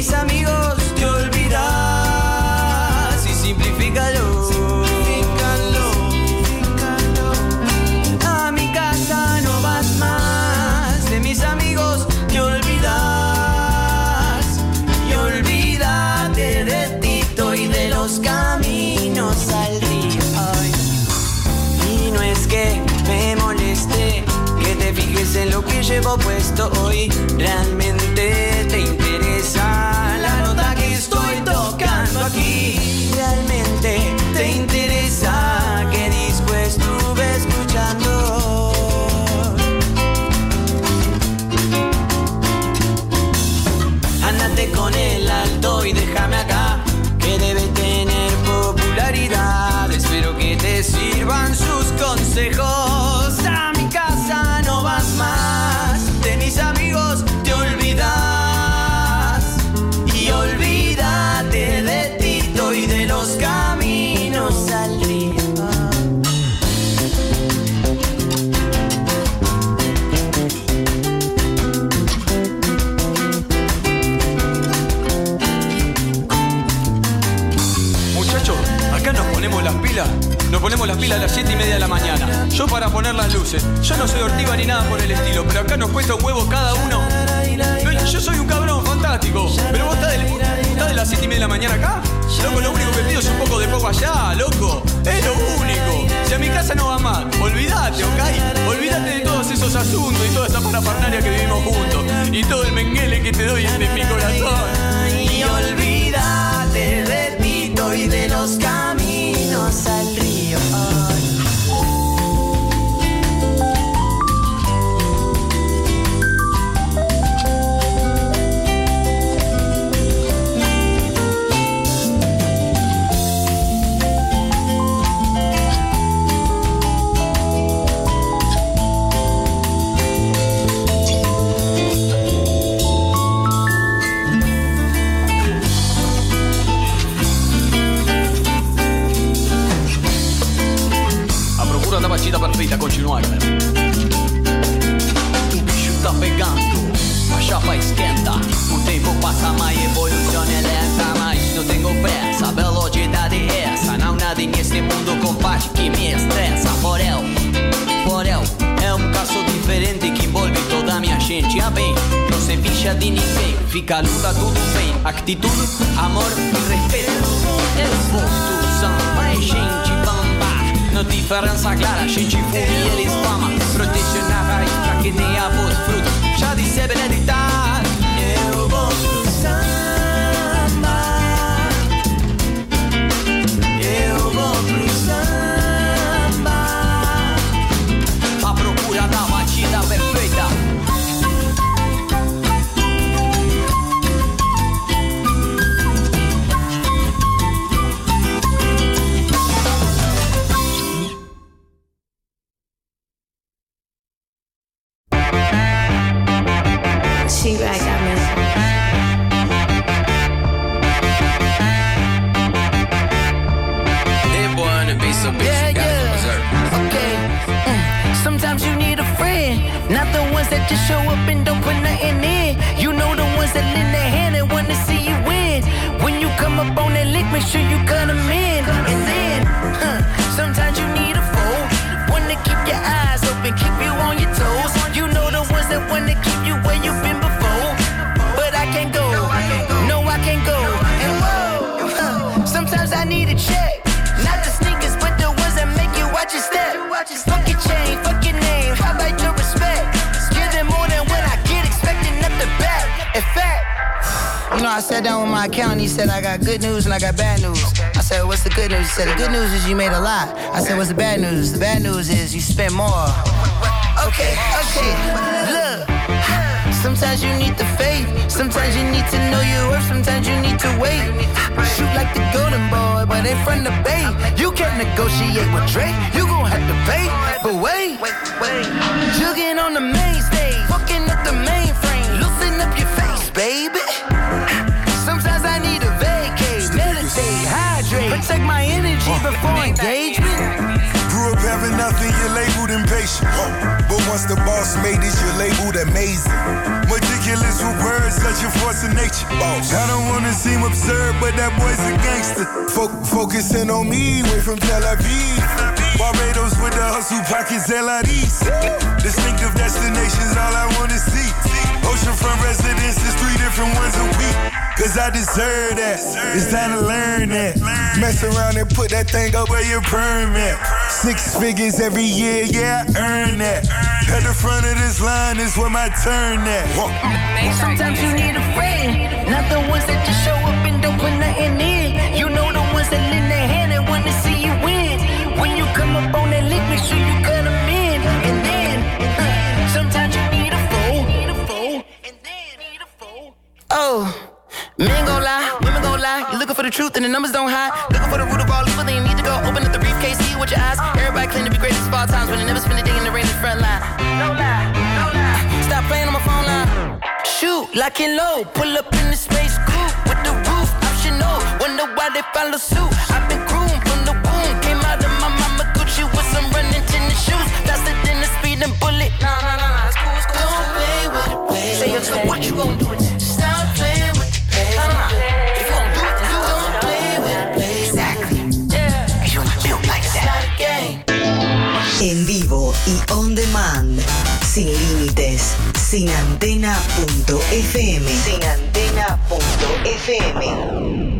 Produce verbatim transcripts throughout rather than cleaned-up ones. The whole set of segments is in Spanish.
mis amigos te olvidas y simplifícalo. A mi casa no vas más, de mis amigos te olvidas y olvídate de Tito y de los caminos al río. Ay. Y no es que me moleste que te fijes en lo que llevo puesto hoy. Realmente te interesa la nota que estoy tocando aquí. Realmente te interesa qué disco estuve escuchando. Andate con el alto y déjame acá, que debe tener popularidad. Espero que te sirvan sus consejos. A mi casa no vas más, de mis amigos te olvidas y olvídate de Tito y de los caminos al río. Muchachos, acá nos ponemos las pilas. Nos ponemos las pilas a las siete y media de la mañana. Yo para poner las luces. Yo no soy ortiva ni nada por el estilo, pero acá nos cuesta un huevo cada uno. No, yo soy un cabrón fantástico. Pero vos estás de, estás de las siete y media de la mañana acá. Loco, lo único que pido es un poco de poco allá, loco. Es lo único. Si a mi casa no va mal, olvídate, ¿ok? Olvídate de todos esos asuntos y toda esa parafernalia que vivimos juntos. Y todo el menguele que te doy de mi corazón. Y olvídate de Tito y de los caminos al río. Da batida perfeita, continuar, galera. O bicho tá pegando, a chapa esquenta. O tempo passa, mas a evolução é lenta. Mas não tenho pressa, velocidade é essa. Não nada nesse mundo, compadre, que me estressa. Porel, porel, é um caso diferente que envolve toda a minha gente. Ah, bem, não se ficha de ninguém. Fica a luta, tudo bem. Atitude, amor e respeito. Eu vou do samba, é gente bamba. No diferença clara, a gente fuma e eles fama. Protege na raiz pra que tenha bons frutos. Já disse Beneditar. Eu vou pro samba. Eu vou pro samba. A procura da batida perfeita. T-Bag got me. That boy on the beat so bitch, Yeah, you gotta yeah. go berserk. Okay. Mm. Sometimes you need a friend, not the ones that just show up and don't put nothing in. You know the ones that lend their hand and wanna see you win. When you come up on that lick, make sure you cut them in. And then, huh, sometimes you need a foe, one to keep your eyes open, keep you on your toes. You know the ones that wanna keep you where you've been before. But I can't go, no I can't go. And whoa, huh, sometimes I need a check, not the sneakers, but the ones that make you watch your step. Fuck your chain, fuck your name, how about your respect? Give them more than what I get, expecting up the back. In fact, you know, I sat down with my accountant, he said I got good news and I got bad news. I said, what's the good news? He said, the good news is you made a lot. I said, what's the bad news? The bad news is you spent more. Okay, okay, look. Sometimes you need the faith, sometimes you need to know your worth, sometimes you need to wait. Shoot like the golden boy, but ain't from the bay. You can't negotiate with Drake, you gon' have to pay. But wait, jugging on the main stage, fucking up the mainframe, loosen up your face, baby. Sometimes I need a vacate, meditate, hydrate, protect my energy before engagement. Grew up having nothing, you're labeled impatient. But once the boss made it, you're labeled amazing. Meticulous with words, such a force of nature. Boss. I don't wanna seem absurd, but that boy's a gangster. Fo- focusing on me, way from Tel Aviv. Barbados with the hustle pockets, L I Ds. Distinctive destinations, all I wanna see. Oceanfront residences, three different ones a week. Cause I deserve that, it's time to learn that. Mess around and put that thing up where your permit. Six figures every year, yeah, I earn that. At the front of this line is where my turn at. Sometimes you need a friend, not the ones that just show up and don't put nothing in. You know the ones that lend their hand and wanna see you win. When you come up on that lick, make sure you cut them in. And then, uh, sometimes you need a fool. And then, need a fool. Oh. Men gon' lie, women gon' lie. You're looking for the truth and the numbers don't hide. Looking for the root of all evil, then you need to go open up the briefcase, see with your eyes. Everybody claim to be greatest of all times, but they never spend a day in the rain in the front line. No lie, no lie. Stop playing on my phone line. Shoot, lock and load. Pull up in the space coupe with the roof optional. Wonder why they follow suit. I've been groomed from the womb. Came out of my mama Gucci with some running tennis shoes. Faster than a speeding bullet. Nah, nah, nah, nah. It's cool, it's cool. Don't play with it, play. Say yo, so what you gon' do it? Stop playing. En vivo y on demand, sin límites, sinantena.fm. Sinantena.fm.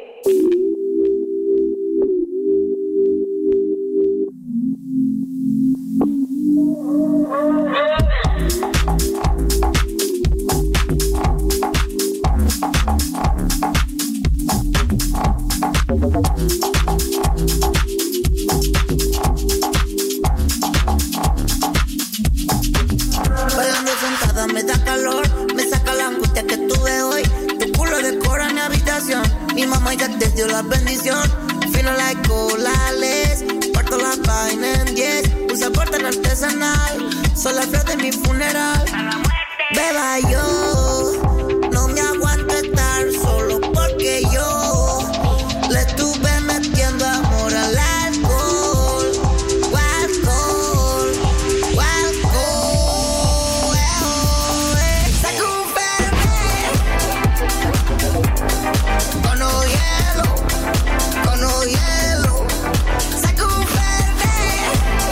Mi mamá ya te dio la bendición. Fino like colales. Parto la vaina en diez. Usa portal artesanal. Son la flor de mi funeral. Beba yo. No me aguanto estar solo porque yo le estuve metiendo amor al alcohol. Alcohol. Alcohol. Saca un fernet. Con no hielo. Con no hielo. Saca un fernet.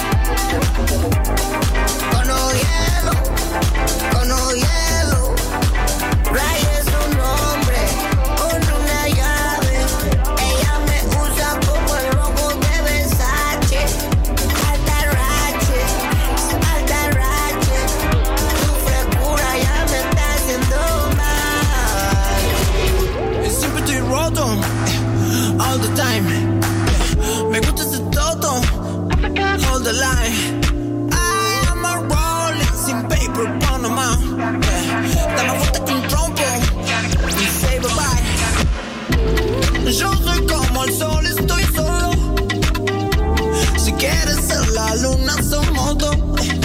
Con no hielo. Con no hielo. Ray es un hombre con una llave. Ella me usa como el logo de Versace. Alta rache, alta rache. Tu frescura ya me está haciendo mal. Siempre estoy roto, all the time. Me gusta ese todo, hold the line. I am a rolling sin paper, Panama. Dame vuelta con trompo y say bye bye. Yo soy como el sol, estoy solo. Si quieres ser la luna, somos dos.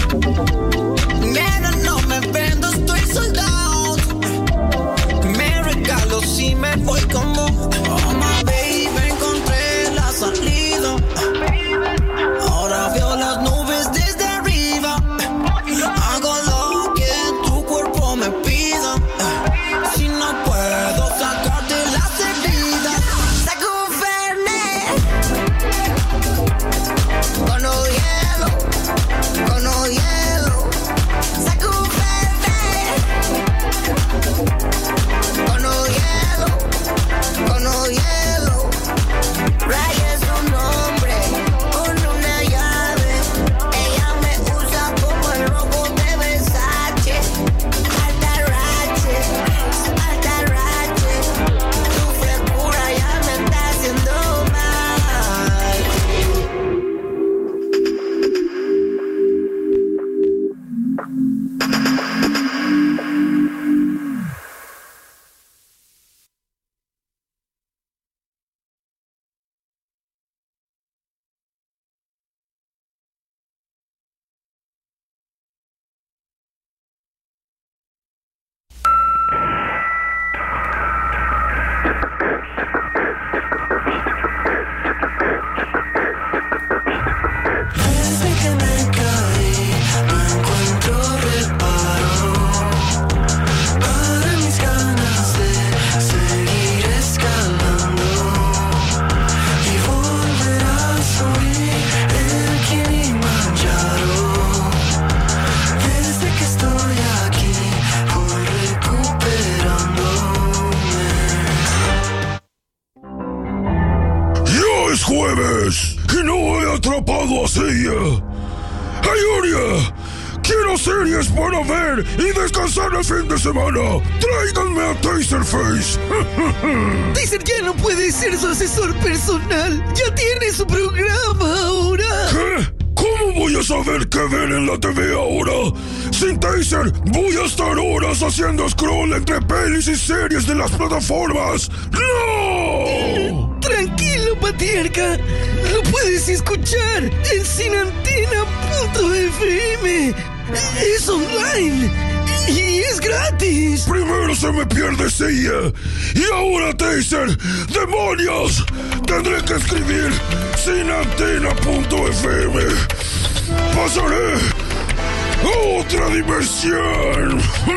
Nena, no me vendo, estoy soldado. Me regalo si me voy con vos. Oh my baby, encontré la salida. Ahora veo las nubes. es jueves y no he atrapado a Seiya. ¡Ayuria! Quiero series para ver y descansar el fin de semana. Tráiganme a Taserface. Taser ya no puede ser su asesor personal. Ya tiene su programa ahora. ¿Qué? ¿Cómo voy a saber qué ven en la T V ahora? Sin Taser voy a estar horas haciendo scroll entre pelis y series de las plataformas. ¡No! Tranquilo, patriarca. Lo puedes escuchar en sinantena punto efe eme. Es online y es gratis. Primero se me pierde Seiya y ahora Taser. ¡Demonios! Tendré que escribir sinantena punto efe eme. Pasaré a otra dimensión.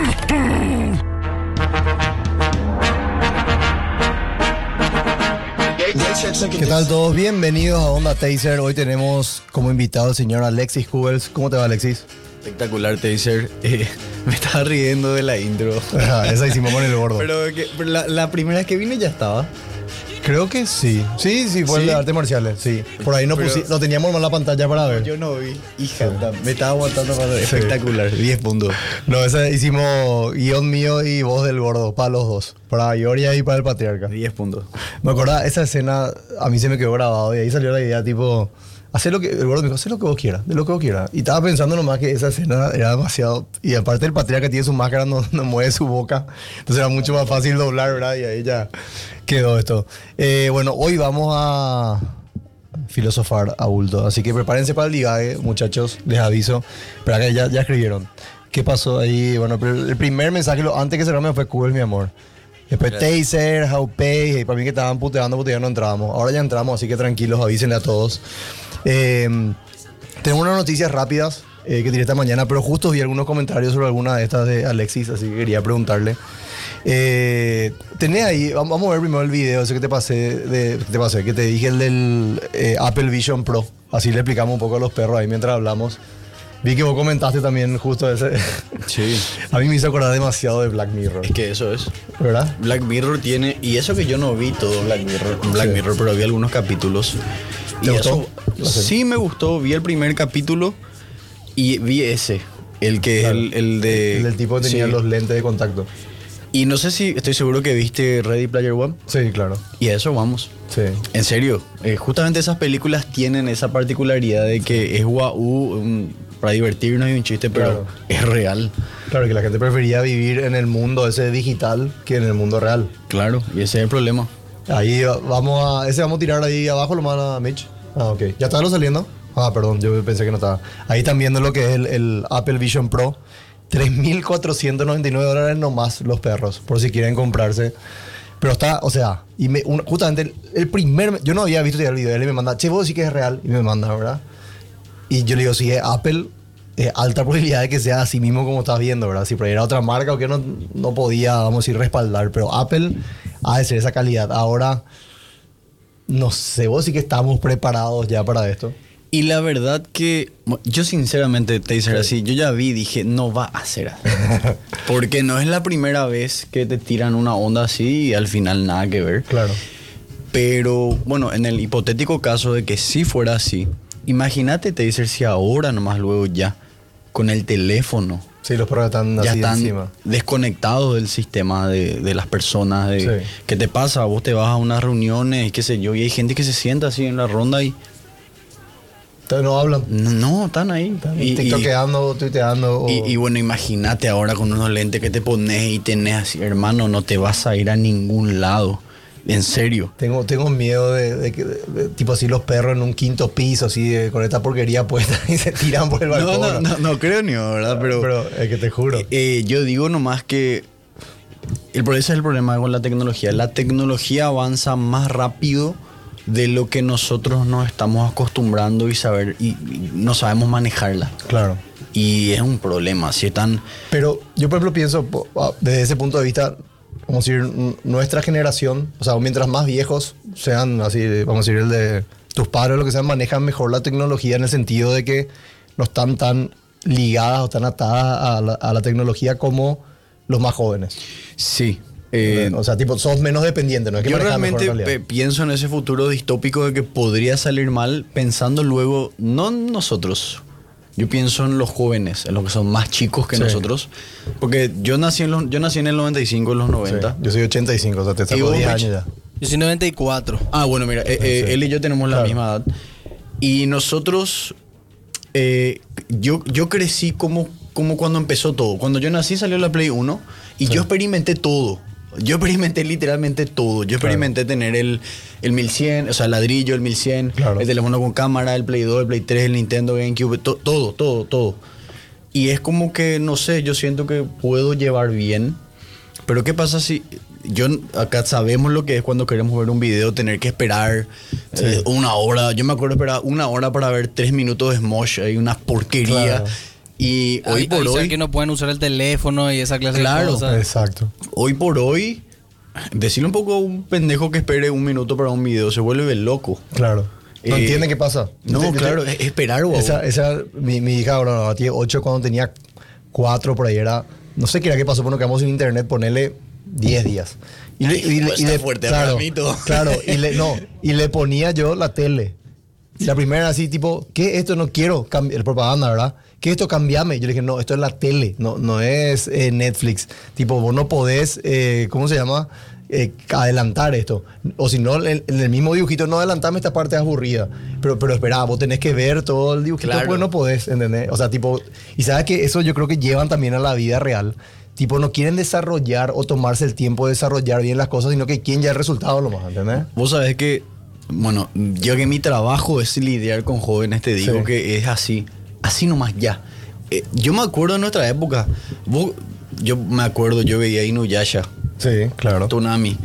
¿Qué tal todos? Bienvenidos a Onda Taser. Hoy tenemos como invitado al señor Alexis Kugels. ¿Cómo te va, Alexis? Espectacular, Taser. Eh, me estaba riendo de la intro. Ah, esa hicimos con el gordo. Pero, que, pero la, la primera vez que vine ya estaba. Creo que sí. Sí, sí, fue ¿Sí? el de artes marciales, sí. Por ahí no, Pero- pusi- no teníamos más la pantalla para ver. Yo no vi. Hija, me estaba aguantando para ver. Espectacular. diez puntos. No, ese hicimos guión mío y voz del gordo, para los dos. Para Ioria y para el patriarca. diez puntos. Me acuerdo, esa escena a mí se me quedó grabado y ahí salió la idea tipo, hacer lo que, el gordo me dijo, haz lo que vos quieras, de lo que vos quieras. Y estaba pensando nomás que esa escena era demasiado, y aparte el patriarca tiene su máscara, no, no mueve su boca, entonces era mucho más fácil doblar, ¿verdad? Y ahí ya quedó esto. Eh, bueno, hoy vamos a filosofar a bulto, así que prepárense para el ligaje, muchachos, les aviso. Pero acá ya, ya escribieron. ¿Qué pasó ahí? Bueno, pero el primer mensaje, lo, antes que cerrarme fue Google, mi amor. Después Taser, How Pay, y para mí que estaban puteando porque ya no entrábamos. Ahora ya entramos, así que tranquilos, avísenle a todos. Eh, tengo unas noticias rápidas eh, que tiré esta mañana, pero justo vi algunos comentarios sobre alguna de estas de Alexis, así que quería preguntarle. Eh, tenés ahí, vamos a ver primero el video ese que te pasé, de, que te pasé, que te dije el del eh, Apple Vision Pro. Así le explicamos un poco a los perros ahí mientras hablamos. Vi que vos comentaste también justo ese. Sí. A mí me hizo acordar demasiado de Black Mirror. Es que eso es. ¿Verdad? Black Mirror tiene. Y eso que yo no vi todo Black Mirror, Black Sí. Mirror, pero vi algunos capítulos. ¿Te y gustó? eso- sí, me gustó. Vi el primer capítulo y vi ese. El que Claro. el, el de. El del tipo que tenía sí. los lentes de contacto. Y no sé si estoy seguro que viste Ready Player One. Sí, claro. Y a eso vamos. Sí. En serio, eh, justamente esas películas tienen esa particularidad de que es guau, un- para divertirnos y un chiste, pero Claro. es real. Claro, que la gente prefería vivir en el mundo ese digital que en el mundo real. Claro, y ese es el problema. Ahí va- vamos a. Ese vamos a tirar ahí abajo, lo manda Mitch. Ah, ok. ¿Ya está lo saliendo? Ah, perdón, yo pensé que no estaba. Ahí están viendo lo que es el, el Apple Vision Pro. tres mil cuatrocientos noventa y nueve dólares nomás los perros, por si quieren comprarse. Pero está, o sea, y me, un- justamente el, el primer. Yo no había visto ya el video, él me manda, che, vos sí que es real. Y me manda, ¿verdad? Y yo le digo, si es Apple, es alta probabilidad de que sea así mismo como estás viendo, ¿verdad? Si por ahí era otra marca o que no, no podía, vamos a decir, respaldar. Pero Apple ha de ser esa calidad. Ahora, no sé, vos sí que estamos preparados ya para esto. Y la verdad que bueno, yo sinceramente, Taser, así, yo ya vi, dije, no va a ser así. Porque no es la primera vez que te tiran una onda así y al final nada que ver. Claro. Pero bueno, en el hipotético caso de que sí fuera así, imagínate, Taser, si ahora nomás luego ya, con el teléfono, Sí, los perros están ya así están encima. desconectados del sistema de, de las personas. De, Sí. ¿Qué te pasa? Vos te vas a unas reuniones, qué sé yo, y hay gente que se sienta así en la ronda y Entonces no hablan. no, no, están ahí. Están Y- y- tiktokeando, tuiteando. o- Y, y bueno, imagínate ahora con unos lentes que te pones y tenés así, hermano, no te vas a ir a ningún lado. En serio. Tengo, tengo miedo de, de que, de- de- tipo así, los perros en un quinto piso, así, de- con esta porquería puesta y se tiran por el No, balcón. no, no, no creo ni, ¿verdad? Pero, Pero es que te juro. eh, yo digo nomás que el, pro- ese es el problema con la tecnología. La tecnología avanza más rápido de lo que nosotros nos estamos acostumbrando y saber y, y no sabemos manejarla. Claro. Y es un problema. Si están Pero yo, por ejemplo, pienso, po- ah, desde ese punto de vista, vamos a decir, n- nuestra generación, o sea, mientras más viejos sean, así, vamos a decir, el de tus padres o lo que sea, manejan mejor la tecnología en el sentido de que no están tan ligadas o tan atadas a la, a la tecnología como los más jóvenes. Sí, Eh, o sea, tipo, sos menos dependiente, ¿no? Es que yo manejas mejor realmente en realidad. pe- pienso en ese futuro distópico de que podría salir mal, pensando luego, no en nosotros. Yo pienso en los jóvenes, en los que son más chicos que Sí. nosotros. Porque yo nací en los, yo nací en el noventa y cinco, en los noventa. Sí, yo soy ochenta y cinco, o sea, te ¿Y saco vos, diez Rich? años ya. Yo soy noventa y cuatro. Ah, bueno, mira, eh, eh, Sí. él y yo tenemos la Claro. misma edad. Y nosotros, eh, yo, yo crecí como, como cuando empezó todo. Cuando yo nací salió la Play uno y yo experimenté todo. Yo experimenté literalmente todo. Yo experimenté tener el, el mil cien, o sea, el ladrillo, el mil cien, Claro. el teléfono con cámara, el Play dos, el Play tres, el Nintendo GameCube, to- todo, todo, todo. Y es como que, no sé, yo siento que puedo llevar bien. Pero ¿qué pasa si... Yo, acá sabemos lo que es cuando queremos ver un video, tener que esperar Sí. eh, una hora. Yo me acuerdo esperar una hora para ver tres minutos de Smosh. Hay una porquería. Claro. Y hoy Ahí- por avisar hoy... que no pueden usar el teléfono y esa clase Claro. de cosas. Exacto. Hoy por hoy, decirle un poco a un pendejo que espere un minuto para un video, se vuelve loco. Claro. ¿No Eh, entienden qué pasa? No, Yo te- yo claro, te- es esperar, guau. Esa, esa, mi, mi hija ahora no, tiene ocho, cuando tenía cuatro por ahí era, no sé qué era que pasó, pero nos quedamos sin internet, ponerle diez días. Y le, y le- Pues y está le- fuerte, claro, para mí todo. claro, y le, no, y le ponía yo la tele. Y la primera así, tipo, ¿qué esto? No quiero cambiar, el propaganda, ¿verdad? ¿Qué esto? Cambiame. Yo le dije, no, esto es la tele, no, no es eh, Netflix. Tipo, vos no podés, eh, ¿cómo se llama? Eh, adelantar esto. O si no, en, en el mismo dibujito, no adelantame esta parte aburrida. Pero, pero espera, vos tenés que ver todo el dibujito, Claro. pues no podés, ¿entendés? O sea, tipo, y sabes que eso yo creo que llevan también a la vida real. Tipo, no quieren desarrollar o tomarse el tiempo de desarrollar bien las cosas, sino que quieren ya el resultado nomás, ¿entendés? Vos sabés que, bueno, yo que mi trabajo es lidiar con jóvenes, te digo Sí. que es así, así nomás ya. Eh, yo me acuerdo de nuestra época, vos, yo me acuerdo, yo veía Inuyasha, Sí, claro. Toonami,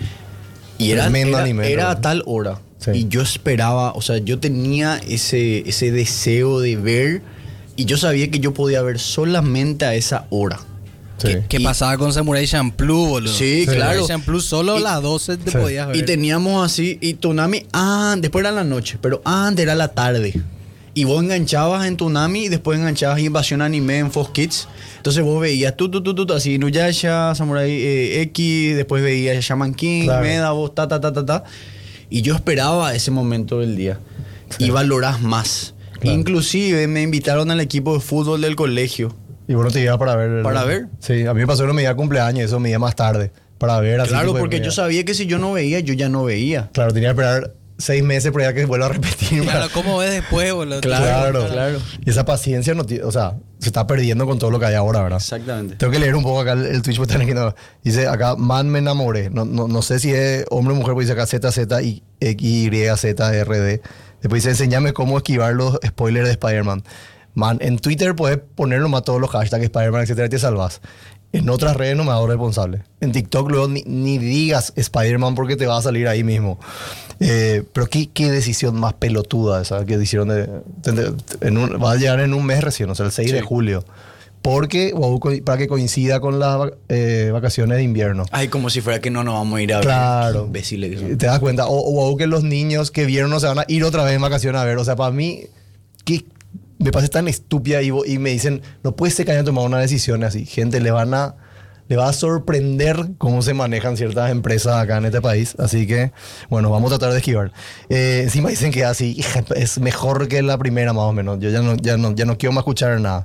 y era, Tremendo era, anime, era ¿no? a tal hora. Sí. Y yo esperaba, o sea, yo tenía ese, ese deseo de ver y yo sabía que yo podía ver solamente a esa hora. Sí. ¿Qué Y- pasaba con Samurai Champloo, boludo? Sí, Samurai claro. Champloo solo Y- a las doce te Sí. podías ver. Y teníamos así, y Toonami, ah, después era la noche, pero antes era la tarde. Y vos enganchabas en Toonami y después enganchabas Invasión Anime en Fox Kids. Entonces vos veías tú, tú, tú, tú, así, Inuyasha, Samurai eh, X, después veías Shaman King, Claro. Meda, vos, ta, ta, ta, ta, ta. Y yo esperaba ese momento del día. Y valorás más. Claro. Inclusive me invitaron al equipo de fútbol del colegio. Y bueno, te iba para ver. el- ¿Para ver? Sí, a mí me pasó que no me iba a cumpleaños, eso me iba más tarde. Para ver así. Claro, tipo de porque media. yo sabía que si yo no veía, yo ya no veía. Claro, tenía que esperar seis meses para que vuelva a repetir. Claro, ¿cómo ves después, boludo? Claro, claro. Y esa paciencia, no ti- o sea, se está perdiendo con todo lo que hay ahora, ¿verdad? Exactamente. Tengo que leer un poco acá el, el Twitch porque están aquí, no. Dice acá, man, me enamoré. No, no, no sé si es hombre o mujer, porque dice acá Z Z y X Y Z R D. Después dice, enséñame cómo esquivar los spoilers de Spider-Man. Man, en Twitter puedes poner nomás todos los hashtags Spider-Man, etcétera, y te salvas. En otras redes no me hago responsable. En TikTok luego ni, ni digas Spider-Man porque te va a salir ahí mismo. Eh, pero qué, qué decisión más pelotuda esa que hicieron de... de- en un- va a llegar en un mes recién, o sea, el seis de Sí. julio. Porque, o co- para que coincida con las vac- eh, vacaciones de invierno. Ay, como si fuera que no nos vamos a ir a ver. Claro. Qué imbéciles que son. Te das cuenta. O, o que los niños que vieron no se van a ir otra vez en vacaciones a ver. O sea, para mí, que me parece tan estúpida y, vo- y me dicen, no puede ser que hayan tomado una decisión así. Gente, le van a, le va a sorprender cómo se manejan ciertas empresas acá en este país. Así que, bueno, vamos a tratar de esquivar. Eh, encima dicen que así hija, es mejor que la primera, más o menos. Yo ya no, ya no, ya no quiero más escuchar nada.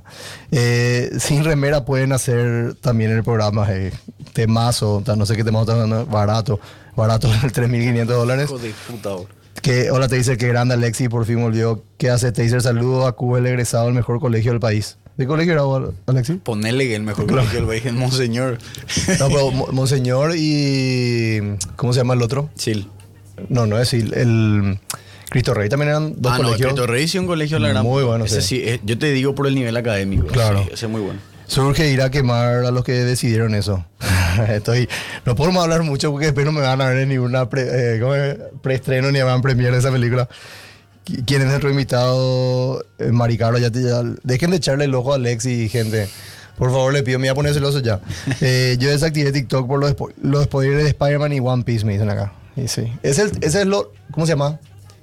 Eh, sin remera pueden hacer también el programa eh, temazo, o sea, no sé qué temazo están dando, barato, barato, tres mil quinientos dólares. Hijo de puta, bro. Que, hola, te dice que grande Alexi, por fin volvió. ¿Qué hace Taser? Saludo a Cuba, el egresado del mejor colegio del país. ¿De colegio era vos, Alexi? Ponele que el mejor Claro. colegio del país es Monseñor. No, pero Mo- Monseñor y... ¿Cómo se llama el otro? Sí. No, no es el, el Cristo Rey. También eran dos Ah, no, colegios. Cristo Rey sí un colegio la gran. Muy bueno, Ese sí. sí, eh, yo te digo por el nivel académico. Claro. Sí, ese es muy bueno. Surge ir a quemar a los que decidieron eso. Estoy, no podemos hablar mucho porque después no me van a ver en ninguna pre, eh, ¿cómo es? preestreno ni van premier de esa película. Qui- ¿Quién es nuestro invitado? Eh, Maricaro, ya, te- ya dejen de echarle el ojo a Alexi, gente. Por favor, le pido, me voy a poner celoso ya. Eh, yo desactivé TikTok por los, spo- los spoilers de Spider-Man y One Piece, me dicen acá. Y sí. Ese es, ese es lo, ¿cómo se llama?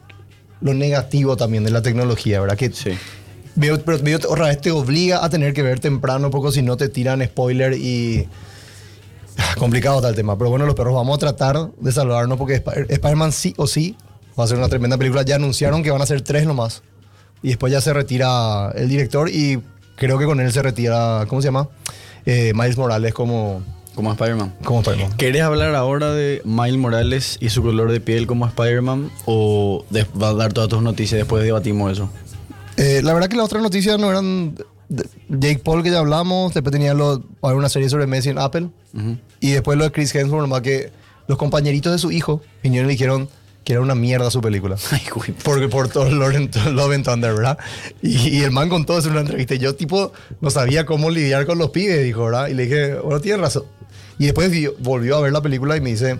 Lo negativo también de la tecnología, ¿verdad? Que Sí. Veo- pero veo- otra vez te obliga a tener que ver temprano porque si no te tiran spoiler y Complicado está el tema, pero bueno, los perros vamos a tratar de salvarnos porque Sp- Spider-Man sí o sí va a ser una tremenda película. Ya anunciaron que van a ser tres nomás. Y después ya se retira el director y creo que con él se retira, ¿cómo se llama? Eh, Miles Morales como... Como Spider-Man. Como Spider-Man. ¿Querés hablar ahora de Miles Morales y su color de piel como Spider-Man? ¿O de- vas a dar todas tus noticias y después debatimos eso? Eh, la verdad que las otras noticias no eran... de Jake Paul que ya hablamos, después tenía lo, va a haber una serie sobre Messi en Apple. Uh-huh. Y después lo de Chris Hemsworth, nomás que los compañeritos de su hijo vinieron y le dijeron que era una mierda su película. Ay, güey. Porque por todo Love and, Love and Thunder, ¿verdad? Y, y el man contó eso en una entrevista. Y yo, tipo, no sabía cómo lidiar con los pibes, dijo, ¿verdad? Y le dije, bueno, tienes razón. Y después vi- volvió a ver la película y me dice...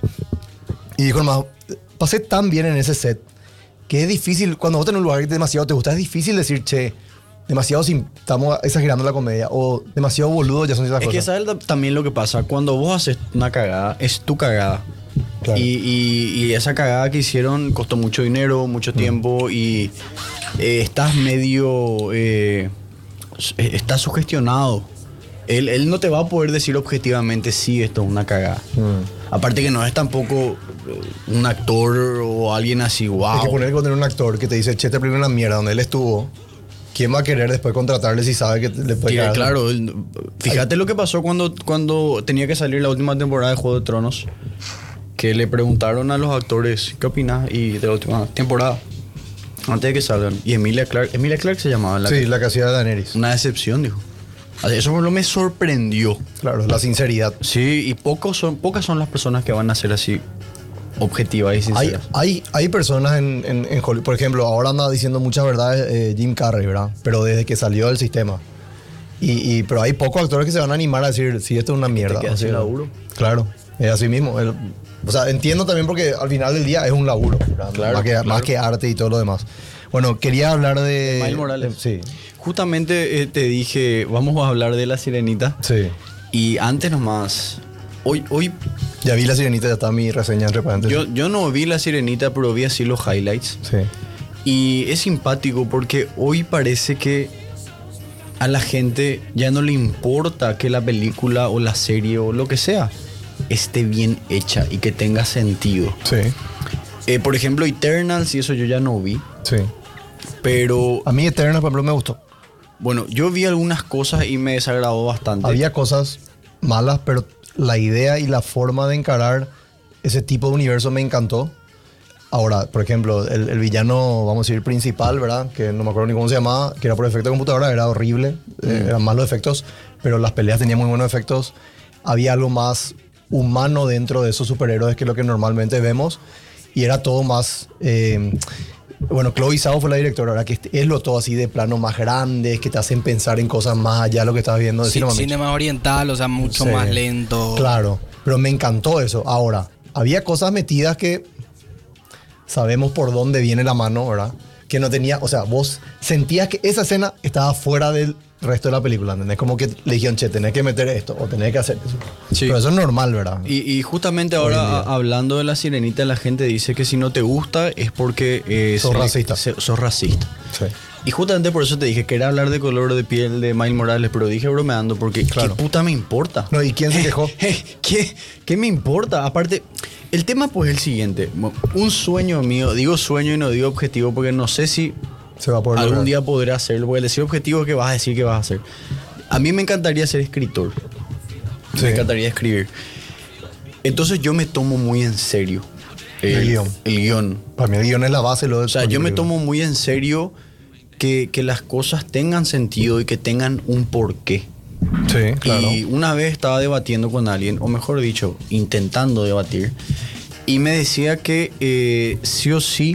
Y dijo, nomás, pasé tan bien en ese set que es difícil, cuando vos tenés un lugar que demasiado te gusta, es difícil decir, che, demasiado sim- estamos exagerando la comedia o demasiado boludo ya son esas Es que cosas. sabes la- también lo que pasa. Cuando vos haces una cagada, es tu cagada. Claro. Y, y- y esa cagada que hicieron costó mucho dinero, mucho tiempo y eh, estás medio... eh, s- eh, estás sugestionado. Él, él no te va a poder decir objetivamente sí, esto es una cagada. Mm. Aparte que no es tampoco eh, un actor o alguien así, wow. Hay que poner con un actor que te dice, che, te primero una mierda donde él estuvo. ¿Quién va a querer después contratarle si sabe que le puede Sí, cagar? claro, él- fíjate lo que pasó cuando, cuando tenía que salir la última temporada de Juego de Tronos. Que le preguntaron a los actores, ¿qué opinas? Y de la última temporada, antes de que salgan. Y Emilia Clarke, Emilia Clarke se llamaba. La Sí, que- la que hacía de Daenerys. Una decepción, dijo. O sea, eso por lo me sorprendió. Claro, la sinceridad. Sí, y pocos son, pocas son las personas que van a ser así objetivas y Hay, sinceras. hay, hay personas en, en, en Hollywood, por ejemplo, ahora anda diciendo muchas verdades eh, Jim Carrey, ¿verdad? Pero desde que salió del sistema. Y, y- pero hay pocos actores que se van a animar a decir, sí, esto es una mierda. quedas O sea, sin laburo. Claro, es así mismo. El- o sea, entiendo también porque al final del día es un laburo, ¿verdad? Claro, más, que, claro. más que arte y todo lo demás. Bueno, quería hablar de... Miles Morales. de- sí, Justamente eh, te dije, vamos a hablar de La Sirenita. sí. Y antes nomás, hoy, hoy Ya vi La Sirenita, ya está mi reseña entre paréntesis. yo, yo no vi La Sirenita, pero vi así los highlights. Sí. Y es simpático porque hoy parece que a la gente ya no le importa que la película o la serie o lo que sea esté bien hecha y que tenga sentido. Sí, Eh, por ejemplo, Eternals y eso yo ya no vi. sí. Pero A mí Eternal, por ejemplo, me gustó. bueno, yo vi algunas cosas y me desagradó bastante. Había cosas malas, pero la idea y la forma de encarar ese tipo de universo me encantó. Ahora, por ejemplo, el, el villano, vamos a decir, principal, ¿verdad? Que no me acuerdo ni cómo se llamaba, que era por efecto de computadora, era horrible, eh, eran malos efectos, pero las peleas tenían muy buenos efectos. Había algo más humano dentro de esos superhéroes que lo que normalmente vemos, y era todo más... eh, bueno, Chloe Zhao fue la directora, ahora que es lo todo así de plano más grandes, que te hacen pensar en cosas más allá de lo que estás viendo. Sí, Decilo, mami. cine más oriental, o sea, mucho Sí. más lento. Claro, pero me encantó eso. Ahora, había cosas metidas que sabemos por dónde viene la mano, ¿verdad? Que no tenía, o sea, vos sentías que esa escena estaba fuera del resto de la película, ¿entendés? Como que le dijeron, che, tenés que meter esto o tenés que hacer eso. Sí. Pero eso es normal, ¿verdad? Y, y justamente Hoy en ahora, día. a- hablando de La Sirenita, la gente dice que si no te gusta es porque... eh, Sos se- racista. se- sos racista. Sí. Y justamente por eso te dije, quería hablar de color de piel de Miles Morales, pero dije bromeando porque Claro. ¿qué puta me importa? No, ¿y quién se quejó? ¿Qué, ¿Qué me importa? Aparte, el tema pues es el siguiente. Un sueño mío, digo sueño y no digo objetivo porque no sé si Se va a poder algún lograr. día podré hacerlo. Porque el decir objetivo es que vas a decir que vas a hacer. A mí me encantaría ser escritor. Sí. Me encantaría escribir. Entonces yo me tomo muy en serio El guión. El guión. Para mí el guión es la base. Lo de O sea, yo me tomo muy en serio que, que las cosas tengan sentido y que tengan un porqué. Sí, claro. Y una vez estaba debatiendo con alguien, o mejor dicho, intentando debatir, y me decía que eh, sí o sí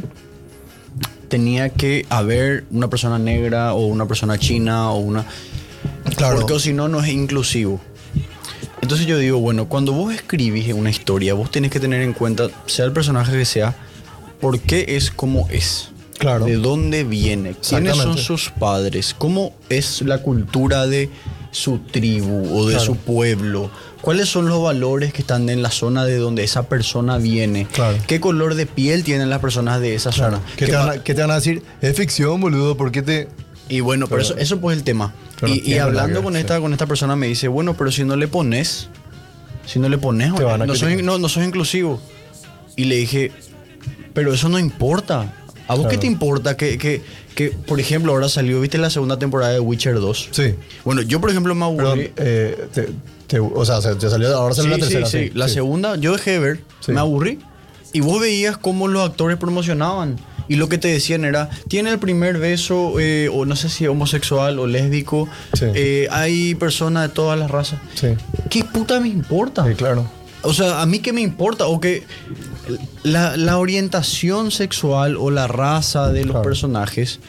tenía que haber una persona negra o una persona china o una... Claro. Porque o si no, no es inclusivo. Entonces yo digo, bueno, cuando vos escribís una historia, vos tenés que tener en cuenta, sea el personaje que sea, por qué es como es. Claro. ¿De dónde viene? ¿Quiénes son Exactamente. sus padres? ¿Cómo es la cultura de su tribu o de Claro. su pueblo? ¿Cuáles son los valores que están en la zona de donde esa persona viene? Claro. ¿Qué color de piel tienen las personas de esa Claro. zona? ¿Qué, ¿Qué te van pa- a, qué te van a decir? Es ficción, boludo, ¿por qué te...? Y bueno, pero, Pero- eso, eso pues es el tema. Pero y, no y tiene nada hablando que con ver, esta, sí. con esta persona me dice, bueno, pero si no le pones Si no le pones, Te van a no soy, criticar. no, no soy inclusivo. Y le dije, pero eso no importa. ¿A vos Claro. qué te importa que, que, que, por ejemplo, ahora salió, viste la segunda temporada de Witcher dos? Sí. Bueno, yo, por ejemplo, me Perdón, aburrí. eh, te- te- o sea, se, te salió, ahora salió Sí, la tercera. sí, sí. La sí. segunda, yo dejé de ver, Sí. me aburrí. Y vos veías cómo los actores promocionaban. Y lo que te decían era, tiene el primer beso, eh, o no sé si homosexual o lésbico. Sí. eh, hay personas de todas las razas. Sí. ¿Qué puta me importa? Sí, claro. O sea, a mí qué me importa. O que la, la orientación sexual o la raza de los Claro. personajes,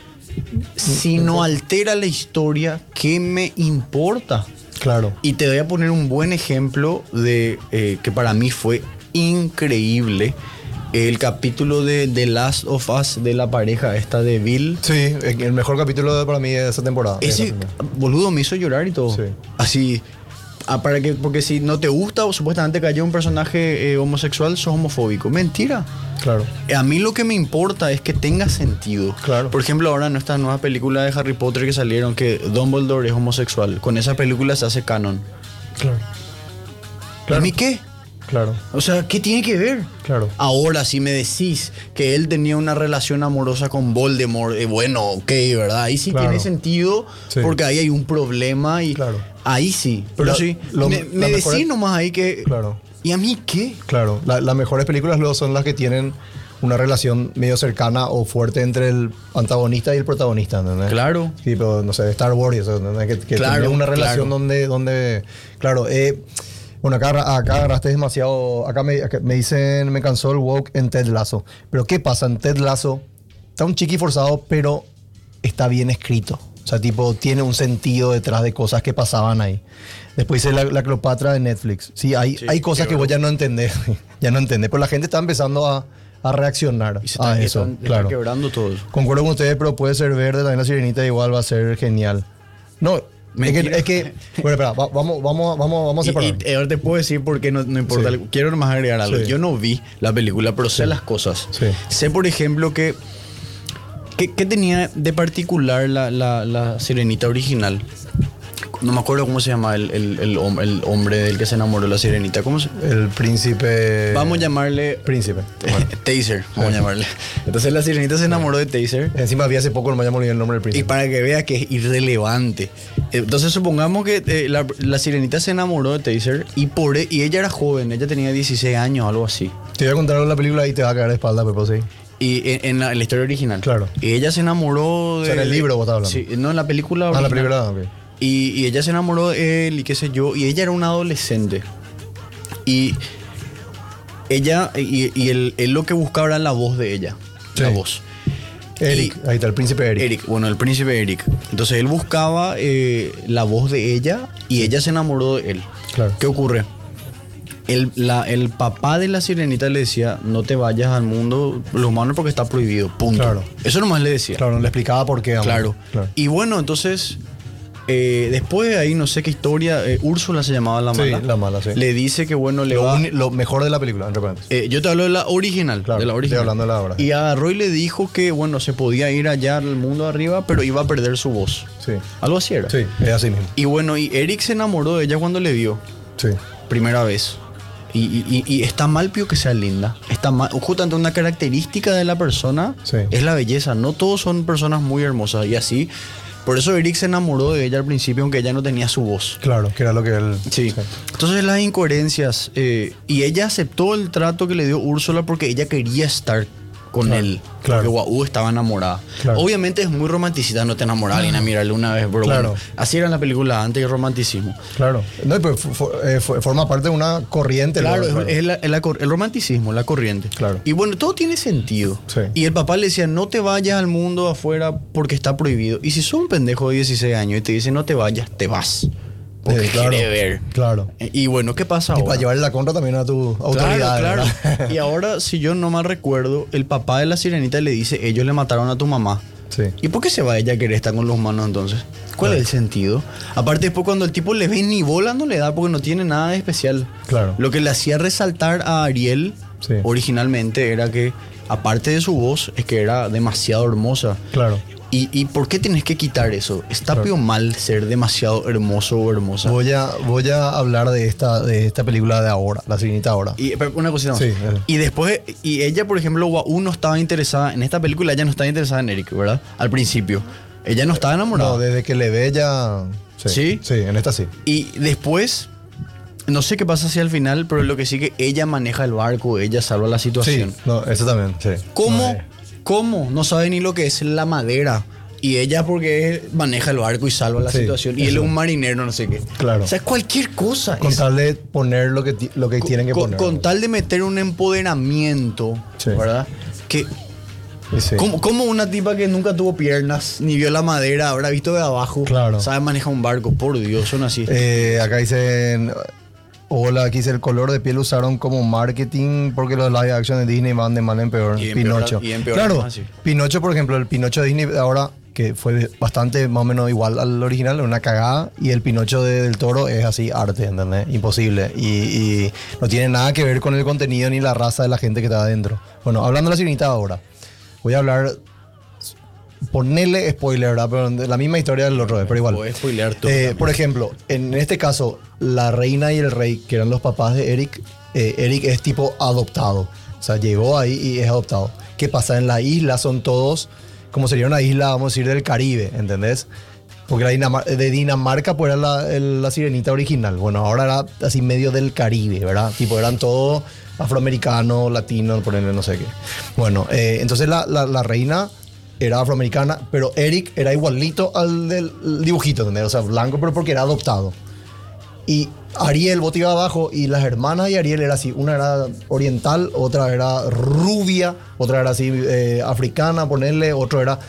si no altera la historia, ¿qué me importa? Claro. Y te voy a poner un buen ejemplo de eh, que para mí fue increíble. El capítulo de The Last of Us de la pareja esta de Bill. Sí, el mejor capítulo de- para mí de esa temporada. Ese boludo me hizo llorar y todo. Sí. Así. ah, para que, porque si no te gusta o supuestamente cayó un personaje eh, homosexual, sos homofóbico. Mentira. Claro. A mí lo que me importa es que tenga sentido. Claro. Por ejemplo, ahora en esta nueva película de Harry Potter que salieron, que Dumbledore es homosexual. Con esa película se hace canon. Claro. ¿A mí qué? Claro. O sea, ¿qué tiene que ver? Claro. Ahora, si me decís que él tenía una relación amorosa con Voldemort, eh, bueno, ok, ¿verdad? Ahí sí Claro. tiene sentido, Sí. porque ahí hay un problema y Claro. ahí sí. Pero La- sí, lo- me, la me mejor- decís nomás ahí que... Claro. ¿Y a mí qué? Claro. La- las mejores películas luego son las que tienen una relación medio cercana o fuerte entre el antagonista y el protagonista, ¿entendés? Claro. Tipo, no sé, Star Wars y eso, ¿entendés? Que, que Claro, tienen una relación claro. donde, donde, claro, eh, bueno, acá, acá agarraste demasiado, acá me, acá me dicen, me cansó el woke en Ted Lasso. Pero ¿qué pasa? En Ted Lasso está un chiqui forzado, pero está bien escrito. O sea, tipo, tiene un sentido detrás de cosas que pasaban ahí. Después hice la, la Cleopatra de Netflix. Sí, hay, Sí, hay cosas qué que vos verdad. ya no entendés. ya no entendés. Pero la gente está empezando a, a reaccionar Y se a está, eso. están- está claro. quebrando todo eso. Concuerdo con ustedes, pero puede ser verde. También la Sirenita igual va a ser genial. No, es que, Mentira. es que... Bueno, espera, va- vamos, vamos, vamos, vamos a Y, separar. y ahora te puedo decir por qué no, no importa. Sí. Quiero nomás agregar algo. Sí. Yo no vi la película, pero sé las cosas. Sí. Sé, por ejemplo, que... ¿Qué, qué tenía de particular la, la, la Sirenita original? No me acuerdo cómo se llama el, el, el, hom- el hombre del que se enamoró de la Sirenita. ¿Cómo se...? El príncipe... Vamos a llamarle... Príncipe. Bueno. Taser, vamos a llamarle. Entonces la Sirenita se enamoró de Taser. Encima vi hace poco, no me llamo el nombre del Y príncipe. para que vea que es irrelevante. Entonces supongamos que eh, la, la Sirenita se enamoró de Taser y, por, e- y ella era joven, ella tenía dieciséis años, algo así. Te voy a contar la película y te va a caer de espalda, Pepo, sí. Y en, en la, en la historia original. Claro. Y ella se enamoró de... O sea, en el libro vos estás hablando. Sí, no, en la película Ah, la original. película, ok. Y, y ella se enamoró de él y qué sé yo. Y ella era una adolescente. Y ella... Y, y él, él lo que buscaba era la voz de ella. La Sí. voz. Eric, ahí está, el príncipe Eric. Eric, bueno, el príncipe Eric. Entonces él buscaba eh, la voz de ella y ella se enamoró de él. Claro. ¿Qué ocurre? El, la- el papá de la sirenita le decía, no te vayas al mundo los humanos porque está prohibido, punto. Claro. Eso nomás le decía. Claro, no le explicaba por qué. amor. Claro. Claro. Y bueno, entonces, eh, después de ahí, no sé qué historia, eh, Úrsula se llamaba la Sí, mala. la mala, sí. Le dice que bueno, le Lo, va... uni- lo mejor de la película, entre paréntesis. Eh, yo te hablo de la original. Claro, de la estoy original. hablando de la obra. Y agarró y le dijo que, bueno, se podía ir allá al mundo arriba, pero iba a perder su voz. Sí. Algo así era. Sí, es así mismo. Y bueno, y Eric se enamoró de ella cuando le vio. Sí. Primera vez. Y, y- y- y está mal, pío, que sea linda. Está mal. Justamente una característica de la persona Sí. es la belleza. No todos son personas muy hermosas. Y así. Por eso Eric se enamoró de ella al principio, aunque ella no tenía su voz. Claro, que era lo que él... Sí. Entonces las incoherencias. eh, y ella aceptó el trato que le dio Úrsula porque ella quería estar con Claro, él. claro. Porque Guau estaba enamorada. Claro. Obviamente es muy romanticista, no te enamoras a alguien a mirarle una vez, pero Claro. bueno, así era en la película antes el romanticismo. Claro. No, y pues, fu- fu- eh, fu- forma parte de una corriente. Claro, ¿no? es, es la- es la cor- el romanticismo, la corriente. Claro. Y bueno, todo tiene sentido. Sí. Y el papá le decía, no te vayas al mundo afuera porque está prohibido. Y si sos un pendejo de dieciséis años y te dice no te vayas, te vas. Porque Eh, claro, quiere ver. Claro. Eh, Y bueno, ¿qué pasa Y ahora? para llevarle la contra también a tu autoridad. Claro, ¿verdad? claro. Y ahora, si yo no mal recuerdo, el papá de la sirenita le dice, ellos le mataron a tu mamá. Sí. ¿Y por qué se va ella a querer estar con los humanos entonces? ¿Cuál Claro. es el sentido? Aparte, después cuando el tipo le ve ni bola no le da porque no tiene nada de especial. Claro. Lo que le hacía resaltar a Ariel Sí. originalmente era que, aparte de su voz, es que era demasiado hermosa. Claro. ¿Y, ¿Y por qué tienes que quitar eso? ¿Está Claro. peor mal ser demasiado hermoso o hermosa? Voy a, voy a hablar de esta, de esta película de ahora, La Sirenita ahora. Y pero una cosita más. Sí, dale. Y después, y ella, por ejemplo, Wau no estaba interesada, en esta película ella no estaba interesada en Eric, ¿verdad? Al principio. Ella no estaba enamorada. No, desde que le ve ya... Sí, ¿Sí? Sí, en esta sí. Y después, no sé qué pasa hacia el final, pero lo que sí que ella maneja el barco, ella salva la situación. Sí, no, eso también, sí. ¿Cómo? No, eh. ¿Cómo? No sabe ni lo que es la madera. Y ella porque maneja el barco y salva la Sí, situación. Y él eso. es un marinero, no sé qué. Claro. O sea, cualquier cosa. Con es- tal de poner lo que, ti- lo que tienen que con, poner. con tal de meter un empoderamiento, Sí. ¿verdad? Que Y sí. como, como una tipa que nunca tuvo piernas, ni vio la madera, habrá visto de abajo, Claro. sabe manejar un barco, por Dios, son así. Eh, acá dicen... Hola, aquí dice el color de piel usaron como marketing porque los live action de Disney van de mal en peor. Y empeoran- Pinocho. y empeoran Claro, más, sí. Pinocho, por ejemplo, el Pinocho de Disney de ahora, que fue bastante más o menos igual al original, una cagada, y el Pinocho de- del Toro es así, arte, ¿entendés? Imposible. Y, y no tiene nada que ver con el contenido ni la raza de la gente que está adentro. Bueno, hablando de la Sirenita ahora, voy a hablar... Ponerle spoiler, ¿verdad? Pero de la misma historia del otro, pero igual. Puedes spoilear todo Eh, también. por ejemplo, en este caso, la reina y el rey, que eran los papás de Eric, eh, Eric es tipo adoptado. O sea, llegó ahí y es adoptado. ¿Qué pasa? En la isla son todos, como sería una isla, vamos a decir, del Caribe, ¿entendés? Porque la Dinamar- de Dinamarca pues era la, el- la sirenita original. Bueno, ahora era así medio del Caribe, ¿verdad? Tipo, eran todos afroamericanos, latinos, ponerle no sé qué. Bueno, eh, entonces la, la- la reina era afroamericana, pero Eric era igualito al del dibujito, ¿entendés? O sea, blanco, pero porque era adoptado. Y Ariel, vos te ibas abajo, y las hermanas de Ariel era así. Una era oriental, otra era rubia, otra era así eh, africana, ponerle, otro era...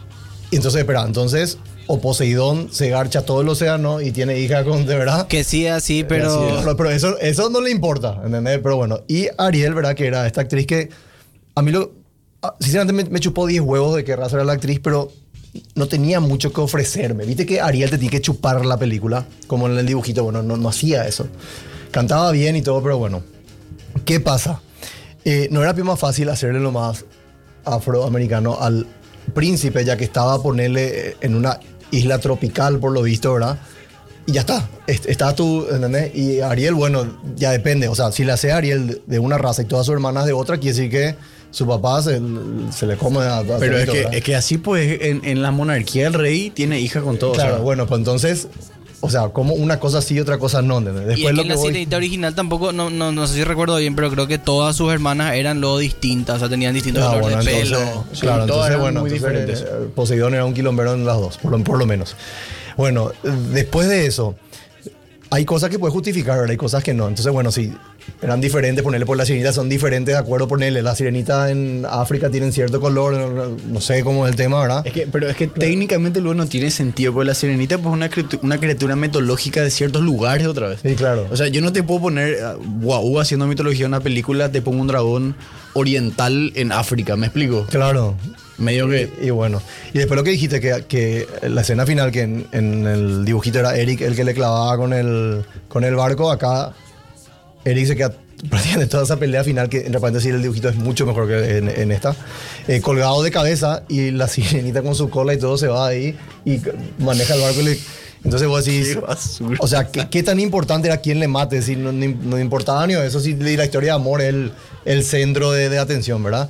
Y entonces, espera, entonces, o Poseidón se garcha todo el océano y tiene hija con, de verdad. Que sí, así, pero... Pero, pero eso, eso no le importa, ¿entendés? Pero bueno, y Ariel, ¿verdad? Que era esta actriz que a mí lo... Sinceramente me, me chupó diez huevos de qué raza era la actriz, pero no tenía mucho que ofrecerme. Viste que Ariel te tiene que chupar la película, como en el dibujito. Bueno, no, no hacía eso. Cantaba bien y todo, pero bueno. ¿Qué pasa? Eh, no era más fácil hacerle lo más afroamericano al príncipe, ya que estaba a ponerle en una isla tropical, por lo visto, ¿verdad? Y ya está. Est- Está tú, ¿entendés? Y Ariel, bueno, ya depende. O sea, si le hace a Ariel de una raza y todas sus hermanas de otra, quiere decir que su papá se, se le come a, a Pero es todito, que, ¿verdad? es que así pues en, en la monarquía el rey tiene hija con todo. Claro, o sea, bueno, pues entonces, o sea, como una cosa sí y otra cosa no, ¿entendés? Y Después es que lo en que la voy... sirenita original tampoco, no, no, no sé si recuerdo bien, pero creo que todas sus hermanas eran lo distintas, o sea, tenían distintos Ah, colores bueno, de pelo. entonces, Sí, claro, todas entonces, eran bueno, muy entonces, diferentes. eh, Poseidón era un quilombero en las dos, por lo, por lo menos. Bueno, eh, después de eso, hay cosas que puedes justificar, ¿verdad? Hay cosas que no. Entonces, bueno, si eran diferentes, ponerle por la sirenita, son diferentes, de acuerdo, ponerle. La sirenita en África tienen cierto color, no, no sé cómo es el tema, ¿verdad? Es que, pero es que técnicamente luego no tiene sentido, porque la sirenita pues, es una, criatu- una criatura mitológica de ciertos lugares otra vez. Sí, claro. O sea, yo no te puedo poner, wow, haciendo mitología en una película, te pongo un dragón oriental en África, ¿me explico? Claro. Medio que... Y, y bueno, y después lo que dijiste, que, que la escena final, que en, en el dibujito era Eric el que le clavaba con el, con el barco, acá Eric se queda prácticamente toda esa pelea final, que entre paréntesis el dibujito es mucho mejor que en, en esta, eh, colgado de cabeza, y la sirenita con su cola y todo se va ahí y maneja el barco y le... Entonces vos decís, o sea, ¿qué, qué tan importante era quién le mate? Si no, no, no importaba ni eso, si la historia de amor es el, el centro de, de atención, ¿verdad?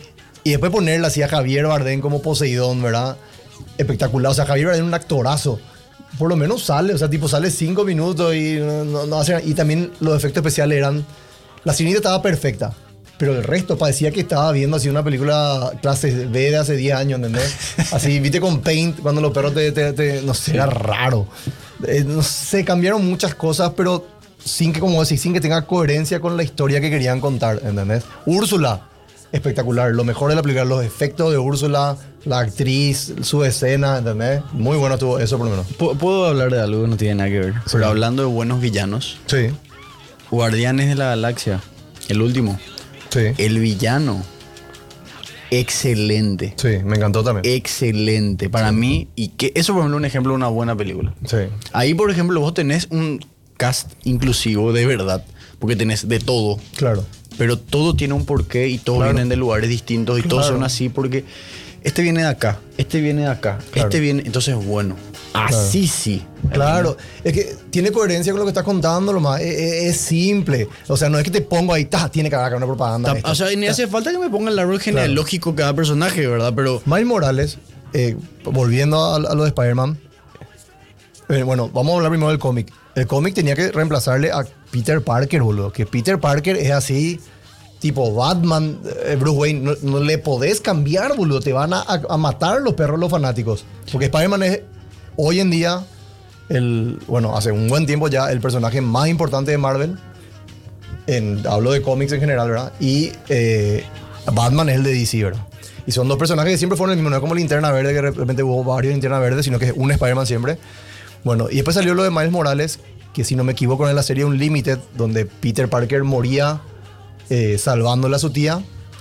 Y después ponerla así a Javier Bardem como Poseidón, ¿verdad? Espectacular. O sea, Javier Bardem es un actorazo. Por lo menos sale, o sea, tipo sale cinco minutos y no, no, no hace... Y también los efectos especiales eran... La sirenita estaba perfecta, pero el resto parecía que estaba viendo así una película clase B de hace diez años, ¿entendés? Así, viste con Paint, cuando los perros te... te- te- no sé, era raro. Eh, no sé, cambiaron muchas cosas, pero sin que, como decís, sin que tenga coherencia con la historia que querían contar, ¿entendés? Úrsula, espectacular. Lo mejor de la película, los efectos de Úrsula, la actriz, su escena, ¿entendés? Muy bueno estuvo eso, por lo menos. ¿Puedo- ¿Puedo hablar de algo que no tiene nada que ver? Pero hablando de buenos villanos, Sí, Guardianes de la Galaxia, el último, sí. el villano, excelente. Sí, me encantó también. Excelente. Para mí, y que eso por ejemplo es un ejemplo de una buena película. Sí. Ahí, por ejemplo, vos tenés un cast inclusivo de verdad, porque tenés de todo, Claro. pero todo tiene un porqué y todos Claro. vienen de lugares distintos y todos Claro. son así porque este viene de acá, este viene de acá, Claro. este viene, entonces bueno, así sí. Claro, es que tiene coherencia con lo que estás contando, lo más. Es, es- es simple. O sea, no es que te pongo ahí, ta, tiene que haber acá una propaganda. Ta- esto. O sea, ni hace falta que me ponga el árbol genealógico cada personaje, ¿verdad? Pero Miles Morales, eh, volviendo a, a lo de Spider-Man, eh, bueno, vamos a hablar primero del cómic. El cómic tenía que reemplazarle a Peter Parker, boludo. Que Peter Parker es así, tipo Batman, eh, Bruce Wayne. No, no le podés cambiar, boludo. Te van a, a- a matar los perros los fanáticos. Porque Spider-Man es hoy en día, el, bueno, hace un buen tiempo ya, el personaje más importante de Marvel. En, hablo de cómics en general, ¿verdad? Y eh, Batman es el de D C, ¿verdad? Y son dos personajes que siempre fueron el mismo, no es como Linterna Verde, que de repente hubo varios Linterna Verde, sino que es un Spider-Man siempre. Bueno, y después salió lo de Miles Morales, que si no me equivoco en la serie Unlimited, donde Peter Parker moría eh, salvándole a su tía.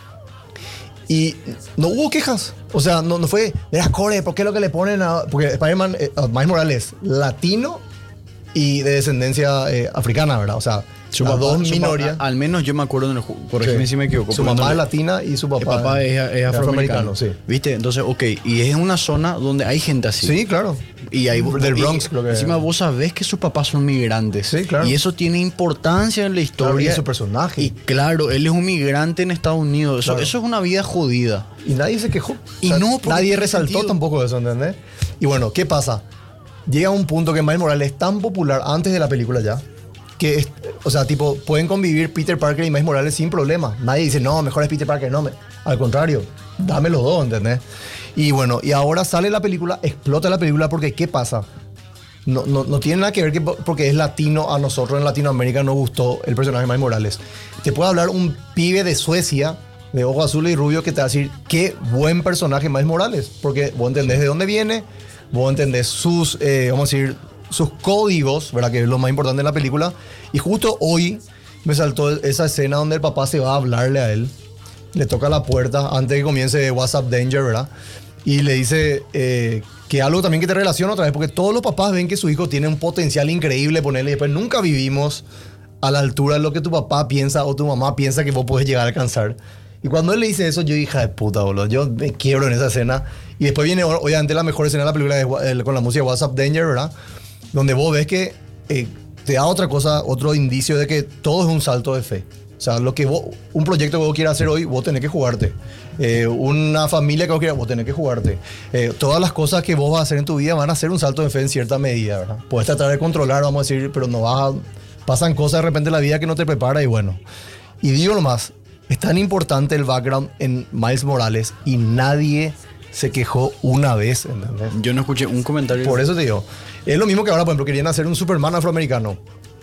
Y no hubo quejas. O sea, no, no fue, verás, Core, ¿por qué lo que le ponen a...? Porque Spider-Man, eh, Miles Morales, latino y de descendencia eh, africana, ¿verdad? O sea, su las papá, dos su minorías. papá, al menos yo me acuerdo en el juego, corregime Sí. si me equivoco. Su pero mamá no- es latina y su papá, el papá es, es afroamericano. sí. ¿Viste? Entonces, ok, y es una zona donde hay gente así. Sí, claro. Y hay, Del Bronx, y creo que encima era. vos sabés que sus papás son migrantes. Sí, claro. Y eso tiene importancia en la historia. Claro, y su personaje. Y claro, él es un migrante en Estados Unidos. Eso, Claro. eso es una vida jodida. Y nadie se quejó. Y no, porque nadie tiene resaltó sentido. tampoco eso, ¿entendés? Y bueno, ¿qué pasa? Llega un punto que Miles Morales es tan popular antes de la película ya, que, es- o sea, tipo, pueden convivir Peter Parker y Miles Morales sin problema. Nadie dice, no, mejor es Peter Parker, no. me- Al contrario, dame los dos, ¿entendés? Y bueno, y ahora sale la película, explota la película porque, ¿qué pasa? No, no, no tiene nada que ver que po- porque es latino, a nosotros en Latinoamérica nos gustó el personaje de Miles Morales. Te puede hablar un pibe de Suecia, de ojos azules y rubios, que te va a decir qué buen personaje Miles Morales, porque vos entendés de dónde viene, vos entendés sus, eh, vamos a decir, sus códigos, ¿verdad? Que es lo más importante de la película. Y justo hoy me saltó esa escena donde el papá se va a hablarle a él, le toca la puerta antes de que comience WhatsApp Danger, ¿verdad? Y le dice eh, que algo también que te relaciona otra vez, porque todos los papás ven que su hijo tiene un potencial increíble, ponerle, y después nunca vivimos a la altura de lo que tu papá piensa o tu mamá piensa que vos podés llegar a alcanzar. Y cuando él le dice eso, yo dije, hija de puta, boludo, yo me quiebro en esa escena. Y después viene, obviamente, la mejor escena de la película es, wa- el- con la música WhatsApp Danger, ¿verdad? Donde vos ves que eh, te da otra cosa, otro indicio de que todo es un salto de fe. O sea, lo que vos, un proyecto que vos quieras hacer hoy, vos tenés que jugarte. Eh, una familia que vos quieras, vos tenés que jugarte. Eh, todas las cosas que vos vas a hacer en tu vida van a ser un salto de fe en cierta medida, ¿verdad? Puedes tratar de controlar, vamos a decir, pero no vas a... Pasan cosas de repente en la vida que no te prepara y bueno. Y digo nomás, es tan importante el background en Miles Morales y nadie se quejó una vez, ¿entendés? Yo no escuché un comentario. Por eso te digo, es lo mismo que ahora, por ejemplo, querían hacer un Superman afroamericano.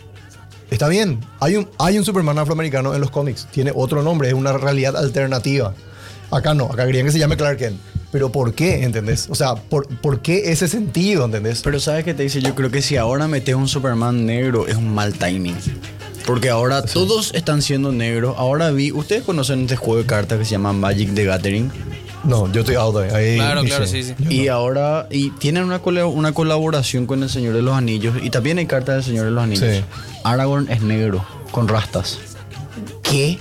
Está bien, hay un, hay un Superman afroamericano en los cómics, tiene otro nombre, es una realidad alternativa. Acá no, acá querían que se llame Clark Kent. Pero ¿por qué? ¿Entendés? O sea, ¿por, ¿por qué ese sentido? ¿Entendés? Pero ¿sabes qué te dice? Yo creo que si ahora metes un Superman negro es un mal timing. Porque ahora todos están siendo negros. Ahora vi, ¿ustedes conocen este juego de cartas que se llama Magic the Gathering? No, yo estoy out ahí. Claro, ni claro, sé. sí, sí. Y ahora, y tienen una, cole- una colaboración con el Señor de los Anillos. Y también hay cartas del Señor de los Anillos. Sí. Aragorn es negro, con rastas. ¿Qué?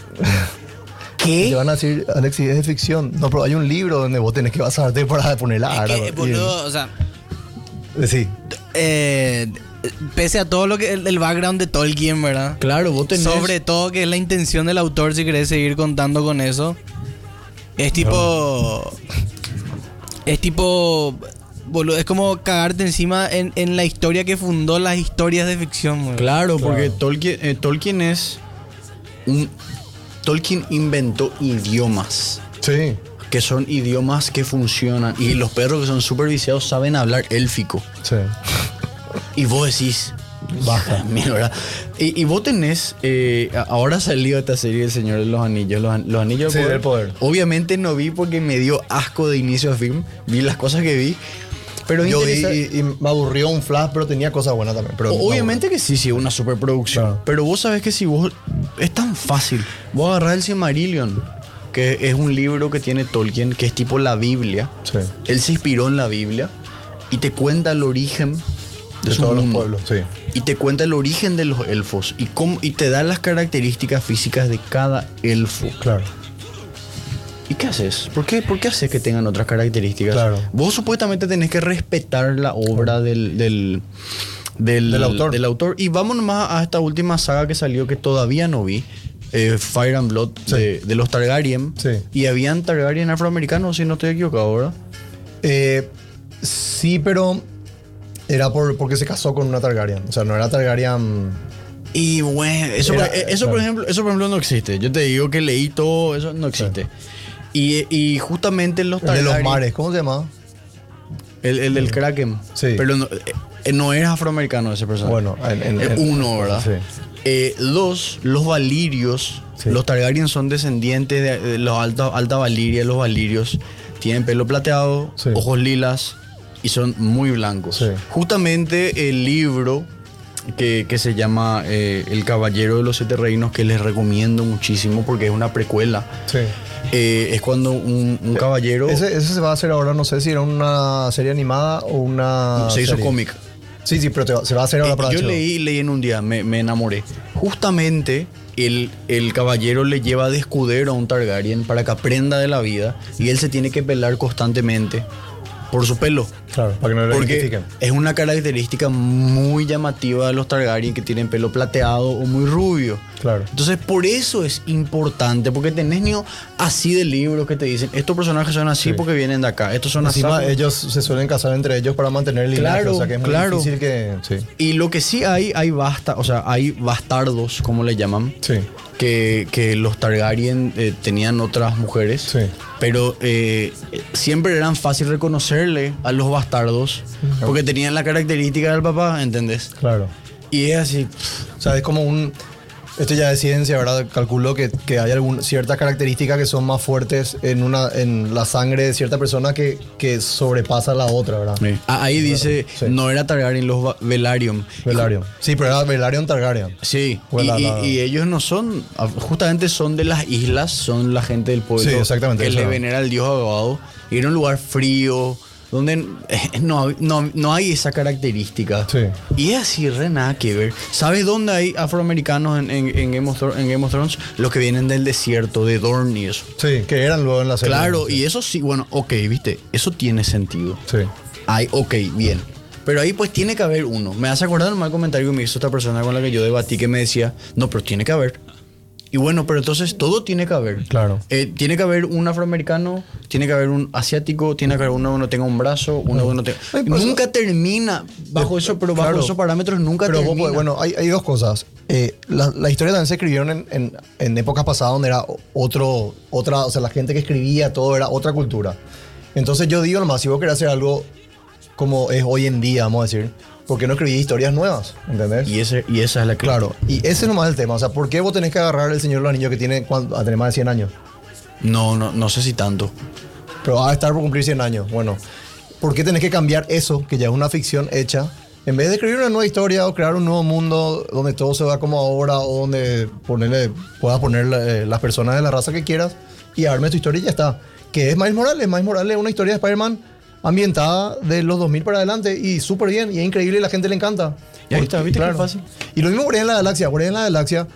Te ¿Qué? van a decir, Alexis, es de ficción. No, pero hay un libro donde vos tenés que basarte para poner la Es ara. que, boludo, o sea, Sí. eh, pese a todo lo que el, el background de Tolkien, ¿verdad? Claro, vos tenés... Sobre todo que es la intención del autor, si querés seguir contando con eso. Es tipo. Es tipo. Boludo, es como cagarte encima en, en la historia que fundó las historias de ficción, boludo. Claro, porque Claro. Tolkien, eh, Tolkien es un... Tolkien inventó idiomas. Sí. Que son idiomas que funcionan. Y los perros que son superviciados saben hablar élfico. Sí. Y vos decís, baja, mierda. Y, y vos tenés, eh, ahora salió esta serie El Señor de los Anillos, los, an- los Anillos Sí, del del poder. Obviamente no vi porque me dio asco de inicio a fin. Vi las cosas que vi. Pero Yo vi interesa- y, y me aburrió un flash, pero tenía cosas buenas también. Pero O- Obviamente que sí, sí, una superproducción. Claro. Pero vos sabés que si vos. Es tan fácil. Vos agarrás el Silmarillion, que es un libro que tiene Tolkien, que es tipo la Biblia. Sí. Él se inspiró en la Biblia y te cuenta el origen de, De su todos los mundo. pueblos, sí. Y te cuenta el origen de los elfos y, cómo, y te da las características físicas de cada elfo. Claro. ¿Y qué haces? ¿Por qué, ¿Por qué haces que tengan otras características? Claro. Vos supuestamente tenés que respetar la obra del, del, del, Del autor. del autor. Y vamos nomás a esta última saga que salió que todavía no vi. Eh, Fire and Blood, Sí. de, de los Targaryen. Sí. Y habían Targaryen afroamericanos, si no estoy equivocado, ¿verdad? Eh, sí, pero era por, porque se casó con una Targaryen. O sea, no era Targaryen. Y bueno, eso, Era- por, eh, eso, claro. por ejemplo, eso por ejemplo no existe. Yo te digo que leí todo, eso no existe. Y, y justamente los El de los Targaryen- mares, ¿cómo se llama? El, el del Kraken. Sí. Pero no, eh, no es afroamericano ese personaje. Bueno, en, en- Es en- uno, ¿verdad? Sí. Eh, dos, los Valirios. Sí. Los Targaryen son descendientes de, de los alta, alta Valiria. Los Valirios tienen pelo plateado, Sí. ojos lilas y son muy blancos. Sí. Justamente el libro que, que se llama eh, El Caballero de los Siete Reinos, que les recomiendo muchísimo porque es una precuela. Sí. Eh, es cuando un, un caballero Ese, ese se va a hacer ahora, no sé si era una serie animada o una. se hizo serie. cómic. Sí, sí, pero te va- se va a hacer ahora Eh, para yo H B O. leí, leí en un día, me, me enamoré. Justamente el, el caballero le lleva de escudero a un Targaryen para que aprenda de la vida y él se tiene que pelar constantemente por su pelo. Claro, para que no lo Porque identifiquen. es una característica muy llamativa de los Targaryen que tienen pelo plateado o muy rubio. Claro. Entonces, por eso es importante, porque tenés niños así de libros que te dicen, estos personajes son así Sí. porque vienen de acá, estos son así. Encima porque-". ellos se suelen casar entre ellos para mantener el linaje, Claro, o sea que es muy claro. difícil que. Sí. Y lo que sí hay, hay basta, o sea, hay bastardos, como le llaman, Sí. que, que los Targaryen eh, tenían otras mujeres, Sí. pero eh, siempre eran fácil reconocerle a los bastardos porque tenían la característica del papá, ¿entendés? Claro. Y es así. O sea, es como un. Esto ya es ciencia, ¿verdad? Calculo que, que hay algún, ciertas características que son más fuertes en una en la sangre de cierta persona que, que sobrepasa la otra, ¿verdad? Sí. Ah, ahí dice, Sí. no era Targaryen, los Va- Velaryon. Velaryon. Sí, pero era Velaryon Targaryen. Sí, Bueno, y, la- la- y- y ellos no son, justamente son de las islas, son la gente del pueblo Sí, exactamente, que eso le era. venera al dios abogado. Y era un lugar frío, donde eh, no, no, no hay esa característica. Sí. Y es así, re nada que ver. ¿Sabes dónde hay afroamericanos en, en, en Game of Thrones, en Game of Thrones? Los que vienen del desierto, de Dorne y eso. Sí, que eran luego en la serie. Claro, Sí. y eso sí, bueno, ok, viste, eso tiene sentido. Sí. Ay, ok, bien. Pero ahí pues tiene que haber uno. Me hace acordar un mal comentario que me hizo esta persona con la que yo debatí que me decía, no, pero tiene que haber. Y bueno, pero entonces todo tiene que haber. Claro. Eh, tiene que haber un afroamericano, tiene que haber un asiático, tiene que haber uno que no tenga un brazo, uno que no tenga... Ay, pues, nunca termina bajo eso, pero bajo Claro. esos parámetros nunca Pero vos termina. podés- bueno, hay, hay dos cosas. Eh, la, la historia también se escribieron en, en, en épocas pasadas donde era otro, otra, o sea, la gente que escribía todo era otra cultura. Entonces yo digo nomás, si vos querés hacer algo como es hoy en día, vamos a decir, ¿por qué no escribís historias nuevas? ¿Entendés? y, ese, y esa es la clave. Claro, y ese nomás es el tema. O sea, ¿por qué vos tenés que agarrar el Señor de los Anillos que tiene cuánto- a tener más de cien años? No, no, no sé si tanto. Pero va a estar por cumplir cien años. Bueno, ¿por qué tenés que cambiar eso, que ya es una ficción hecha, en vez de escribir una nueva historia o crear un nuevo mundo donde todo se va como ahora o donde ponerle, puedas poner eh, las personas de la raza que quieras y arme tu historia y ya está? Que es Miles Morales. Miles Morales es una historia de Spider-Man ambientada de los dos mil para adelante y súper bien y es increíble y la gente le encanta. Y ahí está, ¿viste qué fácil? Y lo mismo Guardianes de la Galaxia. Guardianes de la Galaxia,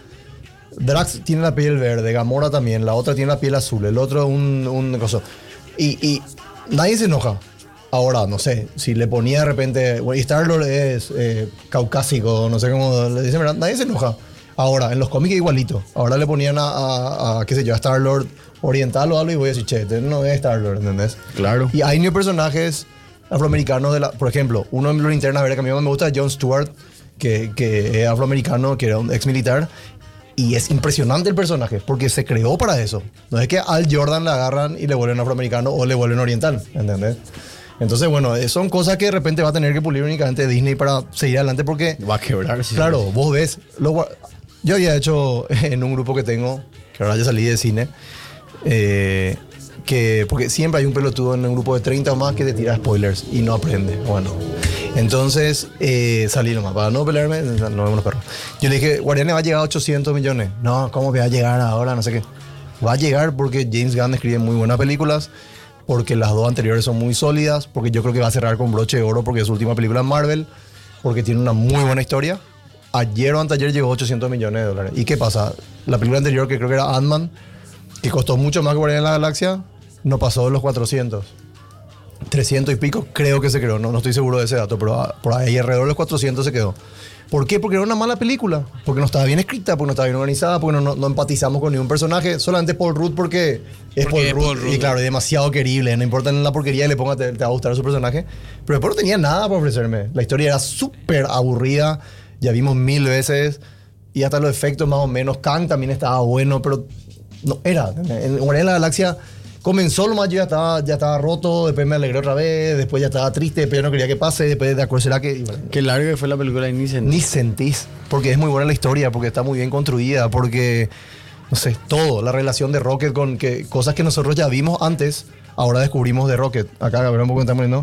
Drax tiene la piel verde, Gamora también, la otra tiene la piel azul, el otro un, un coso. Y, y nadie se enoja. Ahora, no sé, si le ponía de repente, bueno, y Star-Lord es eh, caucásico, no sé cómo le dicen, ¿verdad? Nadie se enoja. Ahora, en los cómics igualito. Ahora le ponían a, a, a, qué sé yo, a Star-Lord oriental o algo y voy a decir, che, este no es Star-Lord, ¿entendés? Claro. Y hay new personajes afroamericanos de la, por ejemplo, uno de los linternas verdes que a mí más me gusta es Jon Stewart, que, que es afroamericano, que era un ex militar. Y es impresionante el personaje, porque se creó para eso. No es que al Jordan le agarran y le vuelven afroamericano o le vuelven oriental, ¿entendés? Entonces, bueno, eh, son cosas que de repente va a tener que pulir únicamente Disney para seguir adelante porque... Va a quebrar. Sí, Claro, vos ves... Lo, gua- yo había hecho en un grupo que tengo, que ahora ya salí de cine, eh, que... Porque siempre hay un pelotudo en un grupo de treinta o más que te tira spoilers y no aprende. Bueno, entonces eh, salí nomás, para no pelearme, no vemos los perros. Yo le dije, Guardianes va a llegar a ochocientos millones. No, ¿cómo que va a llegar ahora? No sé qué. Va a llegar porque James Gunn escribe muy buenas películas, porque las dos anteriores son muy sólidas, porque yo creo que va a cerrar con broche de oro porque es su última película en Marvel, porque tiene una muy buena historia. Ayer o anteayer llegó a ochocientos millones de dólares. ¿Y qué pasa? La película anterior, que creo que era Ant-Man, que costó mucho más que Guardianes de la Galaxia, no pasó de los cuatrocientos. trescientos y pico creo que se quedó, no, no estoy seguro de ese dato, pero a, por ahí alrededor de los cuatrocientos se quedó. ¿Por qué? Porque era una mala película, porque no estaba bien escrita, porque no estaba bien organizada, porque no, no, no empatizamos con ningún personaje, solamente Paul Rudd porque es Porque Paul es Rudd, Paul Rudd. y claro, es demasiado querible, no importa en la porquería que le ponga, te, te va a gustar su personaje, pero después no tenía nada para ofrecerme, la historia era súper aburrida, ya vimos mil veces, y hasta los efectos más o menos, Kang también estaba bueno, pero no era, en Guardianes de la Galaxia comenzó lo más, yo ya estaba, ya estaba roto, después me alegré otra vez, después ya estaba triste, después ya no quería que pase, después de acuerdo será que... y bueno, Qué larga fue la película y ni sentís. ni sentís, porque es muy buena la historia, porque está muy bien construida, porque, no sé, todo, la relación de Rocket con que, cosas que nosotros ya vimos antes, ahora descubrimos de Rocket. Acá, Gabriel, un poco estamos poniendo.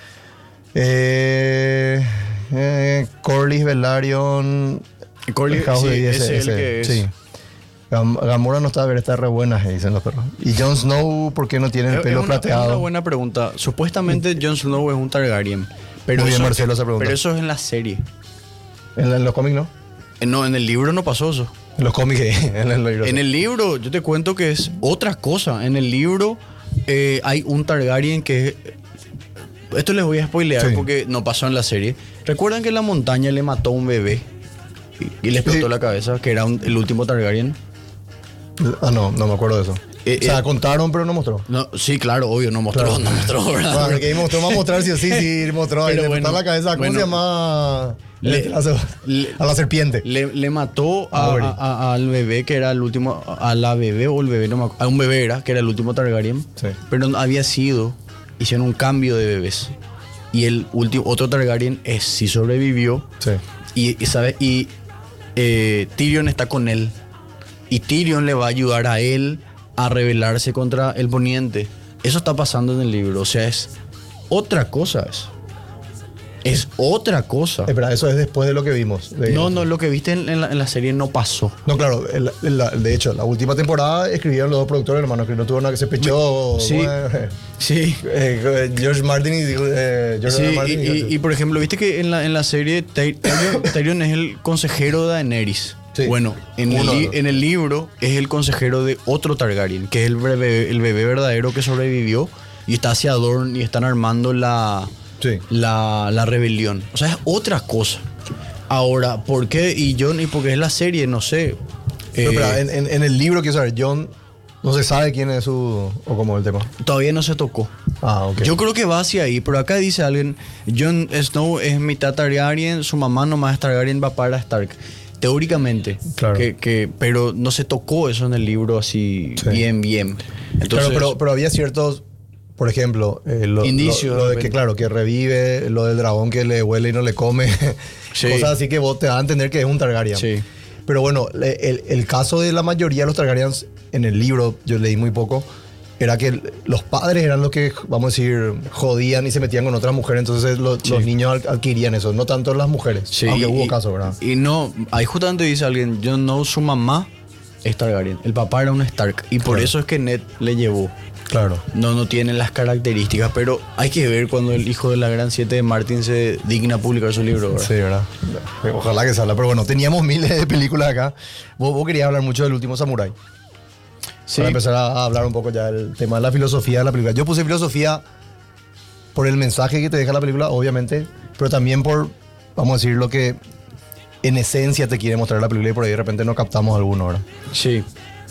Eh, eh, Corlys, Velaryon... Corlys, House sí, de- ese es el que es. Sí. Gam- Gamora no está a ver, está re buena, dicen los perros. Y Jon Snow, ¿por qué no tiene el Es- pelo es una, es plateado? una buena pregunta. Supuestamente Jon Snow es un Targaryen. Pero Muy bien, eso, Marcelo, esa pregunta. Pero eso es en la serie. En, en los cómics, ¿no? Eh, No, en el libro no pasó eso. En los cómics, en el libro. En el libro, yo te cuento que es otra cosa. En el libro eh, hay un Targaryen que es... Esto les voy a spoilear Sí. porque no pasó en la serie. ¿Recuerdan que en la montaña le mató a un bebé? Y, y le explotó Sí. la cabeza, que era un- el último Targaryen. Ah, no, no me acuerdo de eso. Eh, o sea, eh, contaron, pero no mostró. No, sí, claro, obvio, no mostró, Claro. no mostró, ¿verdad? Bueno, porque ahí mostró, va a mostrar sí o sí, sí, mostró. Ahí Pero le bueno, cortaron la cabeza, ¿cómo bueno. se llama? Le- a, la, le- a la serpiente. Le, le mató a- Ah, bueno. a- a- al bebé que era el último, a la bebé o el bebé, no me acuerdo, a un bebé era, que era el último Targaryen, Sí. pero no había sido, hicieron un cambio de bebés. Y el último, otro Targaryen es, sí sobrevivió, Sí. y, y, ¿sabe? y eh, Tyrion está con él. Y Tyrion le va a ayudar a él a rebelarse contra el poniente. Eso está pasando en el libro, o sea, es otra cosa eso. Es otra cosa. Espera, eso es después de lo que vimos. de- No, no, lo que viste en, en la, en la serie no pasó. No, claro, el- el- la- de hecho, la última temporada escribieron los dos productores, hermano, que no tuvo nada que se pechó. Sí. bueno, Sí. eh, George Martin y eh, George Sí, R. y, Martin. y- y, por ejemplo, viste que en la, en la serie Ty- Tyrion, Tyrion es el consejero de Daenerys. Sí. Bueno, en el, Uno de li- los. en el libro es el consejero de otro Targaryen, que es el bebé, el bebé verdadero que sobrevivió y está hacia Dorne y están armando la, Sí. la, la rebelión. O sea, es otra cosa. Ahora, ¿por qué? Y John, y porque es la serie, no sé. Pero, Eh, espera, en, en- en el libro, quiero saber, John no se sabe quién es su. O cómo es el tema. todavía no se tocó. Ah, ok. Yo creo que va hacia ahí, pero acá dice alguien, Jon Snow es mitad Targaryen, su mamá nomás es Targaryen, va para Stark. Teóricamente, Claro. que, que, pero no se tocó eso en el libro así Sí. bien, bien. Entonces, Claro, pero, pero había ciertos, por ejemplo, eh, lo, Indicios, lo- lo de de que, repente. claro, que revive, lo del dragón que le huele y no le come, Sí. cosas así que vos te das a entender que es un Targaryen. Sí. Pero bueno, le- el, el caso de la mayoría de los Targaryens en el libro, yo leí muy poco, era que el- los padres eran los que, vamos a decir, jodían y se metían con otras mujeres, entonces lo- Sí. los niños ad- adquirían eso, no tanto las mujeres, sí, aunque y- hubo casos, ¿verdad? Y no, ahí justamente dice alguien, Jon Snow, su mamá es Targaryen, el papá era un Stark, y por Claro. eso es que Ned le llevó. Claro. No, no tiene las características, pero hay que ver cuando el hijo de la Gran Siete de Martin se digna a publicar su libro, ¿verdad? Sí, ¿verdad? Ojalá que salga, pero bueno, teníamos miles de películas acá. Vos, vos querías hablar mucho del último Samurai. Sí. Para empezar a, a hablar un poco ya del tema de la filosofía de la película. Yo puse filosofía por el mensaje que te deja la película, obviamente, pero también por, vamos a decir, lo que en esencia te quiere mostrar la película y por ahí de repente no captamos alguno, ¿verdad? Sí.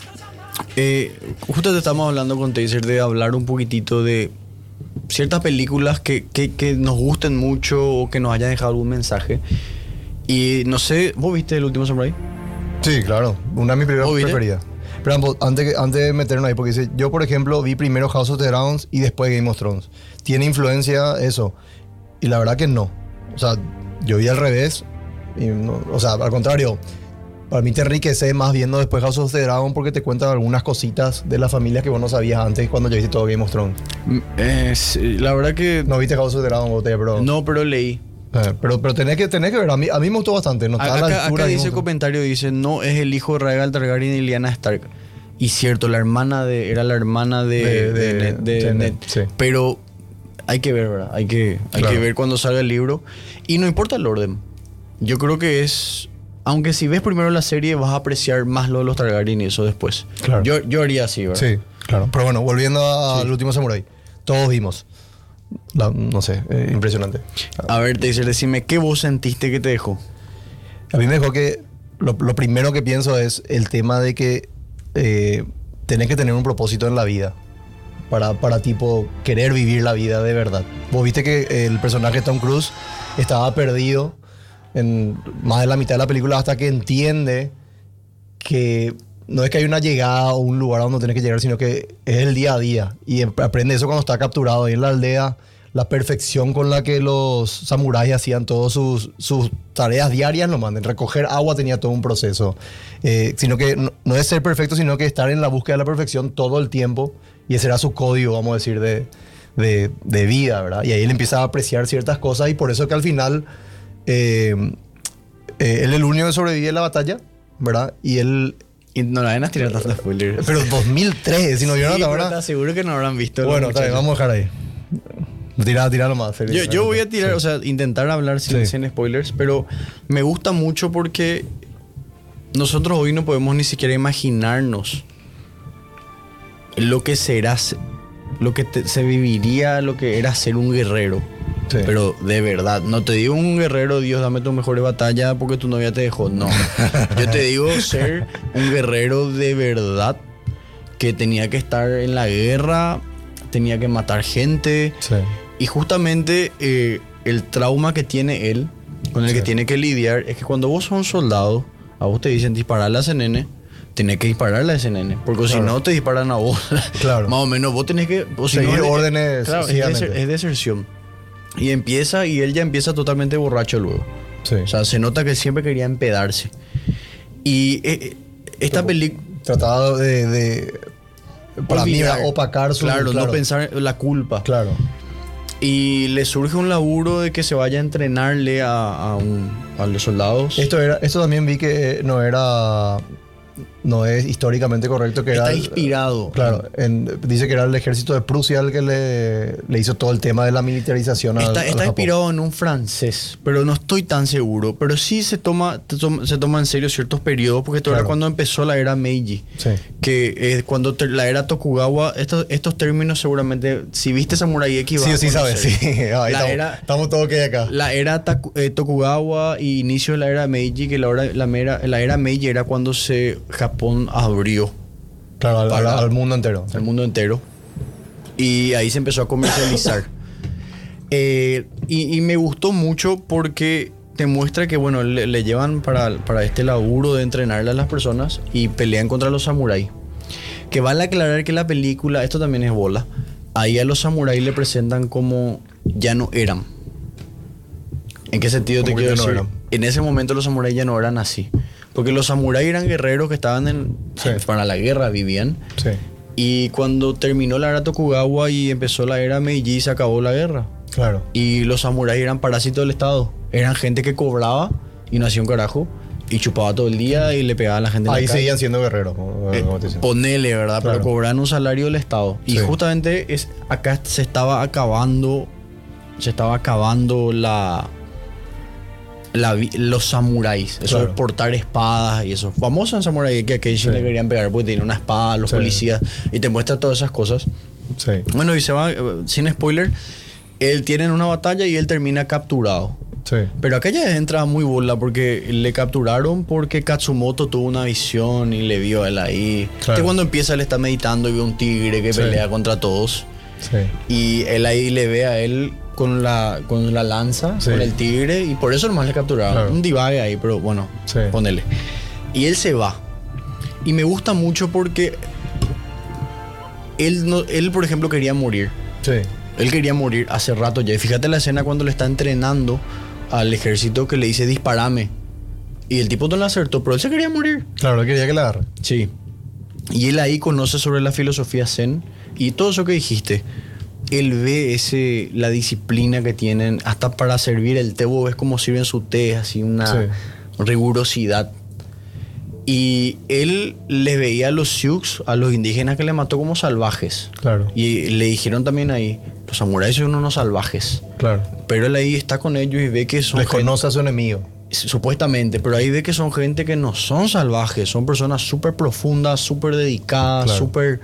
Eh, justo te estamos hablando con Taser de hablar un poquitito de ciertas películas que, que, que nos gusten mucho o que nos hayan dejado algún mensaje. Y no sé, ¿vos viste El Último Samurai? Sí, claro. Una de mis películas ¿Vos viste? preferidas. Pero ambos, antes, que- antes de meternos ahí, porque dice, yo por ejemplo vi primero House of the Dragons y después Game of Thrones. ¿Tiene influencia eso? Y la verdad que no. O sea, yo vi al revés. Y no- o sea, al contrario, para mí te enriquece más viendo después House of the Dragon porque te cuentan algunas cositas de la familia que vos no sabías antes cuando ya viste todo Game of Thrones. Mm, eh, sí, la verdad que... No viste House of the Dragon, vos te, bro. No, pero leí. Eh, pero, pero tenés que, tenés que ver, a mí, a mí me gustó bastante. No está a la Acá, altura acá de dice Game el of Thrones. comentario, dice, no es el hijo de Rhaegal Targaryen y Lyanna Stark. Y cierto, la hermana de, era la hermana de, De- de, de- Ned, de de Ned, Ned. sí. Pero hay que ver, ¿verdad? Hay que, hay Claro. que ver cuando salga el libro. Y no importa el orden. Yo creo que es... Aunque si ves primero la serie vas a apreciar más lo de los Targaryen y eso después. Claro. Yo, yo haría así, ¿verdad? Sí, claro. Pero bueno, volviendo al Sí. último Samurai. Todos vimos. La- no sé, eh, impresionante. A ver, te dice, decime, ¿qué vos sentiste que te dejó? A mí me dejó que lo, lo primero que pienso es el tema de que eh, tenés que tener un propósito en la vida para, para tipo querer vivir la vida de verdad. Vos viste que el personaje Tom Cruise estaba perdido en más de la mitad de la película hasta que entiende que no es que hay una llegada o un lugar a donde tenés que llegar, sino que es el día a día. Y em- aprende eso cuando está capturado ahí en la aldea, la perfección con la que los samuráis hacían todas sus, sus tareas diarias, no manden. Recoger agua tenía todo un proceso. Eh, sino que no, no es ser perfecto, sino que estar en la búsqueda de la perfección todo el tiempo. Y ese era su código, vamos a decir, de, de, de vida, ¿verdad? Y ahí él empieza a apreciar ciertas cosas y por eso que al final eh, eh, él es el único que sobrevive en la batalla, ¿verdad? Y él... Y no la vayan a tirar tantos spoilers. Pero dos mil tres, si no vieron Sí, hasta pero ahora... te aseguro que no habrán visto. Bueno, los está bien, muchachos. vamos a dejar ahí. Tira, tira nomás. Yo, yo voy a tirar, Sí. o sea, intentar hablar sin, Sí. sin spoilers, pero me gusta mucho porque nosotros hoy no podemos ni siquiera imaginarnos lo que será, se- lo que te- se viviría, lo que era ser un guerrero. Sí. Pero de verdad, no te digo un guerrero, Dios, dame tu mejor batalla porque tu novia te dejó. No. Yo te digo ser un guerrero de verdad que tenía que estar en la guerra, tenía que matar gente. Sí. Y justamente eh, el trauma que tiene él, con el Sí. que tiene que lidiar, es que cuando vos sos un soldado, a vos te dicen dispararle a ese nene, tenés que dispararle a ese nene. Porque si Claro. no, te disparan a vos. Claro. Más o menos, vos tenés que... O si Seguir no, es- órdenes Claro, es, ciegamente. deser- es deserción. Y empieza, y él ya empieza totalmente borracho luego. Sí. O sea, se nota que siempre quería empedarse. Y eh, esta película... Trataba de... de para mí era opacar su... Claro, no pensar en la culpa. Claro. Y le surge un laburo de que se vaya a entrenarle a, a, un- a los soldados. Esto, era, esto también vi que no era... No es históricamente correcto que Está era... inspirado. Claro, en- dice que era el ejército de Prusia el que le, le hizo todo el tema de la militarización al, Está, al está Japón. inspirado en un francés, pero no estoy tan seguro. Pero sí se toma, te toma- se toma en serio ciertos periodos, porque esto era Claro. cuando empezó la era Meiji. Sí. Que eh, cuando te- la era Tokugawa, estos, estos términos seguramente, si viste Samurai X, vas Sí a o sí sabes, conocer. sí. Ahí La estamos, era- estamos todos que acá. La era Taku- eh, Tokugawa y inicio de la era Meiji, que la, hora- la, mera- la era Meiji era cuando se Japón abrió Claro, al, para- al- al mundo entero. al mundo entero. Y ahí se empezó a comercializar. Eh, y, y me gustó mucho porque te muestra que, bueno, le, le llevan para, para este laburo de entrenarle a las personas y pelean contra los samuráis. Que vale aclarar que la película, esto también es bola, ahí a los samuráis le presentan como ya no eran. ¿En qué sentido te ¿Cómo que quiero ya no decir? eran? En ese momento los samuráis ya no eran así. Porque los samuráis eran guerreros que estaban en, Sí. para la guerra, vivían. Sí, Y cuando terminó la era Tokugawa y empezó la era Meiji, se acabó la guerra. claro. Y los samuráis eran parásitos del Estado. Eran gente que cobraba y no hacía un carajo. Y chupaba todo el día y le pegaba a la gente en Ahí la calle. seguían siendo guerreros. como- Eh, como te decía. ponele, ¿verdad? Claro. Pero cobraban un salario del Estado. Y Sí. justamente es, acá se estaba acabando. Se estaba acabando la. la vi- los samuráis. Eso Claro. de portar espadas y eso. Famoso en samurái que a Kenshin Sí. le querían pegar porque tenía una espada, los Sí. policías. Y te muestra todas esas cosas. Sí. Bueno, y se va, eh, sin spoiler, él tiene en una batalla y él termina capturado. Sí. Pero acá ya entra muy bola porque le capturaron porque Katsumoto tuvo una visión y le vio a él ahí. Claro. Que cuando empieza él está meditando y ve un tigre que Sí. pelea contra todos. Sí. Y él ahí le ve a él con la, con la lanza, Sí. con el tigre, y por eso nomás le capturaron. Claro. Un divague ahí, pero bueno, Sí. ponele. Y él se va. Y me gusta mucho porque él, no, él, por ejemplo, quería morir. Sí. Él quería morir hace rato ya. Y fíjate la escena cuando le está entrenando al ejército que le dice disparame. Y el tipo no le acertó, pero él se quería morir. Claro, él quería que la agarre. Sí. Y él ahí conoce sobre la filosofía zen y todo eso que dijiste. Él ve ese, la disciplina que tienen hasta para servir el té. Vos ves cómo sirven su té, así una Sí. rigurosidad. Y él les veía a los Sioux, a los indígenas que le mató como salvajes. Claro. Y le dijeron también ahí, los samuráis son unos salvajes. Claro. Pero él ahí está con ellos y ve que son Les gente- conoce a su enemigo. supuestamente, pero ahí ve que son gente que no son salvajes, son personas súper profundas, súper dedicadas, Claro. súper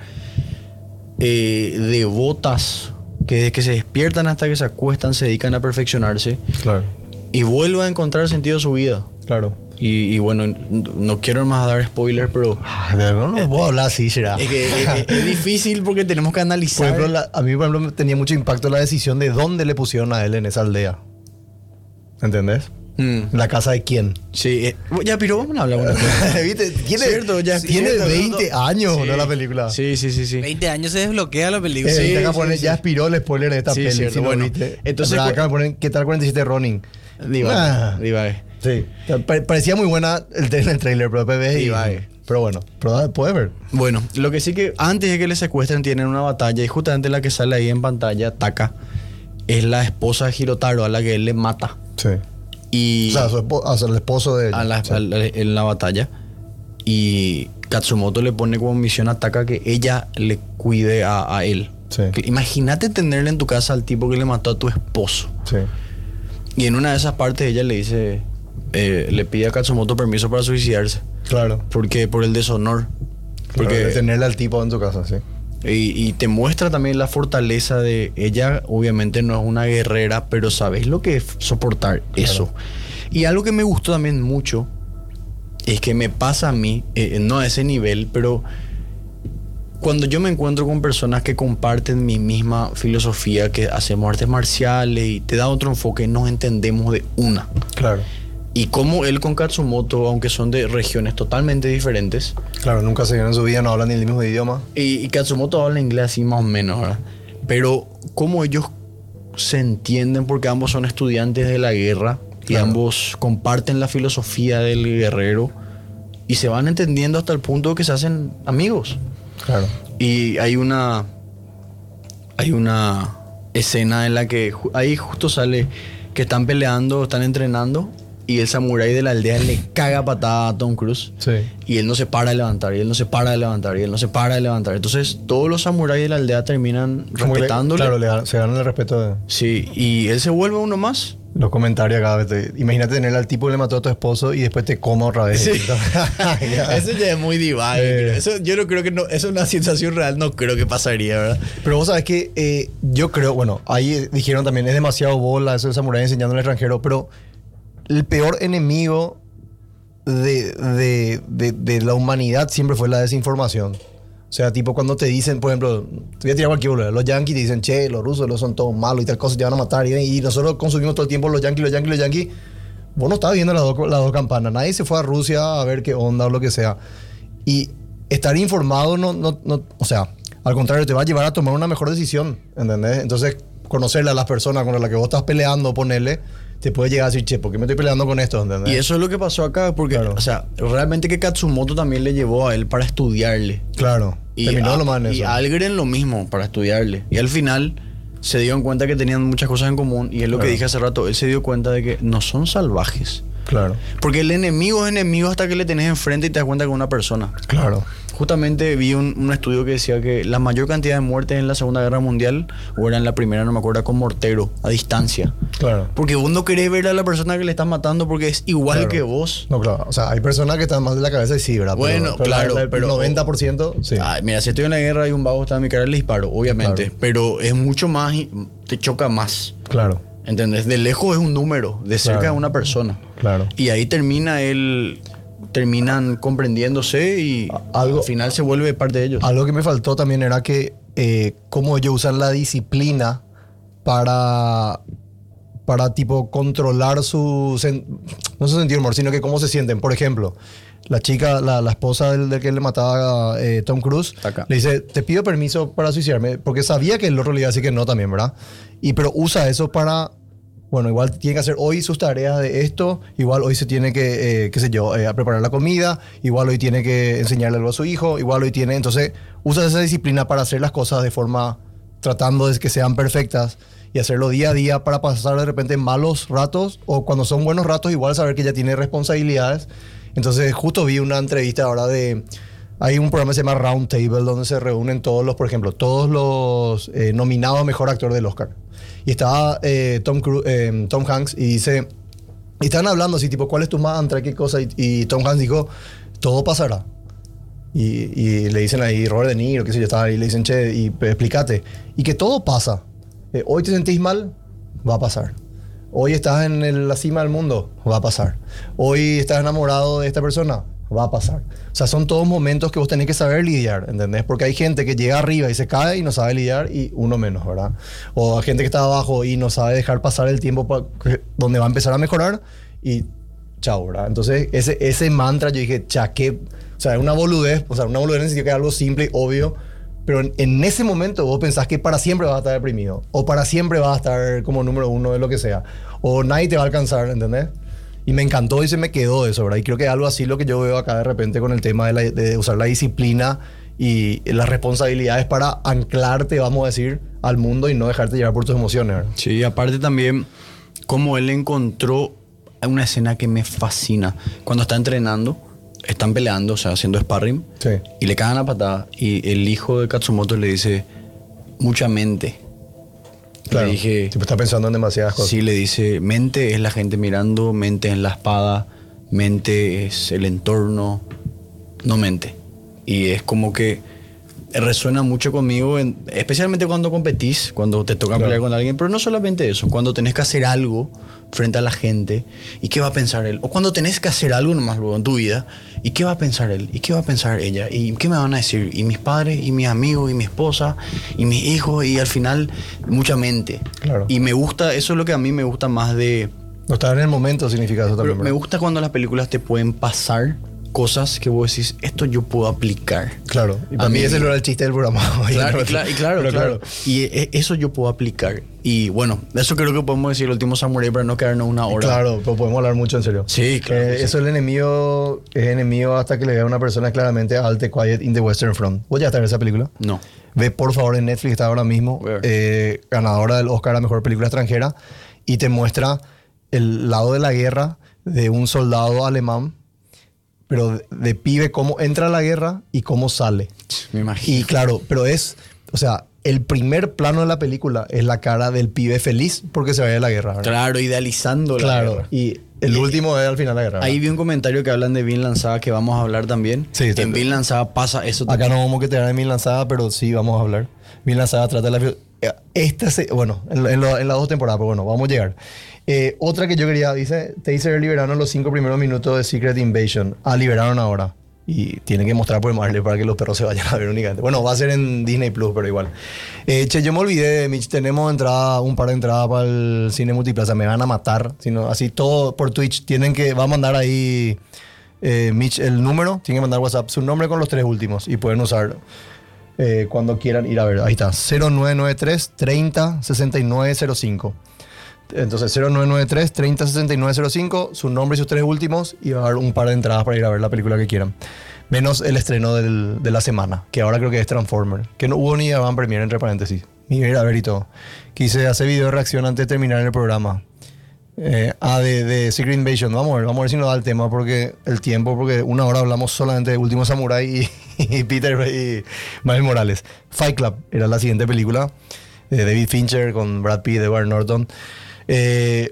eh, devotas, que desde que se despiertan hasta que se acuestan se dedican a perfeccionarse Claro. y vuelven a encontrar el sentido de su vida. Claro. Y, y bueno, n- no quiero más dar spoilers, pero No, no puedo hablar así, será. es, que, es, es difícil porque tenemos que Por analizar. ejemplo, la- a mí, por ejemplo, tenía mucho impacto la decisión de dónde le pusieron a él en esa aldea. ¿Entendés? Mm. ¿La casa de quién? Sí, eh, ya, pero vamos a hablar una cosa. ¿Viste? Tiene, Cierto, ya, tiene cierto, veinte ¿no? años, Sí. ¿no? La película. Sí, sí, sí, sí. veinte años se desbloquea la película. Eh, Sí, te acá sí, ponen- sí. ya expiró el spoiler de esta Sí, peli. cierto, si no bueno. viste. Entonces, Pero cu- acá me ponen, ¿qué tal cuarenta y siete Ronin? Divague, Ah. divague. Sí. Pa- parecía muy buena el, el trailer, pero después ves y- Divague. Pero bueno, pero puedes ver. Bueno, lo que sí que antes de que le secuestren tienen una batalla y justamente la que sale ahí en pantalla, Taka, es la esposa de Hirotaro a la que él le mata. Sí. Y O sea, su espo- o sea, el esposo de ella. a la- Sí. a la- en la batalla. Y Katsumoto le pone como misión a Taka que ella le cuide a, a él. Sí. Que imagínate tenerle en tu casa al tipo que le mató a tu esposo. Sí. Y en una de esas partes ella le dice, eh, le pide a Katsumoto permiso para suicidarse. Claro. Porque por el deshonor. Porque Porque tenerle al tipo en tu casa, sí. y, y te muestra también la fortaleza de ella. Obviamente no es una guerrera, pero sabes lo que es soportar eso. Y algo que me gustó también mucho es que me pasa a mí, eh, no a ese nivel, pero cuando yo me encuentro con personas que comparten mi misma filosofía, que hacemos artes marciales y te da otro enfoque, nos entendemos de una. Claro. Y como él con Katsumoto, aunque son de regiones totalmente diferentes, Claro, nunca se vieron en su vida, no hablan ni el mismo idioma. y, y Katsumoto habla inglés así más o menos, ¿verdad? Pero como ellos se entienden porque ambos son estudiantes de la guerra y Claro. ambos comparten la filosofía del guerrero y se van entendiendo hasta el punto que se hacen amigos. Claro. Y hay una hay una escena en la que ju- ahí justo sale que están peleando, están entrenando y el samurái de la aldea le caga patada a Tom Cruise. Sí. Y él no se para de levantar, y él no se para de levantar, y él no se para de levantar. Entonces todos los samuráis de la aldea terminan Como que le- respetándole. Claro, le gan- se ganan el respeto de Sí, y él se vuelve uno más. los comentarios cada vez. Te- Imagínate tener al tipo que le mató a tu esposo y después te coma otra vez. Sí. Ya. Eso ya es muy divague. Eh. creo. Eso yo no creo que no, eso es una situación real, no creo que pasaría, ¿verdad? Pero vos sabés que eh, yo creo, bueno, ahí eh, dijeron también, es demasiado bola eso del samurái enseñando al extranjero, pero el peor enemigo de, de, de, de la humanidad siempre fue la desinformación. O sea, tipo cuando te dicen, por ejemplo, te voy a tirar cualquier bola, los yanquis te dicen, che, los rusos los son todos malos y tal cosa, te van a matar. Y, y nosotros consumimos todo el tiempo los yanquis, los yanquis, los yanquis. Vos no estabas viendo las dos, las dos campanas. Nadie se fue a Rusia a ver qué onda o lo que sea. Y estar informado no, no, no, o sea, al contrario, te va a llevar a tomar una mejor decisión, ¿entendés? Entonces, conocerle a las personas con las que vos estás peleando, ponerle, te puede llegar a decir, che, ¿por qué me estoy peleando con esto? ¿Entendés? Y eso es lo que pasó acá, porque, Claro. o sea, realmente que Katsumoto también le llevó a él para estudiarle. Claro. Y, Terminó a, lo más en y eso. a Algren lo mismo, para estudiarle. Y al final se dieron cuenta que tenían muchas cosas en común. Y es lo que Claro. dije hace rato, él se dio cuenta de que no son salvajes. Claro. Porque el enemigo es enemigo hasta que le tenés enfrente y te das cuenta que es una persona. Claro. Justamente vi un, un estudio que decía que la mayor cantidad de muertes en la Segunda Guerra Mundial, o era en la primera, no me acuerdo, con mortero, a distancia. Claro. Porque vos no querés ver a la persona que le estás matando porque es igual Claro. que vos. No, claro. O sea, hay personas que están más de la cabeza y sí, ¿verdad? Bueno, pero, claro, la- la- pero- el noventa por ciento, sí. Ay, mira, si estoy en la guerra y un vago está en mi cara, le disparo, obviamente. Claro. Pero es mucho más, y te choca más. Claro. ¿Entendés? De lejos es un número, de cerca Claro. es una persona. Claro. Y ahí termina él, terminan comprendiéndose y Algo- al final se vuelve parte de ellos. Algo que me faltó también era que eh, cómo ellos usan la disciplina para, para tipo controlar su, sen- no su sentido de humor, sino que cómo se sienten. Por ejemplo, la chica, la, la esposa del, del que le mataba a eh, Tom Cruise, Acá. le dice, te pido permiso para suicidarme, porque sabía que el otro le iba a decir que no también, ¿verdad? Y pero usa eso para... Bueno, igual tiene que hacer hoy sus tareas de esto, igual hoy se tiene que, eh, qué sé yo, eh, a preparar la comida, igual hoy tiene que enseñarle algo a su hijo, igual hoy tiene... Entonces, usa esa disciplina para hacer las cosas de forma, tratando de que sean perfectas y hacerlo día a día para pasar de repente malos ratos o cuando son buenos ratos, igual saber que ya tiene responsabilidades. Entonces, justo vi una entrevista ahora de... Hay un programa que se llama Round Table donde se reúnen todos los, por ejemplo, todos los eh, nominados a Mejor Actor del Oscar. Y estaba eh, Tom, Cru- eh, Tom Hanks y dice, Y estaban hablando así, tipo, ¿cuál es tu mantra? ¿Qué cosa? Y, y Tom Hanks dijo, todo pasará. Y, y le dicen ahí, Robert De Niro, qué sé yo, estaba ahí, le dicen, che, y explícate. Y que todo pasa. Eh, hoy te sentís mal, va a pasar. Hoy estás en el- la cima del mundo, va a pasar. Hoy estás enamorado de esta persona, va a pasar. O sea, son todos momentos que vos tenés que saber lidiar, ¿entendés? Porque hay gente que llega arriba y se cae y no sabe lidiar y uno menos, ¿verdad? O hay gente que está abajo y no sabe dejar pasar el tiempo pa- que- donde va a empezar a mejorar y chao, ¿verdad? Entonces, ese, ese mantra yo dije, cha, qué... O sea, es una boludez, o sea, una boludez en el sentido que es algo simple y obvio, pero en, en ese momento vos pensás que para siempre vas a estar deprimido, o para siempre vas a estar como número uno de lo que sea, o nadie te va a alcanzar, ¿entendés? Y me encantó y se me quedó eso, ¿verdad? Y creo que es algo así lo que yo veo acá de repente con el tema de, la- de usar la disciplina y las responsabilidades para anclarte, vamos a decir, al mundo y no dejarte llevar por tus emociones, ¿verdad? Sí, aparte también, como él encontró una escena que me fascina. Cuando está entrenando, están peleando, o sea, haciendo sparring, Sí. y le cagan a patada. Y el hijo de Katsumoto le dice, mucha mente. Claro. Le dije, Tipo, está pensando en demasiadas cosas. sí, le dice, mente es la gente mirando, mente es la espada, mente es el entorno, no mente. Y es como que resuena mucho conmigo, en- especialmente cuando competís, cuando te toca Claro. pelear con alguien, pero no solamente eso, cuando tenés que hacer algo frente a la gente, ¿y qué va a pensar él? O cuando tenés que hacer algo nomás luego en tu vida, ¿y qué va a pensar él? ¿Y qué va a pensar ella? ¿Y qué me van a decir? ¿Y mis padres? ¿Y mis amigos? ¿Y mi esposa? ¿Y mis hijos? Y al final, mucha mente. Claro. Y me gusta, eso es lo que a mí me gusta más de... No estar en el momento significa eso Pero también, me ¿verdad? gusta cuando las películas te pueden pasar cosas que vos decís, esto yo puedo aplicar. Claro. Y A para mí mí- ese no era el chiste del programa. Claro, y claro, y claro, Pero claro. Y e- eso yo puedo aplicar. Y bueno, eso creo que podemos decir el último Samurai para no quedarnos una hora. Claro, pero podemos hablar mucho en serio. Sí, claro. Eh, que sí. Eso el enemigo es enemigo hasta que le vea a una persona claramente All the Quiet in the Western Front. ¿Vos ya estás en esa película? No. Ve por favor en Netflix, está ahora mismo, Voy a ver. eh, ganadora del Oscar a Mejor Película Extranjera, y te muestra el lado de la guerra de un soldado alemán, pero de, de pibe, cómo entra a la guerra y cómo sale. Me imagino. Y claro, pero es, o sea, el primer plano de la película es la cara del pibe feliz porque se vaya a la guerra. ¿verdad? Claro, idealizando la Claro, guerra. y el último es al final de la guerra. Ahí ¿verdad? vi un comentario que hablan de Vinland Saga que vamos a hablar también. Sí, sí, en sí. Vinland Saga pasa eso Acá también. no vamos a quedar en Vinland Saga, pero sí vamos a hablar. Vinland Saga trata de la... fil- eh, Esta se, bueno, en, en lo- en las dos temporadas, pero bueno, vamos a llegar. Eh, otra que yo quería, dice, Taser liberaron los cinco primeros minutos de Secret Invasion. Ah, liberaron ahora. Y tienen que mostrar por Marley para que los perros se vayan a ver únicamente. Bueno, va a ser en Disney Plus, pero igual. Eh, che, yo me olvidé, Mitch, tenemos entrada, un par de entradas para el cine multiplaza. Me van a matar. Sino, así todo por Twitch. Tienen que, va a mandar ahí, eh, Mitch, el número. Tienen que mandar WhatsApp, su nombre con los tres últimos. Y pueden usar eh, cuando quieran ir a ver. Ahí está, cero nueve nueve tres, treinta, sesenta y nueve cero cinco. Entonces, cero nueve nueve tres, treinta, sesenta y nueve cero cinco, su nombre y sus tres últimos, y va a dar un par de entradas para ir a ver la película que quieran. Menos el estreno del- de la semana, que ahora creo que es Transformer, que no hubo ni van premiere, entre paréntesis. Ni ir a ver y todo. Quise hacer video de reacción antes de terminar el programa. Eh, ah, de, de Secret Invasion. Vamos a ver, vamos a ver si nos da el tema, porque el tiempo, porque una hora hablamos solamente de Último Samurai y, y Peter y Miles Morales. Fight Club era la siguiente película de David Fincher con Brad Pitt, Edward Norton. Eh,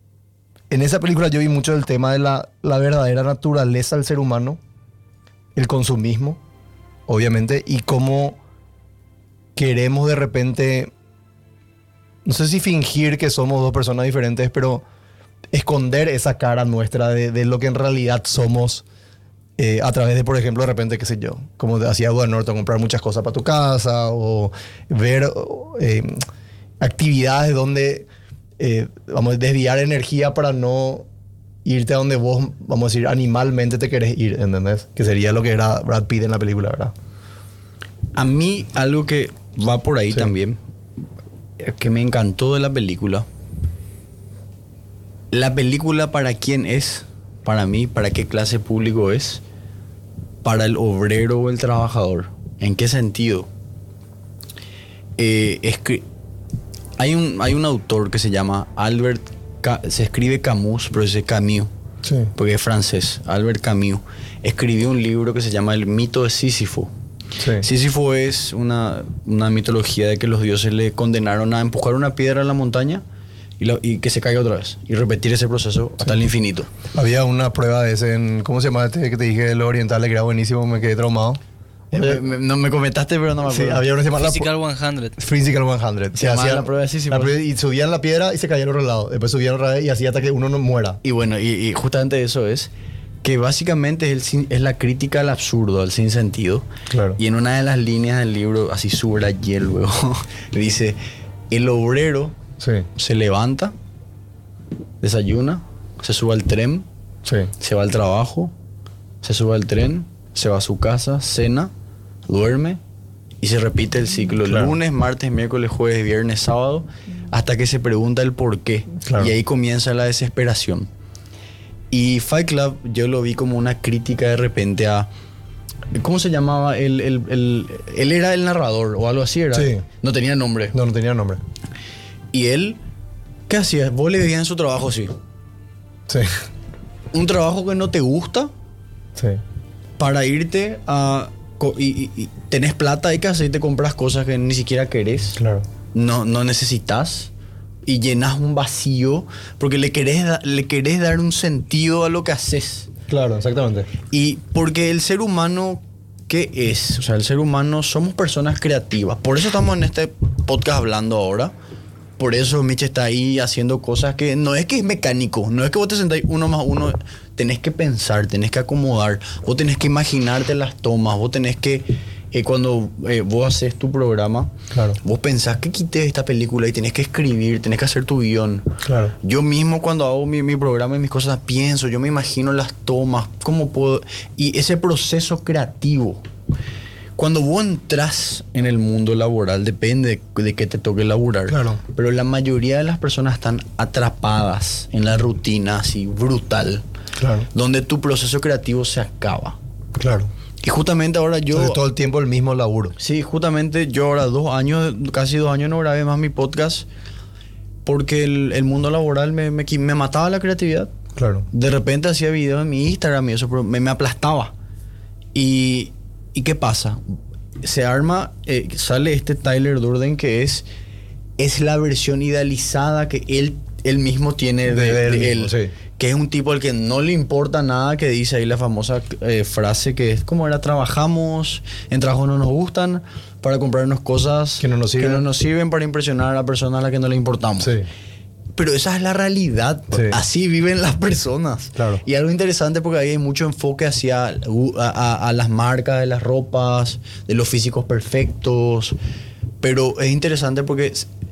en esa película yo vi mucho el tema de la, la verdadera naturaleza del ser humano, el consumismo, obviamente, y cómo queremos de repente, no sé si fingir que somos dos personas diferentes, pero esconder esa cara nuestra de, de lo que en realidad somos, eh, a través de, por ejemplo, de repente, qué sé yo, como hacía Edward Norton, comprar muchas cosas para tu casa, o ver eh, actividades donde, eh, vamos a desviar energía para no irte a donde vos, vamos a decir, animalmente te querés ir, ¿entendés? Que sería lo que era Brad Pitt en la película, ¿verdad? A mí, algo que va por ahí Sí. también, eh, que me encantó de la película. La película, ¿para quién es? Para mí, ¿para qué clase público es? Para el obrero o el trabajador. ¿En qué sentido? Eh, es que hay un, hay un autor que se llama Albert, Ca- se escribe Camus, pero se dice Camus, Sí. porque es francés. Albert Camus escribió un libro que se llama El mito de Sísifo. Sí. Sísifo es una, una mitología de que los dioses le condenaron a empujar una piedra a la montaña y, lo, y que se caiga otra vez. Y repetir ese proceso hasta sí. el infinito. Había una prueba de ese en... ¿Cómo se llama este que te dije de los orientales? Que era buenísimo, me quedé traumado. Me, me, no me comentaste, pero no me acuerdo. Sí, había una que se llama Physical cien. Physical cien. Se hacía la prueba de Sísifo. Y subían la piedra y se caía al otro lado. Después subían otra vez y así hasta que uno no muera. Y bueno, y, y justamente eso es que básicamente es, el, es la crítica al absurdo, al sinsentido. Claro. Y en una de las líneas del libro, así subrayé luego, dice: el obrero sí. se levanta, desayuna, se sube al tren, sí. se va al trabajo, se sube al tren, se va a su casa, cena, duerme y se repite el ciclo. Claro. Lunes, martes, miércoles, jueves, viernes, sábado, hasta que se pregunta el por qué. Claro. Y ahí comienza la desesperación. Y Fight Club yo lo vi como una crítica de repente a... ¿Cómo se llamaba? El, el, el, él era el narrador o algo así, ¿era? Sí. No tenía nombre. No, no tenía nombre. Y él, ¿qué hacía? Vos le veías en su trabajo, sí. Sí. Un trabajo que no te gusta. Sí. Para irte a... Y, y, y tenés plata y que hacer y te compras cosas que ni siquiera querés. Claro. No, no necesitas. Y llenas un vacío porque le querés, da, le querés dar un sentido a lo que haces. Claro, exactamente. Y porque el ser humano, ¿qué es? O sea, el ser humano somos personas creativas. Por eso estamos en este podcast hablando ahora. Por eso Mitch está ahí haciendo cosas que no es que es mecánico. No es que vos te sentáis uno más uno. Tenés que pensar, tenés que acomodar. Vos tenés que imaginarte las tomas. Vos tenés que... Eh, cuando eh, vos haces tu programa, claro. vos pensás que quité esta película y tenés que escribir, tenés que hacer tu guión. Claro. Yo mismo cuando hago mi, mi programa y mis cosas pienso, yo me imagino las tomas, cómo puedo... Y ese proceso creativo. Cuando vos entras en el mundo laboral, depende de, de qué te toque laburar. Claro. Pero la mayoría de las personas están atrapadas en la rutina así brutal. Claro. Donde tu proceso creativo se acaba. Claro. Y justamente ahora yo... Entonces, todo el tiempo el mismo laburo. Sí, justamente yo ahora dos años, casi dos años no grabé más mi podcast porque el, el mundo laboral me, me, me mataba la creatividad. Claro. De repente hacía videos en mi Instagram y eso, pero me, me aplastaba. Y, ¿y qué pasa? Se arma, eh, sale este Tyler Durden que es, es la versión idealizada que él, él mismo tiene de, de, de él. De mismo, él. Sí. Que es un tipo al que no le importa nada, que dice ahí la famosa eh, frase que es como era: trabajamos, en trabajo no nos gustan, para comprarnos cosas que no nos sirven, que no nos sirven para impresionar a la persona a la que no le importamos. Sí. Pero esa es la realidad. Sí. Así viven las personas. Claro. Y algo interesante porque ahí hay mucho enfoque hacia a, a, a las marcas de las ropas, de los físicos perfectos. Pero es interesante porque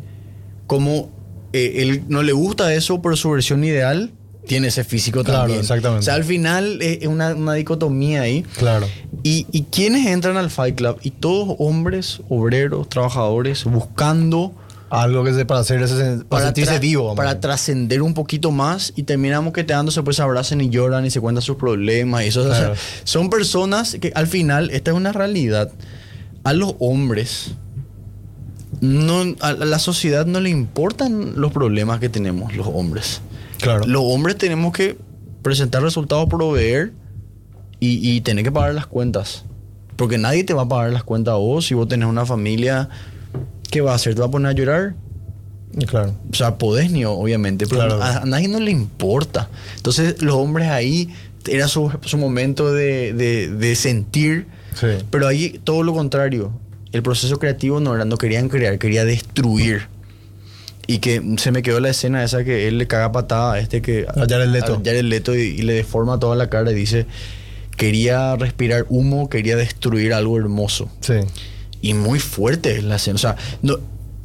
como eh, él no le gusta eso, pero su versión ideal tiene ese físico claro, también. Exactamente. O sea, al final es una, una dicotomía ahí. Claro. Y, y quienes entran al Fight Club, y todos hombres, obreros, trabajadores, buscando algo que se para hacer ese, para, para sentirse vivo, hombre. Para trascender un poquito más, y terminamos quedándose, pues se abrazan y lloran y se cuentan sus problemas y eso. Claro. O sea, son personas que al final, esta es una realidad. A los hombres, no, a la sociedad no le importan los problemas que tenemos los hombres. Claro. Los hombres tenemos que presentar resultados, proveer y, y tener que pagar las cuentas. Porque nadie te va a pagar las cuentas a vos si vos tenés una familia. ¿Qué va a hacer? ¿Te va a poner a llorar? Claro. O sea, podés ni obviamente, pero claro. a, a nadie no le importa. Entonces los hombres ahí era su, su momento de, de, de sentir. Sí. Pero ahí todo lo contrario. El proceso creativo no era, no querían crear, quería destruir. Y que se me quedó la escena esa que él le caga patada a este que... A Jared Leto. A Jared Leto y, y le deforma toda la cara y dice... Quería respirar humo, quería destruir algo hermoso. Sí. Y muy fuerte es la escena. O sea, no...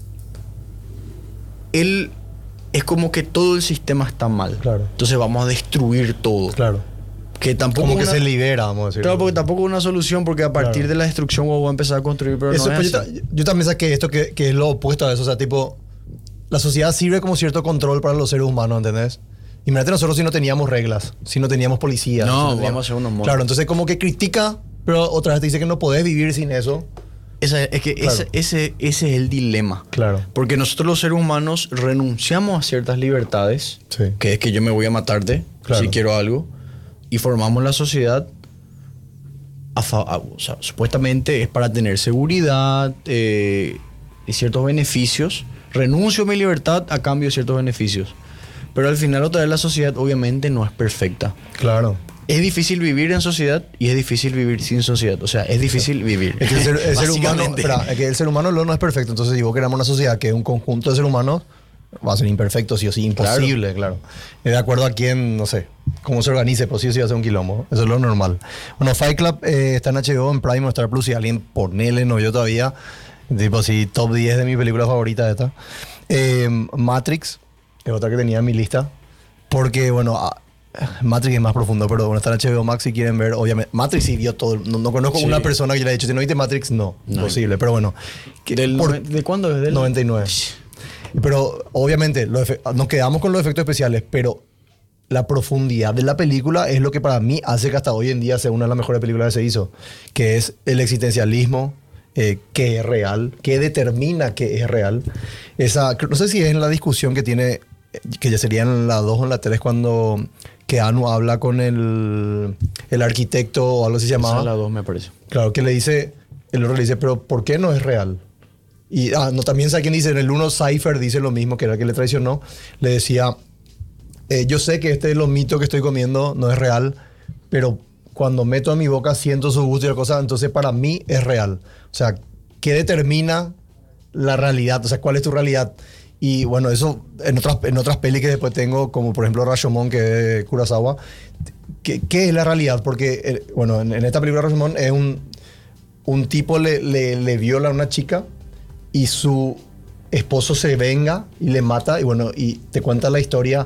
Él... Es como que todo el sistema está mal. Claro. Entonces vamos a destruir todo. Claro. Que tampoco como que una, se libera, vamos a decir. Claro, porque tampoco es una solución, porque a partir de la destrucción vos vas a empezar a construir, pero eso, no es yo, así. ta, yo también saqué esto que, que es lo opuesto a eso. O sea, tipo... La sociedad sirve como cierto control para los seres humanos, ¿entendés? Imagínate nosotros si no teníamos reglas, si no teníamos policías. No, si no vamos teníamos... a ser unos monos. Claro, entonces como que critica, pero otra vez te dice que no podés vivir sin eso. Esa, es que claro. ese, ese, ese es el dilema. Claro. Porque nosotros los seres humanos renunciamos a ciertas libertades, sí. que es que yo me voy a matarte claro. si quiero algo, y formamos la sociedad. A, a, o sea, supuestamente es para tener seguridad, eh, y ciertos beneficios, renuncio a mi libertad a cambio de ciertos beneficios. Pero al final otra vez la sociedad obviamente no es perfecta. Claro. Es difícil vivir en sociedad y es difícil vivir sin sociedad. O sea, es difícil vivir. Es que el ser, el ser humano, espera, es que el ser humano no es perfecto. Entonces, si vos queramos una sociedad que es un conjunto de seres humanos, va a ser imperfecto, sí o sí, imposible, claro. claro. De acuerdo a quién, no sé, cómo se organice, pues sí o sí va a ser un quilombo. Eso es lo normal. Bueno, Fight Club eh, está en H B O, en Prime o Star Plus. Si alguien ponele, no yo todavía. Tipo así, top diez de mi película favorita esta. Eh, Matrix es otra que tenía en mi lista. Porque, bueno, a, Matrix es más profundo, pero bueno, está en H B O Max si quieren ver, obviamente. Matrix sí vio todo. No, no conozco sí. una persona que le haya dicho, si no viste Matrix, no. no. Imposible, pero bueno. Que, Del, por, ¿De cuándo es? Del noventa y nueve. Pero obviamente los nos quedamos con los efectos especiales, pero la profundidad de la película es lo que para mí hace que hasta hoy en día sea una de las mejores películas que se hizo, que es el existencialismo, eh, que es real, que determina que es real. Esa, no sé si es en la discusión que tiene, que ya sería en la dos o en la tres, cuando Keanu habla con el, el arquitecto o algo así se llamaba. Esa es la dos, me parece. Claro, que le dice, el otro le dice, pero ¿por qué no es real? Y ah, no, también sabe quién dice, en el uno Cypher dice lo mismo, que era el que le traicionó. Le decía, eh, yo sé que este lomito que estoy comiendo no es real, pero cuando meto en mi boca siento su gusto y la cosa, entonces para mí es real. O sea, ¿qué determina la realidad? O sea, ¿cuál es tu realidad? Y bueno, eso en otras, en otras pelis que después tengo, como por ejemplo Rashomon, que es de Kurosawa, ¿qué, qué es la realidad? Porque, eh, bueno, en, en esta película Rashomon es un, un tipo le, le, le viola a una chica y su esposo se venga y le mata, y bueno, y te cuenta la historia,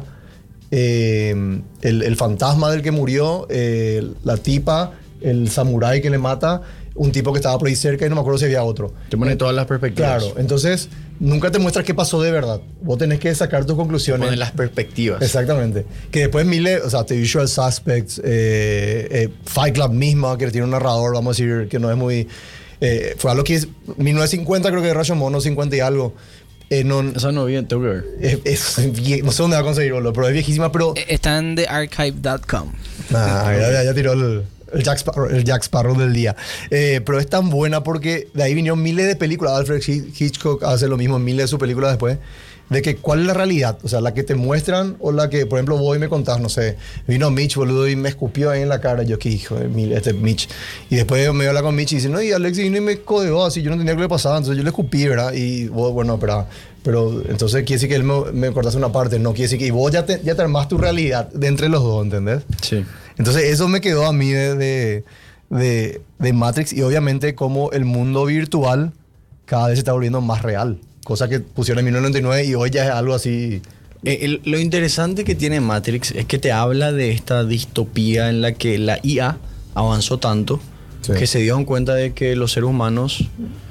eh, el, el fantasma del que murió, eh, la tipa, el samurái que le mata, un tipo que estaba por ahí cerca y no me acuerdo si había otro. Te pone todas las perspectivas. Claro, entonces nunca te muestra qué pasó de verdad. Vos tenés que sacar tus conclusiones. Ponen las perspectivas. Exactamente. Que después Mile, o sea, The Usual Suspects, eh, eh, Fight Club misma, que tiene un narrador, vamos a decir, que no es muy... Eh, fue algo que es mil novecientos cincuenta, creo que de Rashomon, cincuenta y algo. Eh, no, Eso no vi, tengo que ver. Es, es vie- no sé dónde va a conseguir, boludo, pero es viejísima, pero... Está en the archive punto com. Ah, ya, ya, ya tiró el, el, Jack Sparrow, el Jack Sparrow del día. Eh, pero es tan buena porque de ahí vinieron miles de películas. Alfred Hitchcock hace lo mismo en miles de sus películas después. De que cuál es la realidad, o sea, la que te muestran o la que, por ejemplo, vos y me contás, no sé, vino Mitch, boludo, y me escupió ahí en la cara. Yo, qué hijo de mil, este Mitch. Y después me habla con Mitch y dice, no, y Alex vino y me codeó así, yo no entendía qué le pasaba, entonces yo le escupí, ¿verdad? Y vos, bueno, pero, pero entonces quiere decir que él me, me cortaste una parte, no quiere decir que. Y vos ya te, ya te armás tu realidad de entre los dos, ¿entendés? Sí. Entonces, eso me quedó a mí de, de, de, de Matrix, y obviamente como el mundo virtual cada vez se está volviendo más real. Cosa que pusieron en mil novecientos noventa y nueve y hoy ya es algo así. Eh, el, lo interesante que tiene Matrix es que te habla de esta distopía en la que la I A avanzó tanto, sí, que se dieron cuenta de que los seres humanos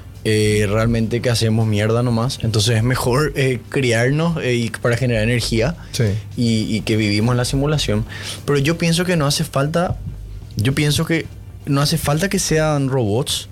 eh, realmente que hacemos mierda nomás. Entonces es mejor eh, criarnos eh, y para generar energía, sí, y, y que vivimos en la simulación. Pero yo pienso que no hace falta, yo pienso que no hace falta que sean robots,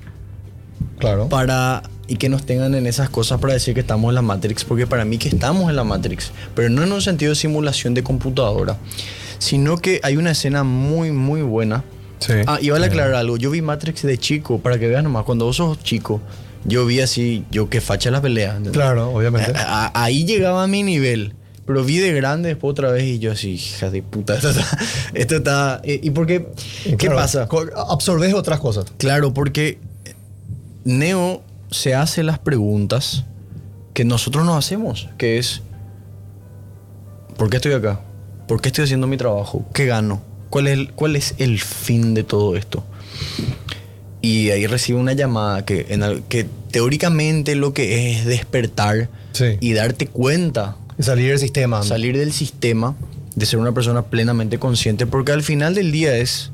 claro, para... y que nos tengan en esas cosas para decir que estamos en la Matrix, porque para mí que estamos en la Matrix, pero no en un sentido de simulación de computadora, sino que hay una escena muy muy buena. Sí. Ah, y vale aclarar algo, yo vi Matrix de chico, para que veas nomás, cuando vos sos chico, yo vi así, yo que facha la pelea, ¿entendés? Claro, obviamente. A, a, ahí llegaba a mi nivel, pero vi de grande después otra vez y yo así, hija de puta, esto está... Esto está ¿y por qué? ¿Qué claro, pasa? Absorbes otras cosas. Claro, porque Neo se hace las preguntas que nosotros nos hacemos, que es ¿por qué estoy acá? ¿Por qué estoy haciendo mi trabajo? ¿Qué gano? ¿Cuál es el, cuál es el fin de todo esto? Y ahí recibe una llamada que, en el, que teóricamente lo que es despertar, sí, y darte cuenta, salir del sistema, salir del sistema, de ser una persona plenamente consciente, porque al final del día es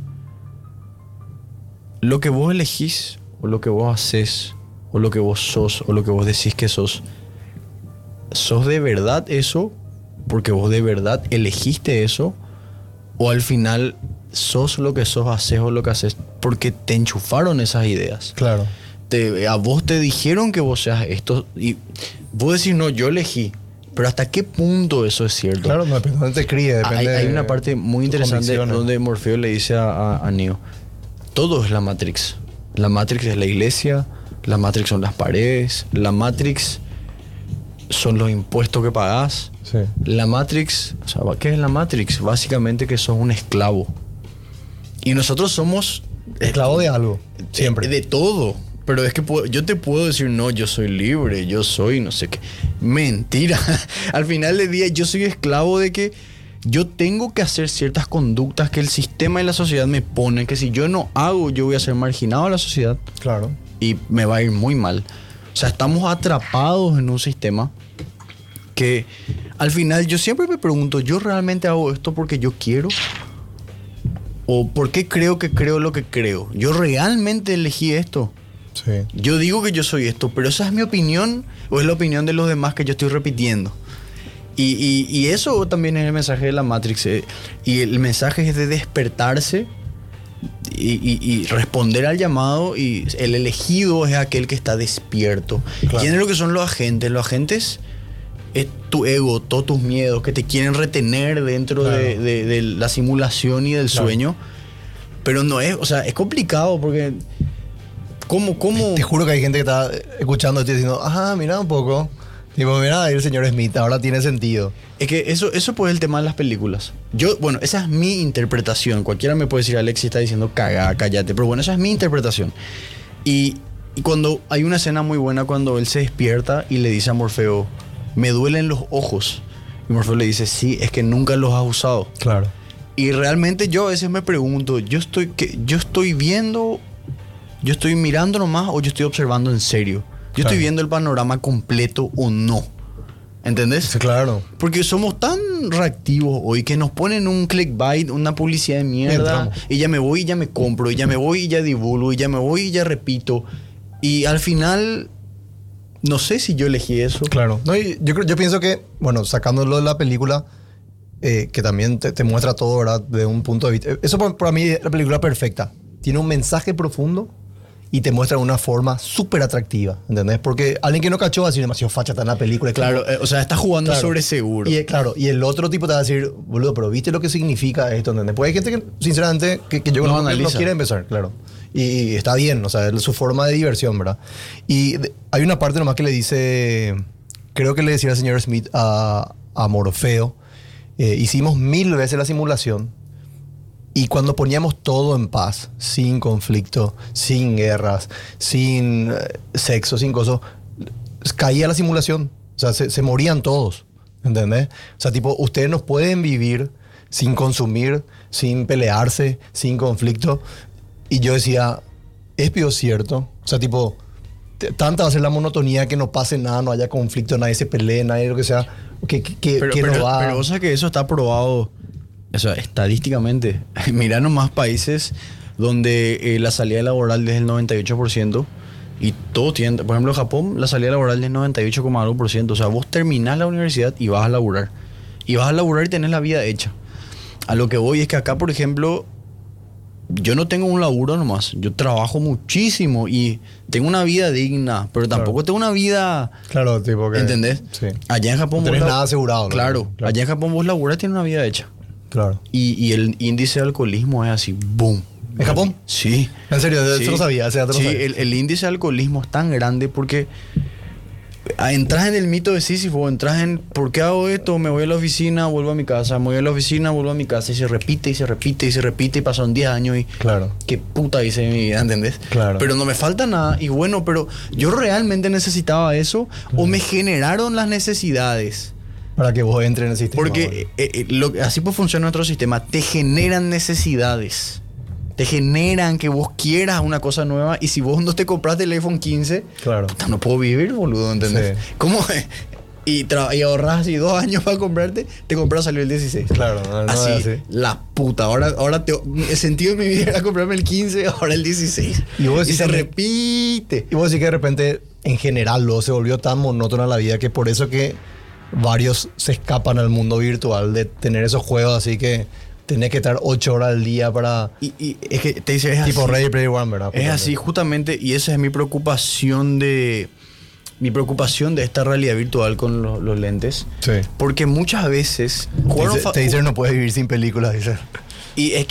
lo que vos elegís o lo que vos haces o lo que vos sos, o lo que vos decís que sos. ¿Sos de verdad eso porque vos de verdad elegiste eso? ¿O al final sos lo que sos, haces o lo que haces porque te enchufaron esas ideas? Claro. Te, a vos te dijeron que vos seas esto y vos decís, no, yo elegí. Pero ¿hasta qué punto eso es cierto? Claro, no, depende de dónde te críe, depende. Hay, hay una parte muy interesante donde Morfeo le dice a, a, a Neo, todo es la Matrix. La Matrix es la iglesia, La Matrix son las paredes. La Matrix son los impuestos que pagás. Sí. La Matrix, o sea, ¿qué es la Matrix? Básicamente que sos un esclavo. Y nosotros somos... Esclavo de algo, siempre. De, de todo. Pero es que puedo, yo te puedo decir, no, yo soy libre, yo soy no sé qué. Mentira. Al final del día yo soy esclavo de que yo tengo que hacer ciertas conductas que el sistema y la sociedad me ponen, que si yo no hago, yo voy a ser marginado de la sociedad. Claro. Y me va a ir muy mal. O sea, estamos atrapados en un sistema que al final yo siempre me pregunto, ¿yo realmente hago esto porque yo quiero? ¿O por qué creo que creo lo que creo? ¿Yo realmente elegí esto? Sí. Yo digo que yo soy esto, pero ¿esa es mi opinión o es la opinión de los demás que yo estoy repitiendo? Y, y, y eso también es el mensaje de la Matrix. Eh, y el mensaje es de despertarse y, y, y responder al llamado. Y el elegido es aquel que está despierto. Claro. ¿Quién es lo que son los agentes? Los agentes es tu ego, todos tus miedos que te quieren retener dentro claro. de, de, de la simulación y del claro. sueño. Pero no es, o sea, es complicado porque... ¿Cómo, cómo? Te juro que hay gente que está escuchando y diciendo, ajá, mira un poco. Tipo, mira ahí el señor Smith, ahora tiene sentido. Es que eso, eso pues es el tema de las películas. Yo, bueno, esa es mi interpretación. Cualquiera me puede decir, Alexis está diciendo cagá, cállate. Pero bueno, esa es mi interpretación. Y, y cuando hay una escena muy buena cuando él se despierta y le dice a Morfeo, me duelen los ojos. Y Morfeo le dice, sí, es que nunca los has usado. Claro. Y realmente yo a veces me pregunto, yo estoy, ¿qué? yo estoy viendo... ¿Yo estoy mirando nomás o yo estoy observando en serio? ¿Yo claro. estoy viendo el panorama completo o no? ¿Entendés? Sí, claro. Porque somos tan reactivos hoy que nos ponen un clickbait, una publicidad de mierda, y ya me voy y ya me compro, y ya me voy y ya divulgo, y ya me voy y ya repito. Y al final, no sé si yo elegí eso. Claro. No, y yo, yo pienso que, bueno, sacándolo de la película, eh, que también te, te muestra todo, ¿verdad? De un punto de vista. Eso para, para mí es la película perfecta. Tiene un mensaje profundo y te muestra de una forma súper atractiva, ¿entendés? Porque alguien que no cachó va a decir demasiado facha está en la película. Claro, como, eh, o sea, está jugando claro. sobre seguro. Y, claro, y el otro tipo te va a decir, boludo, pero ¿viste lo que significa esto? ¿Entendés? Porque hay gente que, sinceramente, que, que yo no, no, no quiere empezar, claro. Y, y está bien, o sea, es su forma de diversión, ¿verdad? Y de, hay una parte nomás que le dice, creo que le decía el señor Smith a, a Morfeo, eh, hicimos mil veces la simulación. Y cuando poníamos todo en paz, sin conflicto, sin guerras, sin eh, sexo, sin cosas, caía la simulación. O sea, se, se morían todos, ¿entendés? O sea, tipo, ustedes no pueden vivir sin consumir, sin pelearse, sin conflicto. Y yo decía, es peor cierto. O sea, tipo, t- tanta va a ser la monotonía que no pase nada, no haya conflicto, nadie se pelee, nadie lo que sea. Que, que, que, pero, que pero, no va... pero, o sea, que eso está probado... O sea, estadísticamente, mirá nomás países donde eh, la salida laboral es del noventa y ocho por ciento y todo tiene, por ejemplo, Japón, la salida laboral es noventa y ocho coma dos por ciento. O sea, vos terminás la universidad y vas a laburar. Y vas a laburar y tenés la vida hecha. A lo que voy es que acá, por ejemplo, yo no tengo un laburo nomás. Yo trabajo muchísimo y tengo una vida digna, pero tampoco claro. tengo una vida... Claro, tipo que... ¿Entendés? Sí. Allá en Japón... No tenés nada asegurado. Claro, ¿no? Claro. Allá en Japón vos laburás y tienes una vida hecha. Claro. Y, y el índice de alcoholismo es así, boom. ¿En Japón? Sí. ¿En serio? Sí. Eso lo sabía. Eso lo sí, sabía. El, el índice de alcoholismo es tan grande porque entras en el mito de Sísifo, entras en ¿por qué hago esto? Me voy a la oficina, vuelvo a mi casa, me voy a la oficina, vuelvo a mi casa y se repite y se repite y se repite y pasan diez años y claro. qué puta hice en mi vida, ¿entendés? Claro. Pero no me falta nada y bueno, pero yo realmente necesitaba eso claro. o me generaron las necesidades. Para que vos entres en el sistema. Porque eh, eh, lo, así pues funciona nuestro sistema. Te generan necesidades. Te generan que vos quieras una cosa nueva. Y si vos no te compraste el iPhone quince, claro. puta, no puedo vivir, boludo, ¿entendés? Sí. ¿Cómo? Y, tra- y ahorras así dos años para comprarte, te compras salió el dieciséis. Claro, no, no así, así. La puta. Ahora, ahora te, el sentido de mi vida era comprarme el quince, ahora el dieciséis. Y, vos y se también, repite. Y vos decís que de repente, en general, luego se volvió tan monótona la vida que por eso que varios se escapan al mundo virtual de tener esos juegos así que tenés que estar ocho horas al día para... Y, y es que te dice, es tipo así. Ready Player One, ¿verdad? Es así, justamente, y esa es mi preocupación de... Mi preocupación de esta realidad virtual con lo, los lentes. Sí. Porque muchas veces... Te dice, no puedes vivir sin películas, dice. Y es que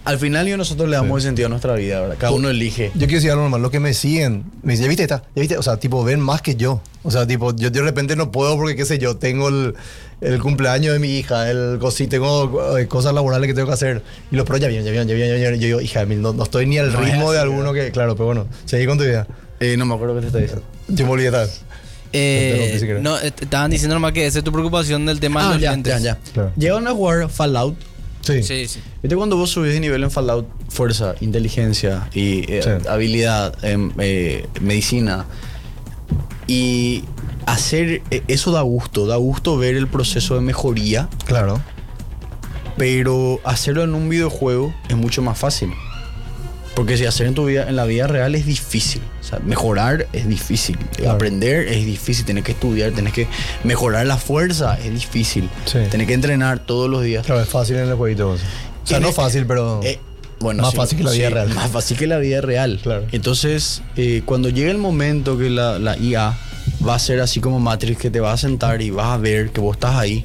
al final yo nosotros le damos Sí. el sentido a nuestra vida, ¿verdad? Cada uno elige. Yo quiero decir algo normal, los que me siguen, me dicen, ¿ya viste esta? ¿Ya viste? O sea, tipo, ven más que yo. O sea, tipo, yo de repente no puedo porque, qué sé yo, tengo el, el cumpleaños de mi hija, el cosí, tengo eh, cosas laborales que tengo que hacer. Y los pros ya vienen, ya vienen, ya vienen, ya vienen. Yo digo, hija de mil, no, no estoy ni al No es ritmo de así, alguno que, claro, pero bueno, seguí con tu idea. Eh, no me acuerdo qué te está diciendo. Yo me olvidé tal vez. Eh, si querés. no, eh, estaban diciendo nomás que esa es tu preocupación del tema de Ah, los ya, lentes. ya, ya. Claro. Llegaron a jugar Fallout. Sí. Sí, sí. ¿Viste cuando vos subís de nivel en Fallout? Fuerza, inteligencia y eh, Sí. habilidad, em, eh, medicina. Y hacer eh, eso da gusto, da gusto ver el proceso de mejoría, Claro. pero hacerlo en un videojuego es mucho más fácil. Porque si hacer en tu vida, en la vida real es difícil. O sea, mejorar es difícil. Claro. Aprender es difícil. Tenés que estudiar, tenés que mejorar la fuerza, es difícil. Sí. Tenés que entrenar todos los días. Claro, es fácil en el jueguito. O sea, o sea, En no el- fácil, pero Eh, bueno, más sí, fácil que la vida sí, real. Más fácil que la vida real. Claro. Entonces, eh, cuando llegue el momento que la, la I A va a ser así como Matrix, que te va a sentar y vas a ver que vos estás ahí,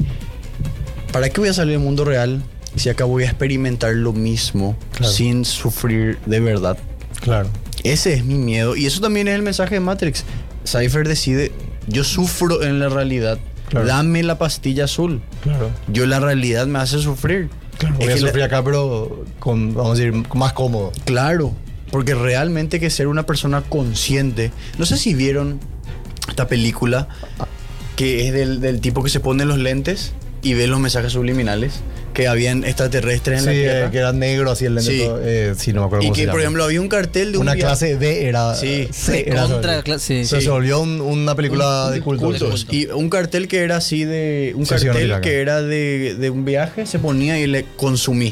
¿para qué voy a salir del mundo real si acá voy a experimentar lo mismo Claro. sin sufrir de verdad? Claro. Ese es mi miedo. Y eso también es el mensaje de Matrix. Cypher decide, yo sufro en la realidad. Claro. Dame la pastilla azul. Claro. Yo la realidad me hace sufrir. Claro, Es voy a que la- sufrir acá, pero con, vamos a decir, más cómodo. Claro, porque realmente hay que ser una persona consciente. No sé si vieron esta película que es del, del tipo que se pone los lentes y ve los mensajes subliminales, que habían extraterrestres en Sí, la eh, Tierra. que era negro así el lente. Sí. todo, eh, sí, no me acuerdo Y cómo que, se por llama. ejemplo, había un cartel de un Una via- clase B era. Sí, C era Contra, sobre- cla- sí. Se, se volvió un- una película de culto. cultos. Y un cartel que era así de. Un Sí, sí, cartel no, que era de, de un viaje, se ponía y le consumí.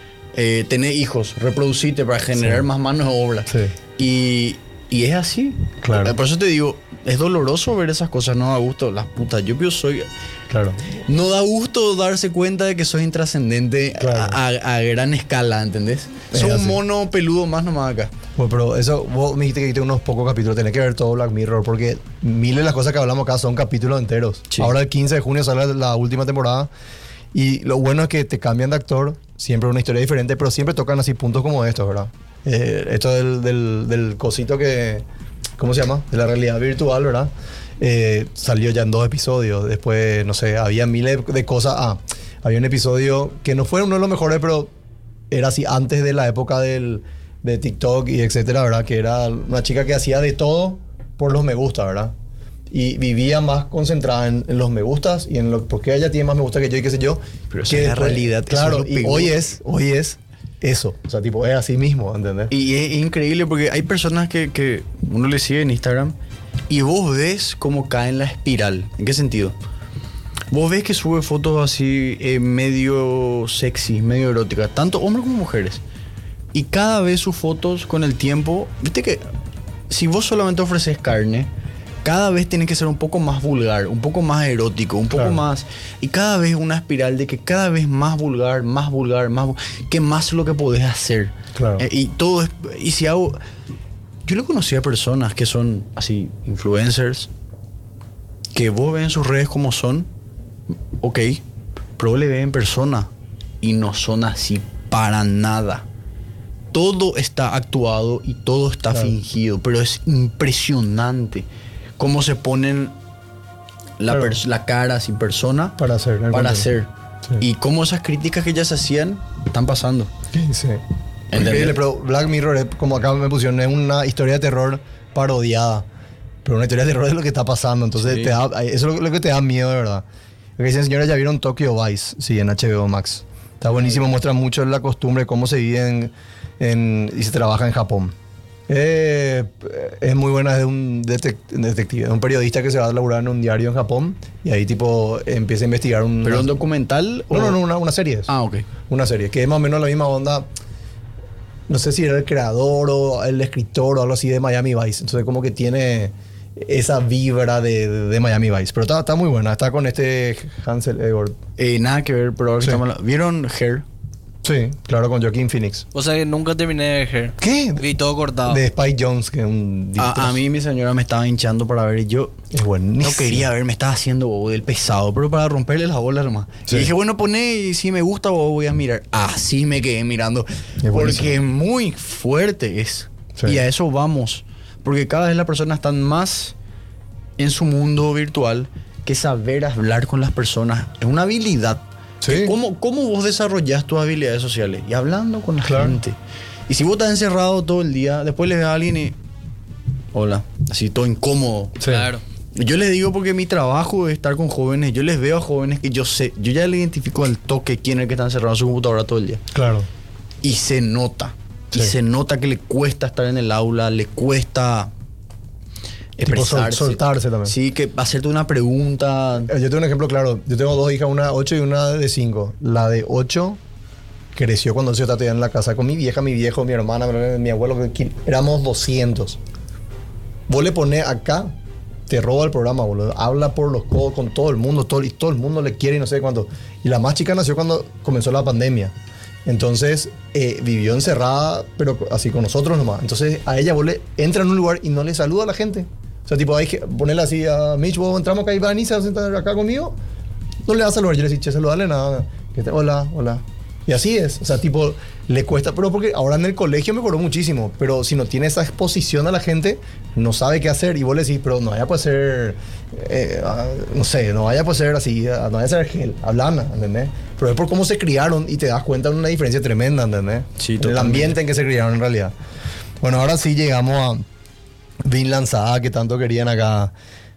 Eh, tener hijos, reproducirte para generar Sí. más manos de obra. Sí. Y, y es así. Claro. Por eso te digo, es doloroso ver esas cosas, no da gusto. Las putas, yo, yo soy. Claro. No da gusto darse cuenta de que sos intrascendente Claro. a, a- a gran escala, ¿entendés? Es Sos un así. mono peludo más nomás acá. Bueno, pero eso, vos me dijiste que viste unos pocos capítulos, tenés que ver todo Black Mirror, porque miles de las cosas que hablamos acá son capítulos enteros. Sí. Ahora el quince de junio sale la última temporada, y lo bueno es que te cambian de actor, siempre una historia diferente, pero siempre tocan así puntos como estos, ¿verdad? Eh, esto del, del, del cosito que, ¿cómo se llama? De la realidad virtual, ¿verdad? Eh, salió ya en dos episodios, después, no sé, había miles de cosas. Ah, había un episodio que no fue uno de los mejores, pero era así antes de la época del, de TikTok y etcétera, ¿verdad? Que era una chica que hacía de todo por los me gusta, ¿verdad? Y vivía más concentrada en, en los me gustas y en lo porque ella tiene más me gusta que yo y qué sé yo. Pero eso que es la después- realidad, eso claro, es lo y peor. hoy es, hoy es eso. O sea, tipo, es así mismo, ¿entendés? Y es increíble porque hay personas que, que uno le sigue en Instagram y vos ves cómo cae en la espiral. ¿En qué sentido? Vos ves que sube fotos así eh, medio sexy, medio eróticas, tanto hombres como mujeres. Y cada vez sus fotos con el tiempo, viste que si vos solamente ofreces carne, cada vez tiene que ser un poco más vulgar, un poco más erótico, un poco Claro. más. Y cada vez una espiral de que cada vez más vulgar, más vulgar, más. vu- que más lo que podés hacer. Claro. Eh, y todo es. Y si hago. Yo le conocí a personas que son así, influencers, que vos ves en sus redes como son, ok, pero vos le ves en persona y no son así para nada. Todo está actuado y todo está Claro. fingido, pero es impresionante cómo se ponen la, Claro. pers- la cara sin persona Para hacer. el para contenido. hacer. Sí. Y cómo esas críticas que ya se hacían están pasando. Sí. ¿Entendés? Increíble, pero Black Mirror, es, como acá me pusieron, es una historia de terror parodiada. Pero una historia de terror es lo que está pasando. Entonces, Sí. te da- eso es lo, lo que te da miedo, de verdad. Lo que dicen, señores, ya vieron Tokyo Vice, sí, en H B O Max. Está buenísimo, muestra mucho la costumbre, cómo se vive en, en- y se trabaja en Japón. Eh, es muy buena, es de un detec- detective, de un periodista que se va a laburar en un diario en Japón y ahí tipo empieza a investigar un... ¿Pero un documental? No, o- no, no, una, una serie. es. Ah, ok. Una serie, que es más o menos la misma onda. No sé si era el creador o el escritor o algo así de Miami Vice. Entonces como que tiene esa vibra de, de- de Miami Vice. Pero está, está muy buena. Está con este Hansel Elgort. Eh, nada que ver, pero ahora que Sí. estamos hablando- ¿Vieron Hair? Sí, claro, con Joaquin Phoenix. O sea que nunca terminé de ver. ¿Qué? Vi todo cortado. De Spike Jonze, que es un... A, a mí mi señora me estaba hinchando para ver y yo es buenísimo. No quería ver, me estaba haciendo bobo del pesado, pero para romperle las bolas nomás. Sí. Y dije, bueno, poné y si me gusta bobo voy a mirar. Así me quedé mirando. Es porque es muy fuerte es. Sí. Y a eso vamos. Porque cada vez las personas están más en su mundo virtual que saber hablar con las personas es una habilidad. Sí. ¿Cómo, ¿Cómo vos desarrollás tus habilidades sociales? Y hablando con la claro. gente. Y si vos estás encerrado todo el día, después le ves a alguien y... Hola. Así todo incómodo. Sí. Claro. Yo les digo porque mi trabajo es estar con jóvenes. Yo les veo a jóvenes que yo sé... Yo ya le identifico al toque quién es el que está encerrado en su computadora todo el día. Claro. Y se nota. Sí. Y se nota que le cuesta estar en el aula. Le cuesta... expresarse. Sol, soltarse también. Sí, que hacerte una pregunta. Yo tengo un ejemplo claro. Yo tengo dos hijas, una de ocho y una de cinco. La de ocho creció cuando yo estaba en la casa con mi vieja, mi viejo, mi hermana, mi abuelo. Éramos doscientos. Vos le ponés acá, te roba el programa, boludo. Habla por los codos con todo el mundo, todo, y todo el mundo le quiere y no sé cuánto. Y la más chica nació cuando comenzó la pandemia. Entonces eh, vivió encerrada, pero así con nosotros nomás. Entonces a ella vos le entra en un lugar y no le saluda a la gente. O sea, tipo, hay que ponerle así a Mitch, vos entramos acá y Vanessa se va a sentar acá conmigo. No le va a saludar. Yo le decía, che, saludale nada. Hola, hola. Y así es. O sea, tipo, le cuesta. Pero porque ahora en el colegio mejoró muchísimo. Pero si no tiene esa exposición a la gente, no sabe qué hacer. Y vos le decís, pero no vaya a ser, eh, no sé, no vaya a ser así, no vaya a ser gel, hablana, ¿entendés? Pero es por cómo se criaron y te das cuenta de una diferencia tremenda, ¿entendés? Sí, el ambiente en que se criaron en realidad. Bueno, ahora sí llegamos a Vinland Saga, que tanto querían acá.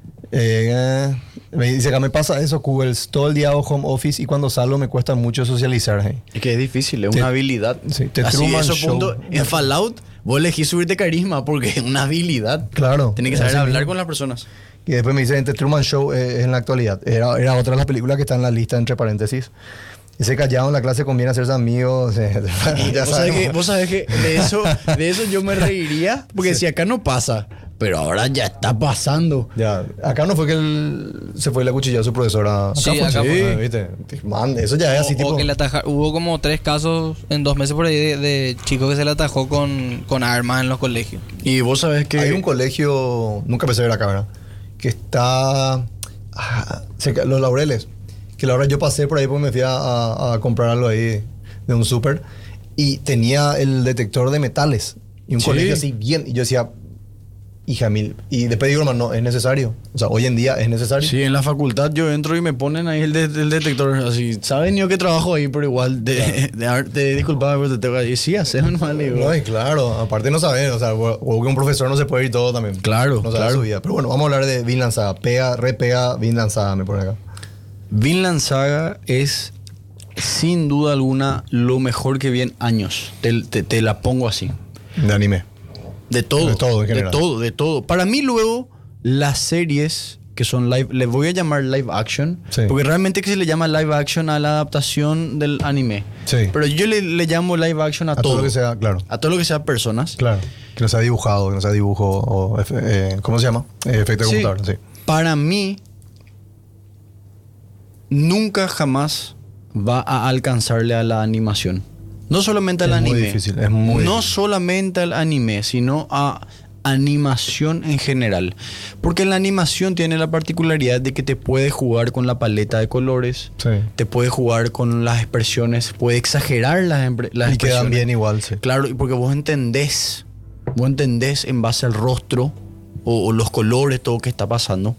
Eh, me dice acá, me pasa eso, Kugels, todo el día hago home office y cuando salgo me cuesta mucho socializar. ¿eh? Es que es difícil, es te, una habilidad. Sí, te Así Truman eso Show. Punto, en Fallout vos elegís subirte carisma porque es una habilidad. Claro. Tienes que saber hablar mismo con las personas. Y después me dice, The Truman Show eh, es en la actualidad. Era, era otra de las películas que está en la lista entre paréntesis. Ese callado en la clase conviene hacerse amigos. Eh, ya ¿Vos, sabés que, vos sabés que de eso, de eso yo me reiría porque sí. Si acá no pasa. Pero ahora ya está pasando. Ya, acá no fue que él se fue y le acuchilló a su profesora. Acá sí, fue, acá fue, ¿viste? Man, eso ya es así, o, tipo. O que le ataja, hubo como tres casos en dos meses por ahí de, de chicos que se le atajó con, con armas en los colegios. Y vos sabés que hay un colegio, nunca pensé ver acá, ¿verdad? Que está ah, cerca, Los Laureles. Que la verdad yo pasé por ahí porque me fui a, a, a comprar algo ahí de un súper y tenía el detector de metales. Y un sí. colegio así bien. Y yo decía, hija mil. Y después digo, hermano, no, es necesario. O sea, hoy en día es necesario. Sí, en la facultad yo entro y me ponen ahí el, de, el detector. Así, saben yo que trabajo ahí, pero igual, de, de, de, de disculpame, pero te tengo que decir, sí, hacer mal. No, y claro, aparte no saber, o sea, o que un profesor no se puede ir todo también. Claro, no sabe claro. su vida. Pero bueno, vamos a hablar de Vinland Saga. Pega, repega Vinland Saga, me pone acá. Vinland Saga es, sin duda alguna, lo mejor que vi en años. Te, te, te la pongo así. De anime. De todo. De todo, en general. De todo, de todo. Para mí, luego, las series que son live, les voy a llamar live action, sí. porque realmente que se le llama live action a la adaptación del anime. Sí. Pero yo le, le llamo live action a, a todo. A todo lo que sea, claro. A todo lo que sea personas. Claro. Que no sea dibujado, que no sea dibujo o, eh, ¿cómo se llama? Eh, efecto de sí. computador, sí. Para mí, nunca jamás va a alcanzarle a la animación. No solamente al es anime. Muy difícil, es muy no difícil. solamente al anime, sino a animación en general. Porque la animación tiene la particularidad de que te puede jugar con la paleta de colores, sí. te puede jugar con las expresiones, puede exagerar las, las y expresiones. Y quedan bien igual, sí. Claro, porque vos entendés, vos entendés en base al rostro o, o los colores, todo lo que está pasando.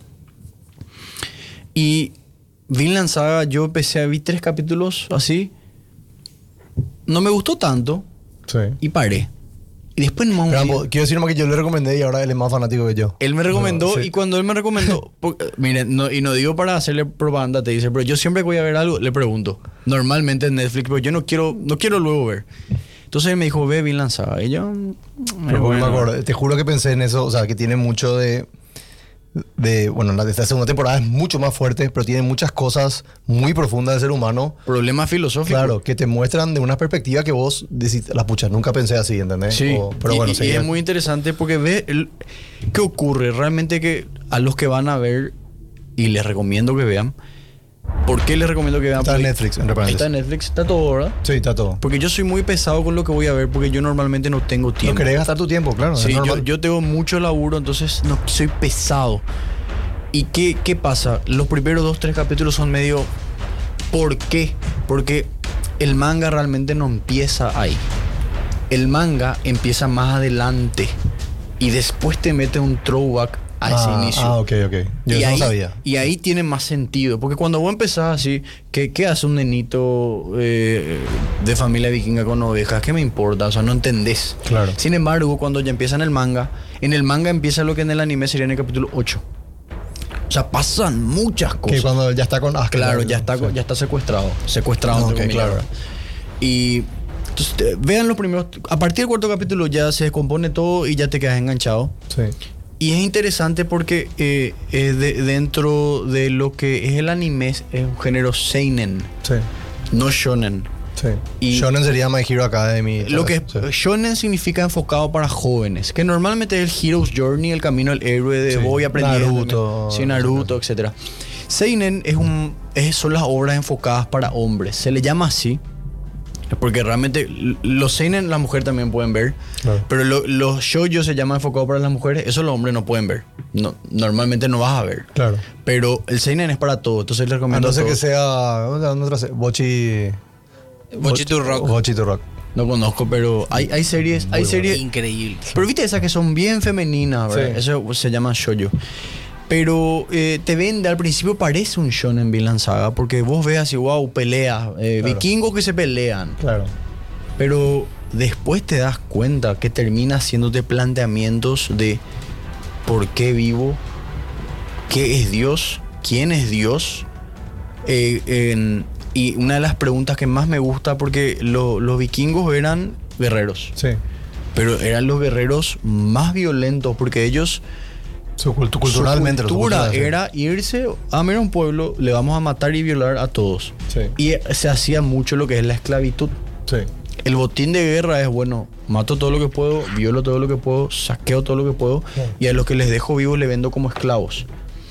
Y Vinland Saga, yo empecé a ver tres capítulos así. No me gustó tanto. Sí. Y paré. Y después no me quiero decir más que yo le recomendé y ahora él es más fanático que yo. Él me recomendó, no, sí. y cuando él me recomendó, porque, miren, no, y no digo para hacerle propaganda, te dice, pero yo siempre que voy a ver algo, le pregunto. Normalmente en Netflix, pero yo no quiero, no quiero luego ver. Entonces él me dijo, ve Vinland Saga. Y yo, pero bueno, me acuerdo, te juro que pensé en eso, o sea, que tiene mucho de. De, bueno, la de esta segunda temporada es mucho más fuerte, pero tiene muchas cosas muy profundas del ser humano. Problemas filosóficos. Claro, que te muestran de una perspectiva que vos decís, la pucha, nunca pensé así, ¿entendés? Sí, o, pero y, bueno, y, y es muy interesante porque ve el, qué ocurre. Realmente que a los que van a ver, y les recomiendo que vean, ¿Por qué les recomiendo que vean? Está en Porque- Netflix, entre paréntesis. Está en Netflix, está todo, ¿verdad? Sí, está todo. Porque yo soy muy pesado con lo que voy a ver porque yo normalmente no tengo No tiempo. querés gastar tu tiempo, claro. Sí, es yo, normal. yo tengo mucho laburo, entonces no soy pesado. ¿Y qué, qué pasa? Los primeros dos, tres capítulos son medio... ¿Por qué? Porque el manga realmente no empieza ahí. El manga empieza más adelante y después te mete un throwback a ese ah, inicio. Ah, ok, ok. Yo y eso ahí, no sabía. y ahí tiene más sentido. Porque cuando vos empezás así, ¿qué, qué hace un nenito eh, de familia vikinga con ovejas? ¿Qué me importa? O sea, no entendés. Claro. Sin embargo, cuando ya empieza en el manga, en el manga empieza lo que en el anime sería en el capítulo ocho. O sea, pasan muchas cosas. Que cuando ya está con Askeladd. Claro, ya está, Sí. ya está secuestrado. Secuestrado, No, entre ok, comillas, claro. ¿verdad? Y entonces, te- vean los primeros. A partir del cuarto capítulo ya se descompone todo y ya te quedas enganchado. Sí. Y es interesante porque eh, eh, de- dentro de lo que es el anime es un género seinen, Sí. no shonen. Sí. Y- Shonen sería My Hero Academy. Lo que Sí. shonen significa enfocado para jóvenes, que normalmente es el Hero's Journey, el camino del héroe de Sí. voy aprendiendo. Naruto. Sí, Naruto, etcétera. Seinen es un, es- son las obras enfocadas para hombres. Se le llama así porque realmente l- los seinen las mujeres también pueden ver, Claro. pero lo- los shoujo se llama enfocado para las mujeres. Eso los hombres no pueden ver. No, normalmente no vas a ver. Claro. Pero el seinen es para todo. Entonces les A recomiendo no ser todo. que sea. ¿Cómo se llama otra serie? Bochi. Bochi to Rock. Bochi to Rock. No conozco, pero hay, hay series, hay series Increíble. Pero viste esas que son bien femeninas, ¿verdad? Sí. Eso se llama shoujo. Pero eh, te vende, al principio parece un shonen Vinland Saga, porque vos ves así, wow, pelea, eh, Claro. vikingos que se pelean. Claro. Pero después te das cuenta que termina haciéndote planteamientos de por qué vivo, qué es Dios, quién es Dios. Eh, en- y una de las preguntas que más me gusta, porque lo- los vikingos eran guerreros, Sí. pero eran los guerreros más violentos, porque ellos... Su cultu- culturalmente. Su su cultura cultura, sí. era irse a mira un pueblo, le vamos a matar y violar a todos. Sí. Y eh, se hacía mucho lo que es la esclavitud. Sí. El botín de guerra es, bueno, mato todo lo que puedo, violo todo lo que puedo, saqueo todo lo que puedo, Sí. y a los que les dejo vivos le vendo como esclavos.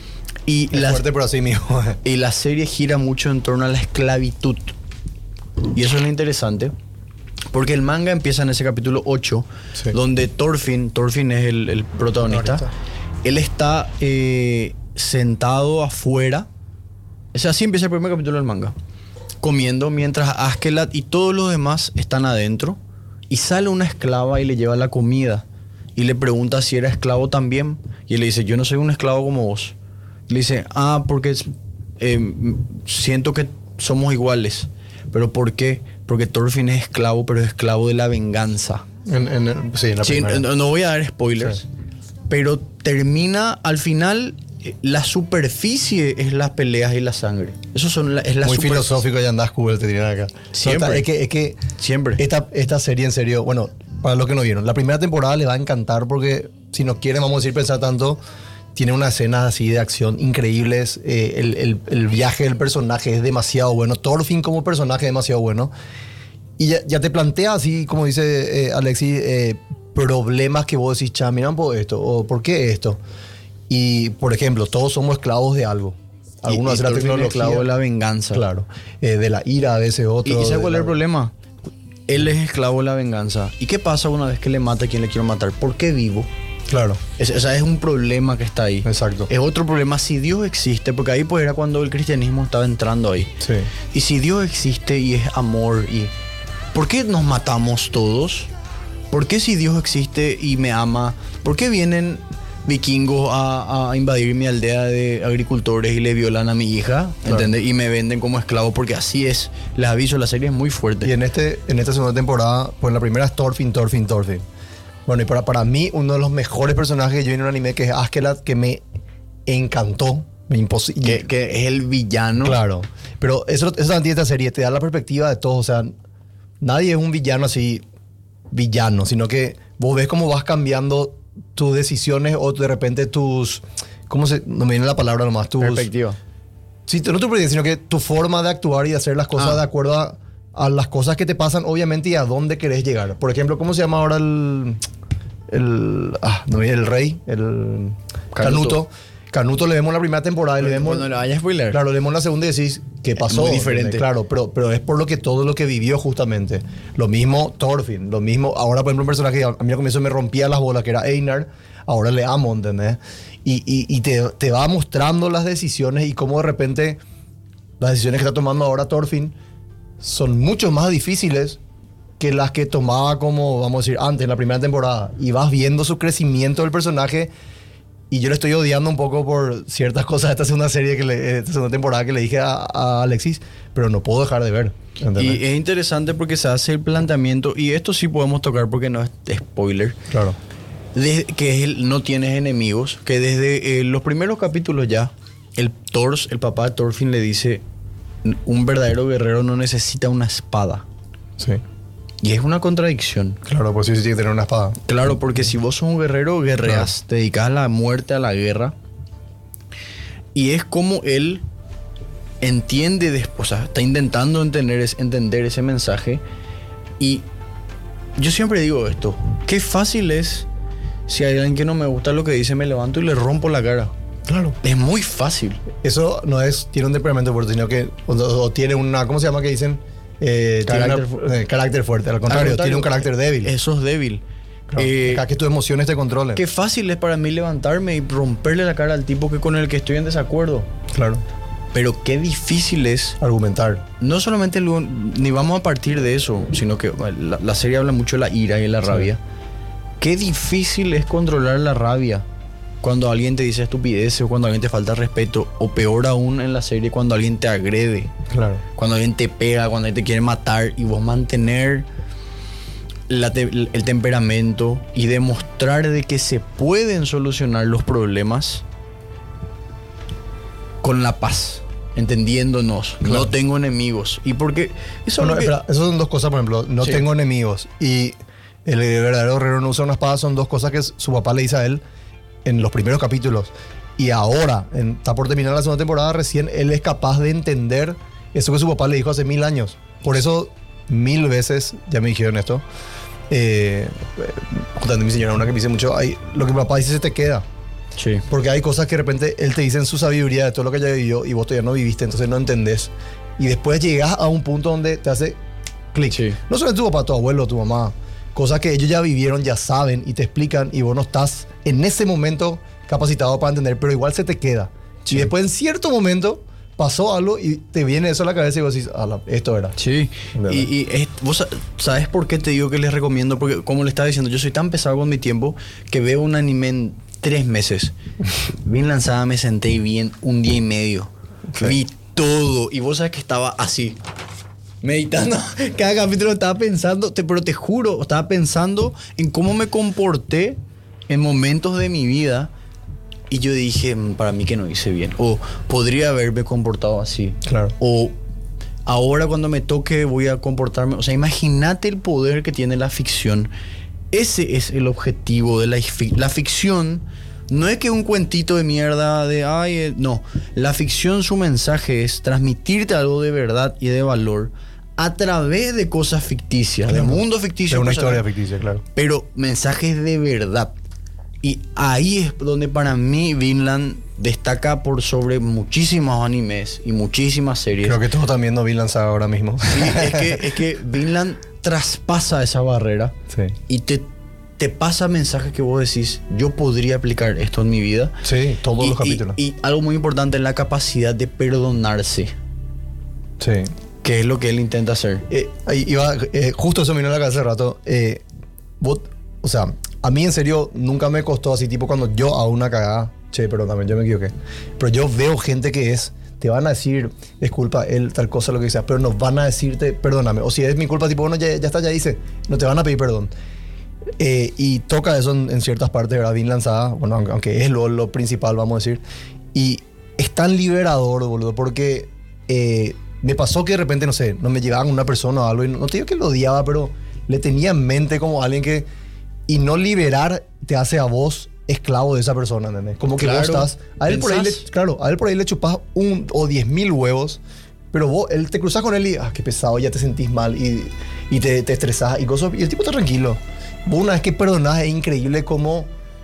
Y Es la, fuerte, pero así mismo. y la serie gira mucho en torno a la esclavitud. Y eso es lo interesante. Porque el manga empieza en ese capítulo ocho, Sí. donde Thorfinn, Thorfinn es el, el protagonista, Protagonista. él está eh, sentado afuera. O sea, así empieza el primer capítulo del manga. Comiendo mientras Askeladd y todos los demás están adentro. Y sale una esclava y le lleva la comida. Y le pregunta si era esclavo también. Y él le dice, yo no soy un esclavo como vos. Y le dice, ah, porque eh, siento que somos iguales. ¿Pero por qué? Porque Thorfinn es esclavo, pero es esclavo de la venganza. En, en- sí, en la Sí, primera. no, no voy a dar spoilers. Sí. Pero termina, al final, eh, la superficie es las peleas y la sangre. Eso son la, es la Muy superficie. filosófico, ya andás cool, te tiran acá. Siempre. No, está- es que, es que Siempre. Esta, esta serie, en serio, bueno, para los que no vieron, la primera temporada les va a encantar porque, si no quieren, vamos a decir, pensar tanto, tiene unas escenas así de acción increíbles. eh, el, el- el viaje del personaje es demasiado bueno. Thorfinn como personaje es demasiado bueno. Y ya, ya te plantea así, como dice eh, Alexis, eh, problemas que vos decís, cha, mira un poco esto, o por qué esto. Y, por ejemplo, todos somos esclavos de algo. Algunos Y- y hacen la Thorfinn es tecnología. esclavo de la venganza. Claro. Eh, de la ira a veces ¿Y, otro. y ¿sabes de cuál la- es el problema? Él es esclavo de la venganza. ¿Y qué pasa una vez que le mata a quien le quiero matar? ¿Por qué vivo? Claro. Es, o sea, es un problema que está ahí. Exacto. Es otro problema si Dios existe, porque ahí pues era cuando el cristianismo estaba entrando ahí. Sí. Y si Dios existe y es amor, y ¿por qué nos matamos todos? ¿Por qué si Dios existe y me ama? ¿Por qué vienen vikingos a, a invadir mi aldea de agricultores y le violan a mi hija? Claro. ¿Entendés? Y me venden como esclavo, porque así es. Les aviso, la serie es muy fuerte. Y en, este, en esta segunda temporada, pues la primera es Thorfinn, Thorfinn, Thorfinn. Bueno, y para, para mí, uno de los mejores personajes que yo vi en un anime, que es Askeladd, que me encantó. Me imposible. Que, que es el villano. Claro. Pero eso, eso también tiene esta serie, te da la perspectiva de todo. O sea, nadie es un villano así, villano, sino que vos ves cómo vas cambiando tus decisiones o de repente tus. ¿Cómo se.? No me viene la palabra nomás. Tus. Perspectiva. Sí, no tu perspectiva, sino que tu forma de actuar y de hacer las cosas Ah. de acuerdo a, a las cosas que te pasan, obviamente, y a dónde querés llegar. Por ejemplo, ¿cómo se llama ahora el. El. Ah, no, el rey, el. Canuto. Canuto. Canuto le vemos la primera temporada y le vemos... No le vayas a spoiler. Claro, le vemos la segunda y decís, ¿qué pasó? muy diferente. ¿Entendés? Claro, pero, pero es por lo que todo lo que vivió justamente. Lo mismo Thorfinn, lo mismo... Ahora, por ejemplo, un personaje que a mí al comienzo me rompía las bolas, que era Einar, ahora le amo, ¿entendés? Y, y, y te, te va mostrando las decisiones y cómo de repente las decisiones que está tomando ahora Thorfinn son mucho más difíciles que las que tomaba como, vamos a decir, antes, en la primera temporada. Y vas viendo su crecimiento del personaje. Y yo le estoy odiando un poco por ciertas cosas de esta segunda serie, que le, esta segunda temporada que le dije a, a Alexis, pero no puedo dejar de ver. ¿Entendés? Y es interesante porque se hace el planteamiento, y esto sí podemos tocar porque no es spoiler. Claro. Desde, que es el no tienes enemigos, que desde eh, los primeros capítulos ya, el Thors, el papá de Thorfinn le dice, un verdadero guerrero no necesita una espada. Sí. Y es una contradicción. Claro, pues sí, sí tiene que tener una espada. Claro, porque si vos sos un guerrero, guerreas, claro. Te dedicas a la muerte, a la guerra. Y es como él entiende, de, o sea, está intentando entender, entender ese mensaje. Y yo siempre digo esto, qué fácil es, si hay alguien que no me gusta lo que dice, me levanto y le rompo la cara. Claro. Es muy fácil. Eso no es, tiene un temperamento fuerte, sino que, o, o tiene una, ¿cómo se llama que dicen? Eh, carácter, tiene una, eh, carácter fuerte, al contrario, al contrario, tiene un carácter débil. Eso es débil. Claro, eh, acá que tus emociones te controlen. Qué fácil es para mí levantarme y romperle la cara al tipo que con el que estoy en desacuerdo. Claro. Pero qué difícil es argumentar. No solamente lo, ni vamos a partir de eso, sino que la, la serie habla mucho de la ira y la rabia. Sí. Qué difícil es controlar la rabia cuando alguien te dice estupideces o cuando alguien te falta respeto, o peor aún en la serie, cuando alguien te agrede. Claro. Cuando alguien te pega, cuando alguien te quiere matar, y vos mantener la te, el temperamento y demostrar de que se pueden solucionar los problemas con la paz, entendiéndonos. Claro. No tengo enemigos. Y porque eso, bueno, es lo que... espera, eso son dos cosas, por ejemplo, no sí. tengo enemigos y el verdadero guerrero no usa una espada, son dos cosas que su papá le dice a él en los primeros capítulos. Y ahora, en, está por terminar la segunda temporada, recién él es capaz de entender eso que su papá le dijo hace mil años. Por eso, mil veces, ya me dijeron esto, eh, justamente mi señora, una que me dice mucho, hay, lo que mi papá dice se te queda. Sí. Porque hay cosas que de repente él te dice en su sabiduría de todo lo que ya vivió y vos todavía no viviste, entonces no entendés. Y después llegas a un punto donde te hace clic. Sí. No solo tu papá, tu abuelo, tu mamá. Cosas que ellos ya vivieron, ya saben y te explican, y vos no estás en ese momento capacitado para entender, pero igual se te queda. Sí. Y después en cierto momento pasó algo y te viene eso a la cabeza y vos decís, ah, esto era. Sí. Y, y es, vos sabes por qué te digo que les recomiendo, porque como le estaba diciendo, yo soy tan pesado con mi tiempo que veo un anime en tres meses. Bien lanzada, me senté y vi en un día y medio. Sí. Vi todo. Y vos sabes que estaba así, meditando. Cada capítulo estaba pensando, te, pero te juro, estaba pensando en cómo me comporté en momentos de mi vida. Y yo dije, para mí que no hice bien. O podría haberme comportado así. Claro. O ahora cuando me toque voy a comportarme. O sea, imagínate el poder que tiene la ficción. Ese es el objetivo de la, la ficción. No es que un cuentito de mierda de, ay, no. La ficción, su mensaje es transmitirte algo de verdad y de valor a través de cosas ficticias, claro. De mundo ficticio. De una historia ficticia, claro. Pero mensajes de verdad. Y ahí es donde para mí Vinland destaca por sobre muchísimos animes y muchísimas series. Creo que todos están viendo Vinland Saga ahora mismo. Sí, es que, es que Vinland traspasa esa barrera, sí. Y te, te pasa mensajes que vos decís, yo podría aplicar esto en mi vida. Sí, todos y, los capítulos. Y, y algo muy importante es la capacidad de perdonarse. Sí. Que es lo que él intenta hacer. Eh, iba, eh, justo eso me vino a la cabeza hace rato. Eh, vos, o sea, a mí en serio nunca me costó así, tipo cuando yo hago una cagada, che, perdóname, yo me equivoqué. Pero yo veo gente que es, te van a decir, es culpa él, tal cosa, lo que sea, pero no van a decirte, perdóname. O si es mi culpa, tipo, bueno, ya, ya está, ya hice, no te van a pedir perdón. Eh, y toca eso en, en ciertas partes, ¿verdad? Bien lanzada, bueno, aunque es lo, lo principal, vamos a decir. Y es tan liberador, boludo, porque eh, me pasó que de repente, no sé, no me llevaban una persona o algo, y no, no te digo que lo odiaba, pero le tenía en mente como alguien que... Y no liberar te hace a vos esclavo de esa persona, ¿entendés? Como que claro, vos estás... A él, por ahí le, claro, a él por ahí le chupás un o diez mil huevos, pero vos él, te cruzás con él y... Ah, qué pesado, ya te sentís mal y, y te, te estresás y cosas... Y el tipo está tranquilo. Vos una vez que perdonás es increíble cómo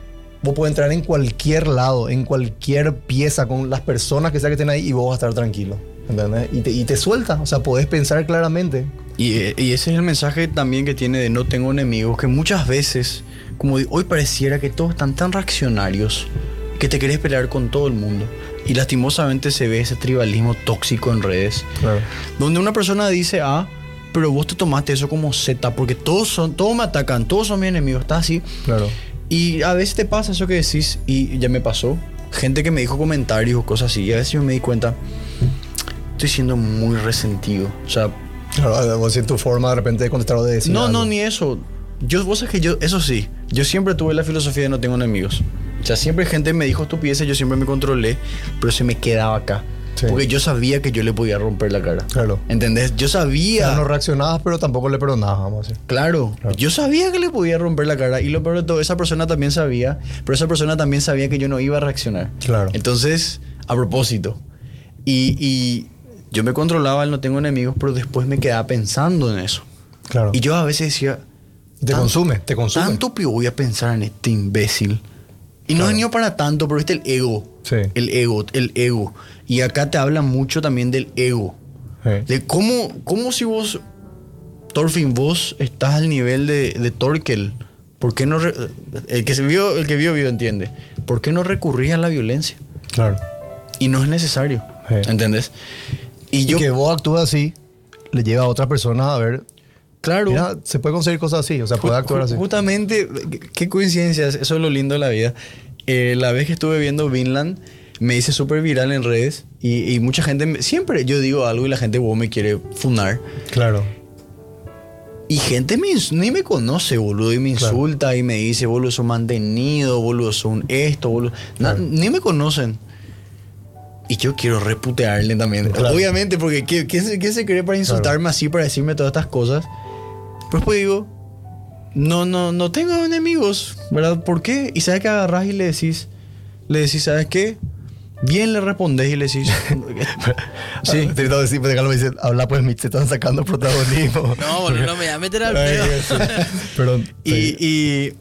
vos podés entrar en cualquier lado, en cualquier pieza, con las personas que sea que estén ahí, y vos vas a estar tranquilo, ¿entendés? Y te, y te suelta, o sea, podés pensar claramente. Y, y ese es el mensaje también que tiene de no tengo enemigos, que muchas veces, como hoy pareciera que todos están tan reaccionarios, que te querés pelear con todo el mundo. Y lastimosamente se ve ese tribalismo tóxico en redes, claro, donde una persona dice A, pero vos te tomaste eso como Z, porque todos son, todos me atacan, todos son mis enemigos, está así. Claro. Y a veces te pasa eso que decís, y ya me pasó, gente que me dijo comentarios o cosas así, y a veces yo me di cuenta, estoy siendo muy resentido, o sea... Claro, vos en tu forma de repente de contestar o de decir No, algo. no, ni eso. Yo, vos sabés que yo, eso sí, yo siempre tuve la filosofía de no tengo enemigos. O sea, siempre gente me dijo estupideces, yo siempre me controlé, pero se me quedaba acá. Sí. Porque yo sabía que yo le podía romper la cara. Claro. ¿Entendés? Yo sabía... O sea, no reaccionabas, pero tampoco le perdonabas, vamos a decir. Claro. Claro. Yo sabía que le podía romper la cara. Y lo peor de todo, esa persona también sabía, pero esa persona también sabía que yo no iba a reaccionar. Claro. Entonces, a propósito. Y, y yo me controlaba el no tengo enemigos, pero después me quedaba pensando en eso. Claro. Y yo a veces decía... Te consume, te consume. Tanto que voy a pensar en este imbécil. Y no claro. he venido para tanto, pero este es el ego. Sí. El ego, el ego. Y acá te habla mucho también del ego. Sí. De cómo, cómo si vos, Thorfinn, vos estás al nivel de, de Torkel. ¿Por qué no... Re, el que se vio, el que vio, vio, entiende. ¿Por qué no recurrías a la violencia? Claro. Y no es necesario. Sí. ¿Entendés? Y, y yo... que vos actúas así, le lleva a otra persona a ver... Claro. Mira, se puede conseguir cosas así, o sea, puede actuar así. Justamente, qué coincidencia, eso es lo lindo de la vida. Eh, la vez que estuve viendo Vinland, me hice súper viral en redes y, y mucha gente, siempre yo digo algo y la gente wow, me quiere funar. Claro. Y gente me, ni me conoce, boludo, y me insulta claro. y me dice, boludo, son mantenido, boludo, son esto, boludo. Claro. Na, ni me conocen. Y yo quiero reputearle también. Claro. Obviamente, porque ¿quién, quién, se, ¿quién se cree para insultarme claro. así, para decirme todas estas cosas? Pero después digo, no, no, no tengo enemigos, ¿verdad? ¿Por qué? Y sabes que agarrás y le decís, le decís, ¿sabes qué? Bien le respondés y le decís. Sí. Te voy a decir, pero me dice, habla pues, te están sacando protagonismo. No, boludo, no me voy a meter al feo. Perdón. Y, y,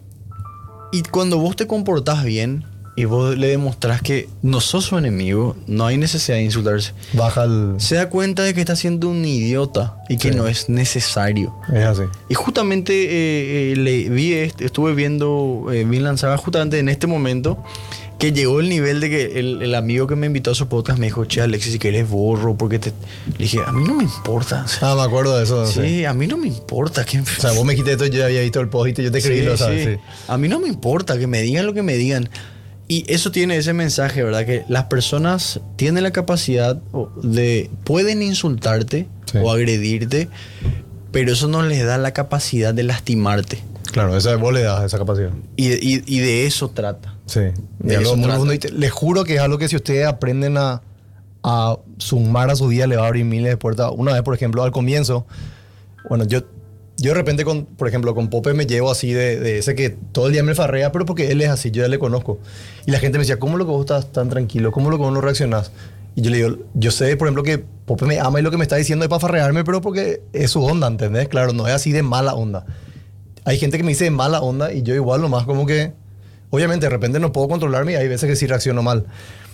y cuando vos te comportás bien y vos le demostrás que no sos su enemigo, no hay necesidad de insultarse. Baja el... Se da cuenta de que está siendo un idiota y que sí. no es necesario. Es así. Y justamente eh, eh, le vi, estuve viendo eh, Vinland Saga justamente en este momento, que llegó el nivel de que el, el amigo que me invitó a su podcast me dijo, che, Alexis, si querés borro, porque te... Le dije, a mí no me importa. Ah, me acuerdo de eso. Sí, sí. A mí no me importa. Que... O sea, vos me dijiste esto, yo ya había visto el post y yo te creí, sí, lo sabes. Sí. Sí. A mí no me importa que me digan lo que me digan. Y eso tiene ese mensaje, ¿verdad? Que las personas tienen la capacidad de... Pueden insultarte sí. o agredirte, pero eso no les da la capacidad de lastimarte. Claro, esa, vos le das esa capacidad. Y, y, y de eso trata. Sí. De eso trata. Mundo, les juro que es algo que si ustedes aprenden a, a sumar a su vida, le va a abrir miles de puertas. Una vez, por ejemplo, al comienzo, bueno, yo... Yo de repente, con, por ejemplo, con Pope me llevo así de, de ese que todo el día me farrea, pero porque él es así, yo ya le conozco. Y la gente me decía, ¿cómo lo que vos estás tan tranquilo? ¿Cómo lo que vos no reaccionás? Y yo le digo, yo sé, por ejemplo, que Pope me ama y lo que me está diciendo es para farrearme, pero porque es su onda, ¿entendés? Claro, no es así de mala onda. Hay gente que me dice de mala onda y yo igual nomás como que... Obviamente, de repente no puedo controlarme y hay veces que sí reacciono mal.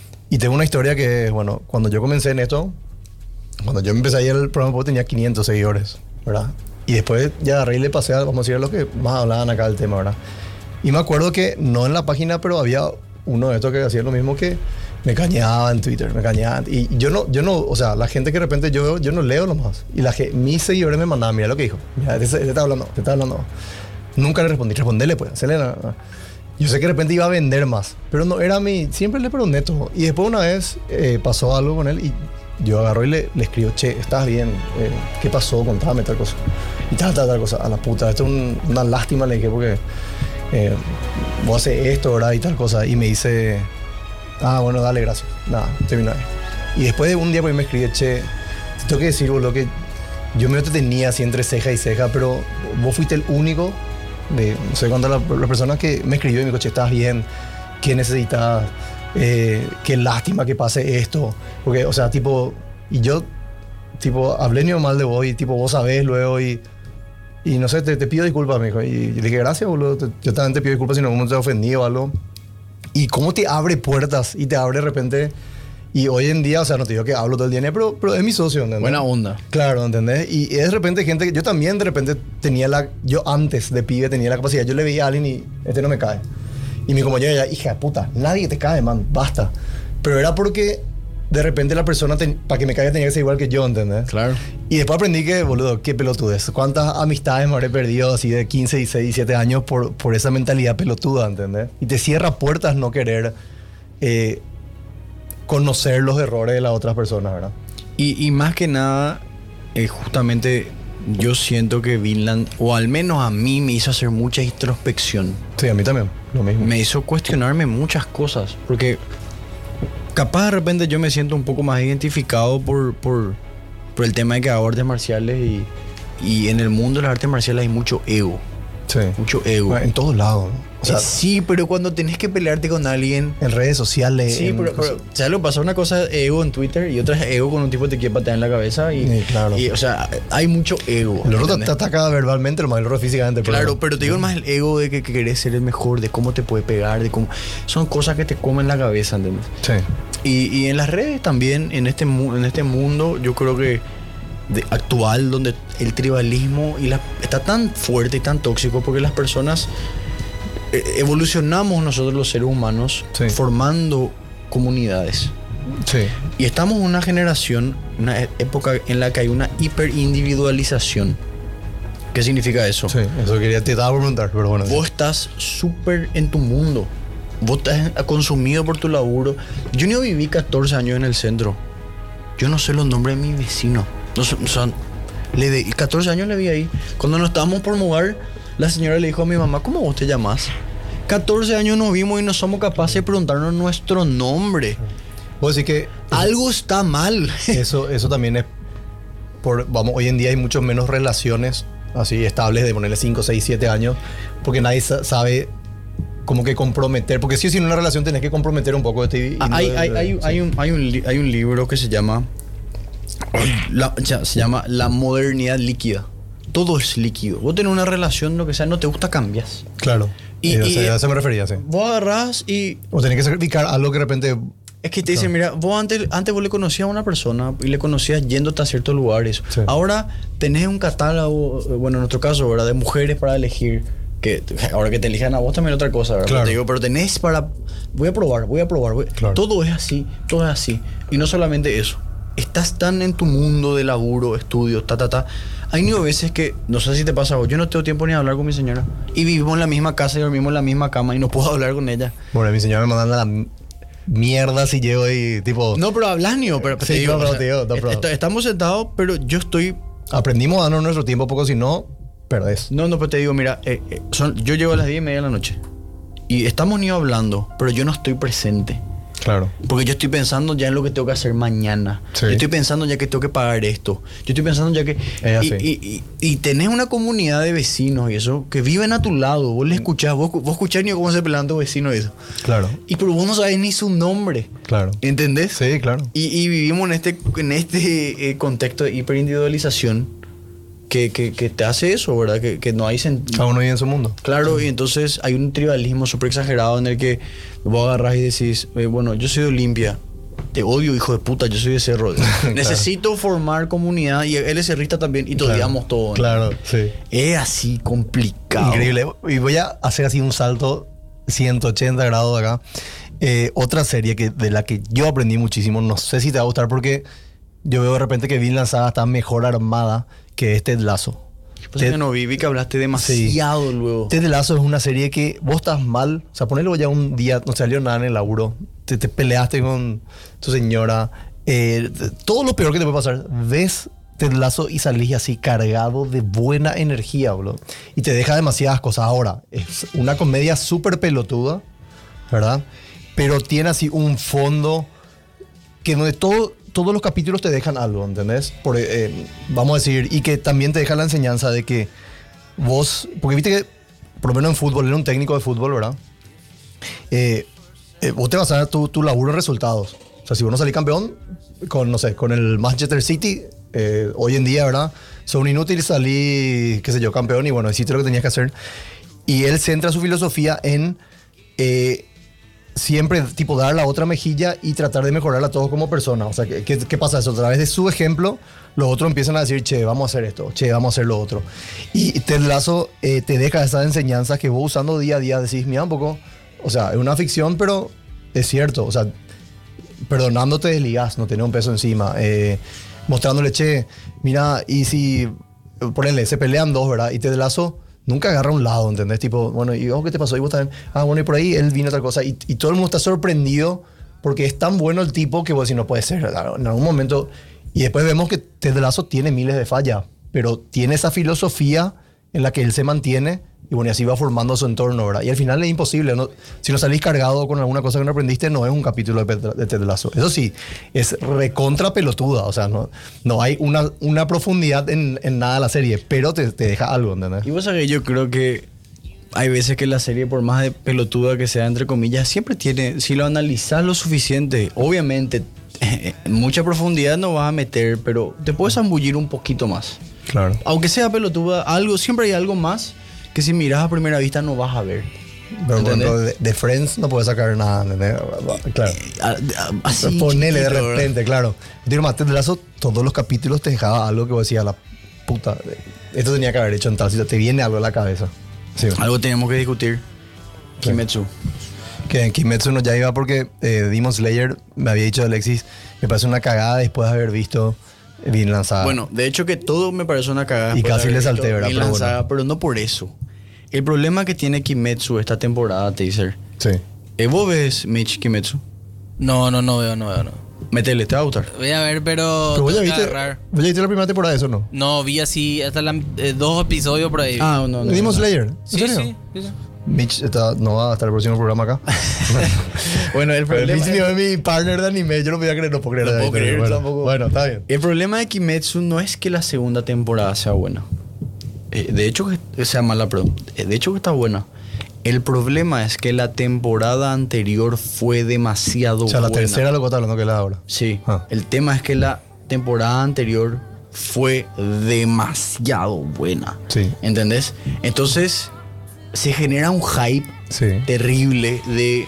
Y tengo una historia que, bueno, cuando yo comencé en esto, cuando yo empecé ahí el programa Pope tenía quinientos seguidores, ¿verdad? Y después ya agarré y le pasé a, vamos a decir, a lo que más hablaban acá del tema, ¿verdad? Y me acuerdo que, no en la página, pero había uno de estos que hacía lo mismo, que me cañaba en Twitter, me cañaba. Y yo no, yo no, o sea, la gente que de repente yo, yo no leo nomás. Y la gente, mis seguidores me mandaban, mira lo que dijo. Mira, te, te está hablando, te está hablando. Nunca le respondí, respondele pues, hacerle nada. Yo sé que de repente iba a vender más, pero no era mi, siempre le perdoné todo. Y después una vez eh, pasó algo con él y yo agarro y le, le escribo, che, ¿estás bien? Eh, ¿Qué pasó? Contame tal cosa. Y tal, tal, tal cosa. A la puta, esto es un, una lástima, le dije, porque eh, vos haces esto, ¿verdad? Y tal cosa. Y me dice, ah, bueno, dale, gracias. Nada, terminó ahí. Y después de un día pues me escribe, che, te tengo que decir, boludo, que yo me te tenía así entre ceja y ceja, pero vos fuiste el único de, no sé cuántas las la personas que me escribió y me dijo, che, ¿estás bien? ¿Qué necesitas? Eh, qué lástima que pase esto, porque, o sea, tipo, y yo, tipo, hablé ni mal de vos y, tipo, vos sabés luego y, y no sé, te, te pido disculpas, me dijo, y, y le dije, gracias, boludo, te, yo también te pido disculpas si en algún momento te he ofendido o algo, y cómo te abre puertas y te abre de repente. Y hoy en día, o sea, no te digo que hablo todo el día, pero, pero es mi socio, ¿entendés? Buena onda. Claro, ¿entendés? Y es de repente gente que yo también de repente tenía la, yo antes de pibe tenía la capacidad, yo le veía a alguien y este no me cae. Y mi compañero ya, hija de puta, nadie te cae, man, basta. Pero era porque de repente la persona, ten, para que me caiga tenía que ser igual que yo, ¿entendés? Claro. Y después aprendí que, boludo, qué pelotudez. Cuántas amistades me habré perdido así de quince, dieciséis, diecisiete años por, por esa mentalidad pelotuda, ¿entendés? Y te cierra puertas no querer eh, conocer los errores de las otras personas, ¿verdad? Y, y más que nada, eh, justamente yo siento que Vinland, o al menos a mí, me hizo hacer mucha introspección. Sí, a mí también, lo mismo. Me hizo cuestionarme muchas cosas, porque capaz de repente yo me siento un poco más identificado por, por, por el tema de que hago artes marciales y, y en el mundo de las artes marciales hay mucho ego. Sí. Mucho ego. En todos lados, ¿no? O sea, eh, sí, pero cuando tenés que pelearte con alguien... En redes sociales. Sí, en pero, pero ¿sabes lo que pasa? Una cosa es ego en Twitter y otra es ego con un tipo que te quiere patear en la cabeza. Y, sí, claro. Y, o sea, hay mucho ego. El otro te ataca verbalmente, lo más el otro físicamente. Claro, pero, pero te digo más el ego de que, que querés ser el mejor, de cómo te puede pegar, de cómo... Son cosas que te comen la cabeza, ¿entendés? Sí. Y, y en las redes también, en este, en este mundo, yo creo que de actual, donde el tribalismo y la, está tan fuerte y tan tóxico, porque las personas eh, evolucionamos nosotros los seres humanos, sí, formando comunidades. Sí. Y estamos en una generación, una época en la que hay una hiperindividualización. ¿Qué significa eso? Sí, eso quería te daba por preguntar, pero bueno. Vos sí. estás súper en tu mundo. Vos estás consumido por tu laburo. Yo no viví catorce años en el centro. Yo no sé los nombres de mis vecinos. No son, son, le de, catorce años le vi ahí. Cuando nos estábamos por mudar, la señora le dijo a mi mamá, ¿cómo vos te llamás? catorce años nos vimos y no somos capaces de preguntarnos nuestro nombre. Vos decís que... Algo está mal. Eso, eso también es... Por, vamos, hoy en día hay mucho menos relaciones así estables de ponerle cinco, seis, siete años, porque nadie sabe como que comprometer, porque sí o sí en una relación tenés que comprometer un poco de ti. Hay, hay, hay, sí. hay, un, hay, un, hay un libro que se llama... La, ya, se llama La modernidad líquida. Todo es líquido. Vos tenés una relación, lo que sea, no te gusta, cambias. Claro. Y, y, y a eso me refería, sí. Vos agarrás y... O tenés que sacrificar algo que de repente... Es que te dicen, mira, vos antes, antes vos le conocías a una persona y le conocías yéndote a ciertos lugares. Sí. Ahora tenés un catálogo, bueno, en nuestro caso, ¿verdad? De mujeres para elegir. Que ahora que te elijan a vos también otra cosa, ¿verdad? Claro. Pero, te digo, pero tenés para... Voy a probar, voy a probar. Voy... Claro. Todo es así, todo es así. Y no solamente eso. Estás tan en tu mundo de laburo, estudio, ta, ta, ta. Hay ni veces que, no sé si te pasa a vos, yo no tengo tiempo ni a hablar con mi señora. Y vivimos en la misma casa y dormimos en la misma cama y no puedo hablar con ella. Bueno, mi señora me manda la mierda si llego ahí, tipo... No, pero hablas, Nio, pero... Sí, te digo, no, pero, o sea, tío, no, pero... est estamos sentados, pero yo estoy... Aprendimos a darnos nuestro tiempo poco, si no, perdés. No, no, pero te digo, mira, eh, eh, son, yo llego a las diez y media de la noche. Y estamos Nio hablando, pero yo no estoy presente. Claro. Porque yo estoy pensando ya en lo que tengo que hacer mañana. Sí. Yo estoy pensando ya que tengo que pagar esto. Yo estoy pensando ya que... Y, y, y, y tenés una comunidad de vecinos y eso, que viven a tu lado. Vos le escuchás, vos, vos escuchás ni cómo se pelean tus vecinos y eso. Claro. Y pero vos no sabés ni su nombre. Claro. ¿Entendés? Sí, claro. Y, y vivimos en este, en este eh, contexto de hiperindividualización que, que, que te hace eso, ¿verdad? Que, que no hay sentido. Cada uno vive en su mundo. Claro, y entonces hay un tribalismo súper exagerado en el que vos agarrás y decís, eh, bueno, yo soy de Olimpia, te odio, hijo de puta, yo soy de Cerro. Claro. Necesito formar comunidad y él es cerrista también y te claro, odiamos todo. ¿no? Claro, sí. Es así complicado. Increíble. Y voy a hacer así un salto ciento ochenta grados acá. Eh, otra serie que, de la que yo aprendí muchísimo, no sé si te va a gustar porque yo veo de repente que Vinland Saga está mejor armada que es Ted Lasso. Pues Ted, no vi, vi que hablaste demasiado sí. luego. Ted Lasso es una serie que vos estás mal, o sea, ponelo ya un día, no salió nada en el laburo, te, te peleaste con tu señora, eh, todo lo peor que te puede pasar, ves Ted Lasso y salís así cargado de buena energía, bro. Y te deja demasiadas cosas. Ahora, es una comedia súper pelotuda, ¿verdad? Pero tiene así un fondo que donde todo... todos los capítulos te dejan algo, ¿entendés? Por, eh, vamos a decir, y que también te deja la enseñanza de que vos, porque viste que, por lo menos en fútbol, era un técnico de fútbol, ¿verdad? Eh, eh, vos te vas a dar tu, tu laburo en resultados. O sea, si vos no salís campeón, con, no sé, con el Manchester City, eh, hoy en día, ¿verdad? Son inútiles, salí, qué sé yo, campeón, y bueno, hiciste lo que tenías que hacer. Y él centra su filosofía en... Eh, siempre, tipo, dar la otra mejilla y tratar de mejorar a todos como personas. O sea, ¿qué, qué, qué pasa eso? A través de su ejemplo, los otros empiezan a decir, che, vamos a hacer esto, che, vamos a hacer lo otro. Y Ted Lasso eh, te deja esas enseñanzas que vos usando día a día decís, mira un poco, o sea, es una ficción, pero es cierto, o sea, perdonándote desligás, no tener un peso encima, eh, mostrándole, che, mira, y si, ponele, se pelean dos, ¿verdad? Y Ted Lasso nunca agarra un lado, ¿entendés? Tipo, bueno, ¿y vos qué te pasó? Y vos también, ah, bueno, y por ahí él vino otra cosa. Y, y todo el mundo está sorprendido porque es tan bueno el tipo que vos decís, no puede ser, ¿verdad? En algún momento. Y después vemos que Ted Lasso tiene miles de fallas, pero tiene esa filosofía en la que él se mantiene y bueno, y así va formando su entorno, ¿verdad? Y al final es imposible, ¿no? Si no salís cargado con alguna cosa que no aprendiste, no es un capítulo de, de Ted Lasso. Eso sí, es recontra pelotuda, o sea, no, no hay una, una profundidad en, en nada de la serie, pero te, te deja algo, ¿entendés? Y vos sabés, yo creo que hay veces que la serie, por más de pelotuda que sea, entre comillas, siempre tiene, si lo analizás lo suficiente, obviamente, en mucha profundidad no vas a meter, pero te puedes zambullir un poquito más. Claro. Aunque sea pelotuda, algo, siempre hay algo más que si miras a primera vista no vas a ver. Pero bueno, de, de Friends no puedes sacar nada, ¿entendés? Claro. Así ponele chiquito, de repente, claro. Digo, más, Ted Lasso, todos los capítulos te dejaba algo que vos decías, la puta, esto tenía que haber hecho en tal sitio, te viene algo a la cabeza. Sí. Algo tenemos que discutir. Sí. Kimetsu. Que en Kimetsu no ya iba porque eh, Demon Slayer, me había dicho Alexis, me parece una cagada después de haber visto bien lanzada. Bueno, de hecho que todo me parece una cagada. Y casi le salté, ¿verdad? Bien pero, lanzada, bueno. pero no por eso. El problema que tiene Kimetsu esta temporada, Taser. Sí. ¿Eh, ¿Vos ves, Mitch, Kimetsu? No, no, no veo, no veo, no. Métele, te va a gustar. Voy a ver, pero... ¿Pero vos ya viste, vos ya viste la primera temporada de eso, no? No, vi así hasta la, eh, dos episodios por ahí. Ah, no, no. Demon Slayer, ¿en sí, serio? Sí, sí, sí. Mitch está, no va a estar el próximo programa acá. Bueno, el problema... Mitch es mi partner de anime, yo no podía creer, no puedo creer. No puedo creer bueno, tampoco. Bueno, está bien. El problema de Kimetsu no es que la segunda temporada sea buena. Eh, de hecho, que sea mala, perdón. De hecho, que está buena. El problema es que la temporada anterior fue demasiado buena. O sea, la buena. tercera lo que está hablando que es la de ahora. Sí. Ah. El tema es que la temporada anterior fue demasiado buena. Sí. ¿Entendés? Entonces, se genera un hype sí. terrible de...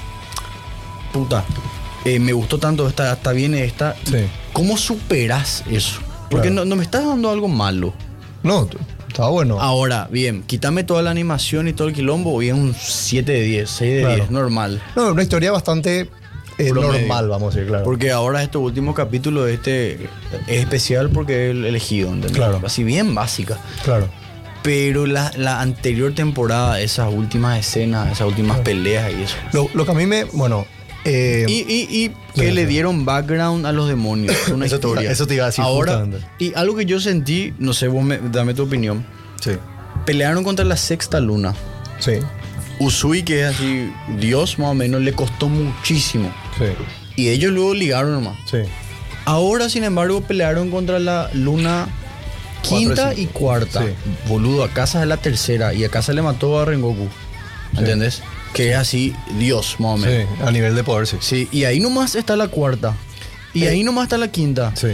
Puta, eh, me gustó tanto esta, está bien esta. Sí. ¿Cómo superas eso? Porque Claro. no, no me estás dando algo malo. No, estaba bueno. Ahora, bien, quítame toda la animación y todo el quilombo y es un siete de diez, seis de Claro. diez, normal. No, una historia bastante eh, Promedio. normal, vamos a decir, claro. Porque ahora este último capítulo de este es especial porque es el elegido, ¿entendés? Claro. Así bien básica. Claro. Pero la, la anterior temporada, esas últimas escenas, esas últimas Claro. peleas y eso. Lo, lo que a mí me, bueno... Eh, Y, y, y que sí, le sí. dieron background a los demonios, una Eso te iba- historia. eso te iba a decir ahora, justamente. y algo que yo sentí, no sé, vos me, dame tu opinión. Sí. Pelearon contra la sexta luna. Sí. Usui, que es así, Dios más o menos, le costó muchísimo. Sí. Y ellos luego ligaron nomás. Sí. Ahora, sin embargo, pelearon contra la luna quinta Cuatro y y cinco. cuarta. Sí. Boludo, acá es la tercera y acá se le mató a Rengoku. ¿Entendés? Que es así, Dios más o menos. Sí, a nivel de poder, sí. Sí, y ahí nomás está la cuarta. Y Eh. ahí nomás está la quinta. Sí.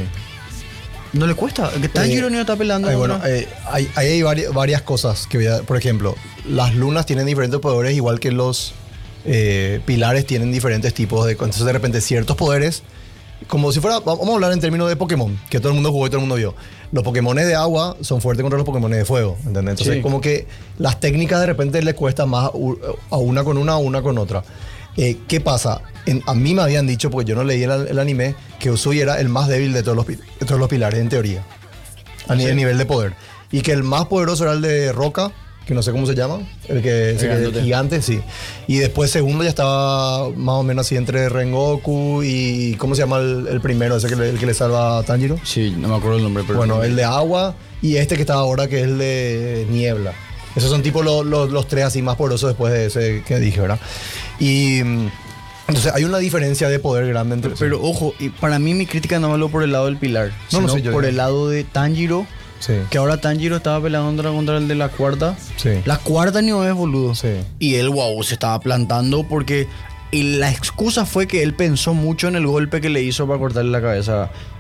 No le cuesta. Que Tanjiro Eh, ni está pelando. Ay, bueno, ahora. eh, hay, ahí hay vari- varias cosas que voy a, por ejemplo, las lunas tienen diferentes poderes, igual que los eh, pilares tienen diferentes tipos de... Entonces, de repente, ciertos poderes, como si fuera... Vamos a hablar en términos de Pokémon, que todo el mundo jugó y todo el mundo vio. Los Pokémones de agua son fuertes contra los Pokémones de fuego, ¿entendés? Entonces, Sí. como que las técnicas de repente le cuesta más u- a una con una, a una con otra. Eh, ¿Qué pasa? En- a mí me habían dicho, porque yo no leí el, el anime, que Usui era el más débil de todos los, pi- de todos los pilares, en teoría. A ni- Sí. nivel de poder. Y que el más poderoso era el de Roca, que no sé cómo se llama. El que ese que- Grandote. gigante, sí. Y después segundo ya estaba más o menos así entre Rengoku y... ¿Cómo se llama el, el primero? Ese que le, el que le salva a Tanjiro. Sí, no me acuerdo el nombre, pero... Bueno, el de agua y este que está ahora que es el de niebla. Esos son tipo los, los, los tres así más poderosos después de ese que dije, ¿verdad? Y mm, entonces hay una diferencia de poder grande entre... Pero ojo, y para mí mi crítica no va por el lado del pilar, No, no sino sé, yo por digo. el lado de Tanjiro, Sí. que ahora Tanjiro estaba peleando contra, contra el de la cuarta. Sí. La cuarta ni es boludo. Sí. Y él, wow, se estaba plantando porque y la excusa fue que él pensó mucho en el golpe que le hizo para cortarle la cabeza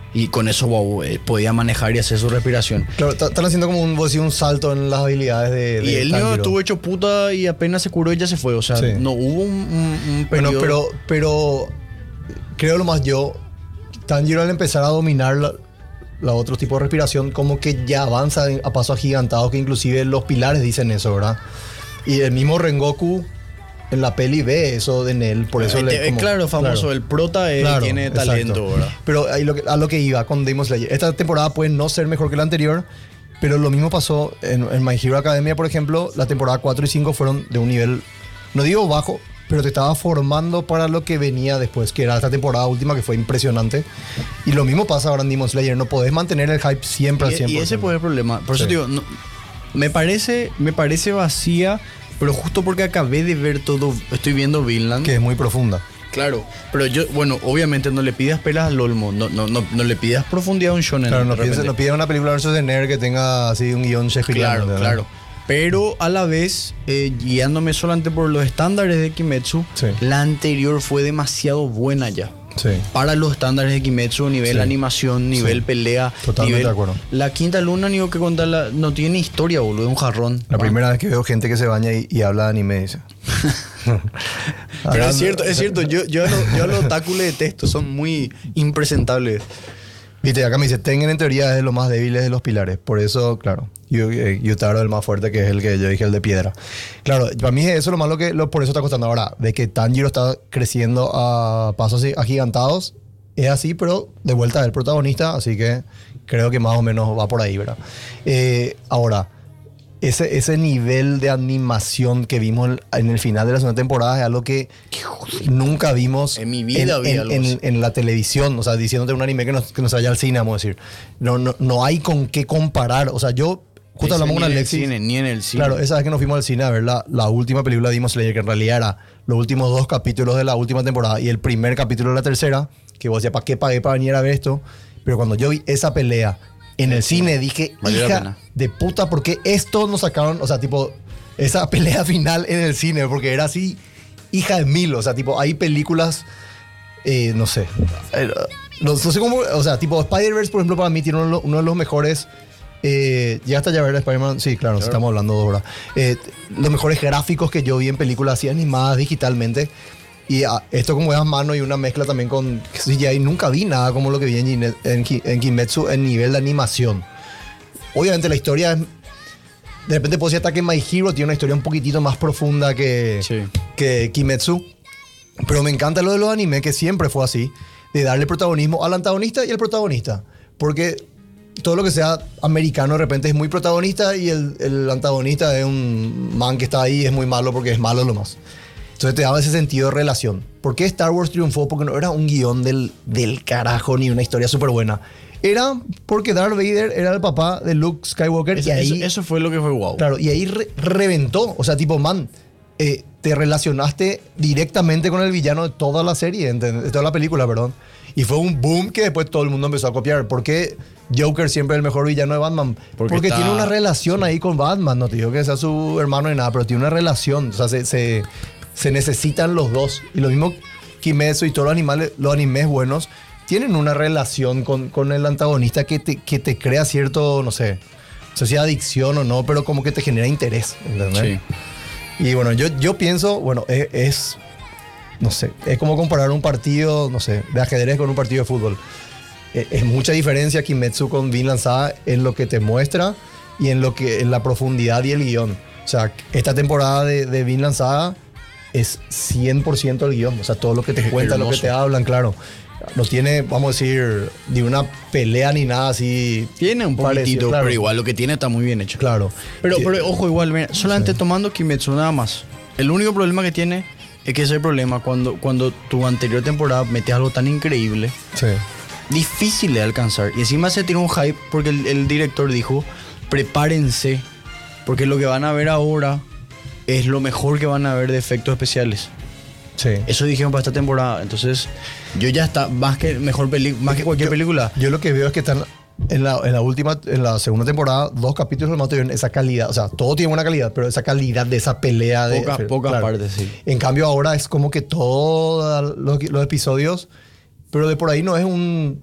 Y con eso, wow, eh, podía manejar y hacer su respiración. Claro, t- están haciendo como un, vos decís, un salto en las habilidades de, de Y el niño Tanjiro. estuvo hecho puta y apenas se curó y ya se fue. O sea, Sí. no hubo un, un, un Bueno, periodo... pero, pero creo lo más yo, Tanjiro al empezar a dominar la, la otro tipo de respiración, como que ya avanza a pasos agigantados, que inclusive los pilares dicen eso, ¿verdad? Y el mismo Rengoku en la peli ve eso en él, por eso Eh, le... eh, como- claro, famoso, el prota eh, Claro, tiene exacto. talento, ¿verdad? Pero ahí lo que- a lo que iba con Demon Slayer. Esta temporada puede no ser mejor que la anterior, pero lo mismo pasó en, en My Hero Academia, por ejemplo. La temporada cuatro y cinco fueron de un nivel, no digo bajo, pero te estaba formando para lo que venía después, que era esta temporada última, que fue impresionante. Y lo mismo pasa ahora en Demon Slayer. No podés mantener el hype siempre al Y, cien por ciento. y ese fue el problema. Por eso Sí. te digo, no- me parece, me parece vacía, pero justo porque acabé de ver todo, estoy viendo Vinland. Que es muy profunda. Claro, pero yo, bueno, obviamente no le pidas pelas al Olmo, no, no, no, no le pidas profundidad a un shonen. Claro, de no repente. pienses, no pides una película versus de Nerd que tenga así un guión shakespeariano. Claro, ¿verdad? claro. Pero a la vez, eh, guiándome solamente por los estándares de Kimetsu, Sí. la anterior fue demasiado buena ya. Sí. Para los estándares de Kimetsu, nivel Sí. animación, nivel Sí. pelea. Totalmente nivel- de acuerdo. La quinta luna, ni que contarla, no tiene historia, boludo, es un jarrón. La primera vez que veo gente que se baña y, y habla de anime, dice. Pero es cierto, es cierto, yo, yo, a los- yo a los otaku le detesto, son muy impresentables. Viste, acá me dice, Tengen en teoría es de los más débiles de los pilares. Por eso, claro, Yu- eh, Yutaro es el más fuerte, que es el que yo dije, el de piedra. Claro, para mí eso es lo malo que lo, por eso está costando ahora. De que Tanjiro está creciendo a pasos así- agigantados. Es así, pero de vuelta del protagonista. Así que creo que más o menos va por ahí, ¿verdad? Eh, ahora, ese, ese nivel de animación que vimos en, en el final de la segunda temporada es algo que nunca vimos En mi vida en, vi en- algo en- así. en la televisión, o sea, diciéndote un anime que nos, que nos vaya al cine, vamos a decir. No, no, no hay con qué comparar. O sea, yo, justo Ese hablamos con ni en el Alexis. cine, ni en el cine. Claro, esa vez que nos fuimos al cine a ver la, la última película de Demon Slayer, que en realidad era los últimos dos capítulos de la última temporada y el primer capítulo de la tercera, que vos decías, ¿para qué pagué para venir a ver esto? Pero cuando yo vi esa pelea en el cine, dije, Valió la hija pena. de puta, ¿por qué esto nos sacaron? O sea, tipo, esa pelea final en el cine, porque era así, hija de mil. O sea, tipo, hay películas, eh, no sé, eh, no, no sé cómo, o sea, tipo, Spider-Verse, por ejemplo, para mí tiene uno, de los- uno de los mejores. Eh, ¿Llegaste ya a ver Spider-Man? Sí, claro, estamos hablando de ahora. Eh, los mejores gráficos que yo vi en películas así animadas digitalmente. Y ah, esto como es a mano y una mezcla también con C G I. Nunca vi nada como lo que vi en, Gine- en, Ki- en Kimetsu en nivel de animación. Obviamente la historia es... De repente puedo decir hasta que My Hero tiene una historia un poquitito más profunda que, Sí. que Kimetsu. Pero me encanta lo de los animes, que siempre fue así. De darle protagonismo al antagonista y al protagonista. Porque todo lo que sea americano de repente es muy protagonista y el, el antagonista es un man que está ahí y es muy malo porque es malo lo más. Entonces te daba ese sentido de relación. ¿Por qué Star Wars triunfó? Porque no era un guión del, del carajo ni una historia súper buena. Era porque Darth Vader era el papá de Luke Skywalker. Eso, y ahí, eso- eso fue lo que fue wow. claro, y ahí re- reventó. O sea, tipo, man, eh, te relacionaste directamente con el villano de toda la serie, ¿entendés? De toda la película, perdón. Y fue un boom que después todo el mundo empezó a copiar. ¿Por qué Joker siempre es el mejor villano de Batman? Porque Porque, está- tiene una relación ahí con Batman. No te digo que sea su hermano ni nada, pero tiene una relación. O sea, se, se, se necesitan los dos. Y lo mismo Kimetsu y todos los animales, los animes buenos, tienen una relación con, con el antagonista que te, que te crea cierto, no sé, no sé si adicción o no, pero como que te genera interés. ¿Entendés? Sí. Y bueno, yo, yo pienso, bueno, es, es, no sé, es como comparar un partido, no sé, de ajedrez con un partido de fútbol. Es, es mucha diferencia Kimetsu con Vinland Saga en lo que te muestra y en lo que en la profundidad y el guión. O sea, esta temporada de, de Vinland Saga es cien por ciento el guión. O sea, todo lo que te cuentan, lo que Hermoso. te hablan, claro. No tiene, vamos a decir, ni una pelea ni nada así. Tiene un parecido, poquitito, claro. pero igual lo que tiene está muy bien hecho. Claro. Pero, Sí. pero ojo, igual, mira, solamente tomando Kimetsu nada más. El único problema que tiene es que ese es el problema cuando, cuando tu anterior temporada metes algo tan increíble, Sí. difícil de alcanzar. Y encima se tiró un hype porque el, el director dijo, prepárense, porque lo que van a ver ahora es lo mejor que van a ver de efectos especiales. Sí. Eso dijeron para esta temporada. Entonces, yo ya está, más que mejor peli más que cualquier Yo- película. Yo lo que veo es que están en la, en la última, en la segunda temporada, dos capítulos más tuvieron esa calidad. O sea, todo tiene buena calidad, pero esa calidad de esa pelea de. Pocas, pocas claro. partes, sí. En cambio, ahora es como que todos los, los episodios, pero de por ahí no es un.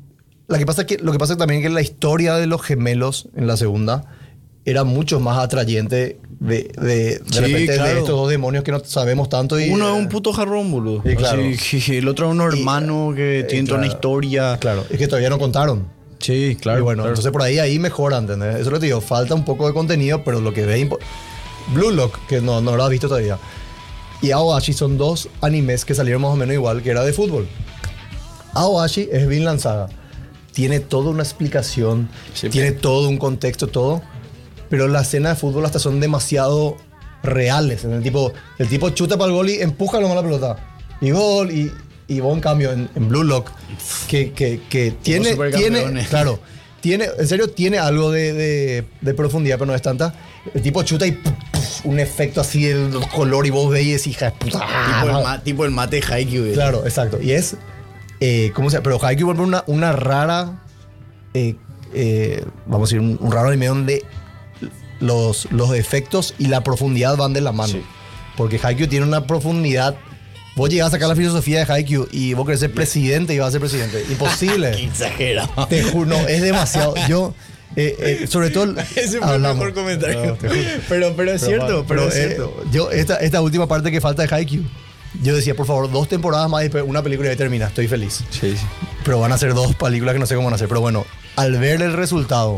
lo que pasa es que, lo que pasa también es que la historia de los gemelos en la segunda era mucho más atrayente de, de, de Sí, repente claro. de estos dos demonios que no sabemos tanto. Y, Uno es un puto jarrón, boludo. Sí, claro. Así, el otro es un hermano que eh, tiene toda una claro. historia. Claro, es que todavía no contaron. Sí, claro. Y bueno, claro. entonces por ahí ahí mejora, ¿entendés? Eso es lo que te digo, falta un poco de contenido, pero lo que ve... impo- Blue Lock, que no, no lo has visto todavía, y Aoashi son dos animes que salieron más o menos igual, que era de fútbol. Aoashi es Vinland Saga. Tiene toda una explicación, Sí, tiene todo un contexto, todo, pero las escenas de fútbol hasta son demasiado reales. El tipo, el tipo chuta para el gol y empuja nomás la pelota. Y gol, y, y vos en cambio en, en Blue Lock, que, que, que tiene, tiene, supercampeones. claro, tiene, en serio tiene algo de, de, de profundidad, pero no es tanta. El tipo chuta y puf, puf, un efecto así de color y vos veis, hija de puta. Tipo, el ma- tipo el mate de Haikyuu. ¿eh? Claro, exacto. Y es, eh, ¿cómo se llama? Pero Haikyuu vuelve una, una rara, eh, eh, vamos a decir, un, un raro anime donde los, los efectos y la profundidad van de la mano. Sí. Porque Haikyuu tiene una profundidad. Vos llegás a sacar la filosofía de Haikyuu y vos querés ser presidente y vas a ser presidente. Imposible. Qué exagerado. Te juro, no, es demasiado. Yo, eh, eh, sobre todo. Ese fue hablamos. el mejor comentario. No, te juro. pero, pero es cierto, pero, pero, es eh, cierto. yo, esta, esta última parte que falta de Haikyuu, yo decía, por favor, dos temporadas más y después una película y termina. Estoy feliz. Sí, sí. Pero van a ser dos películas que no sé cómo van a ser. Pero bueno, al ver el resultado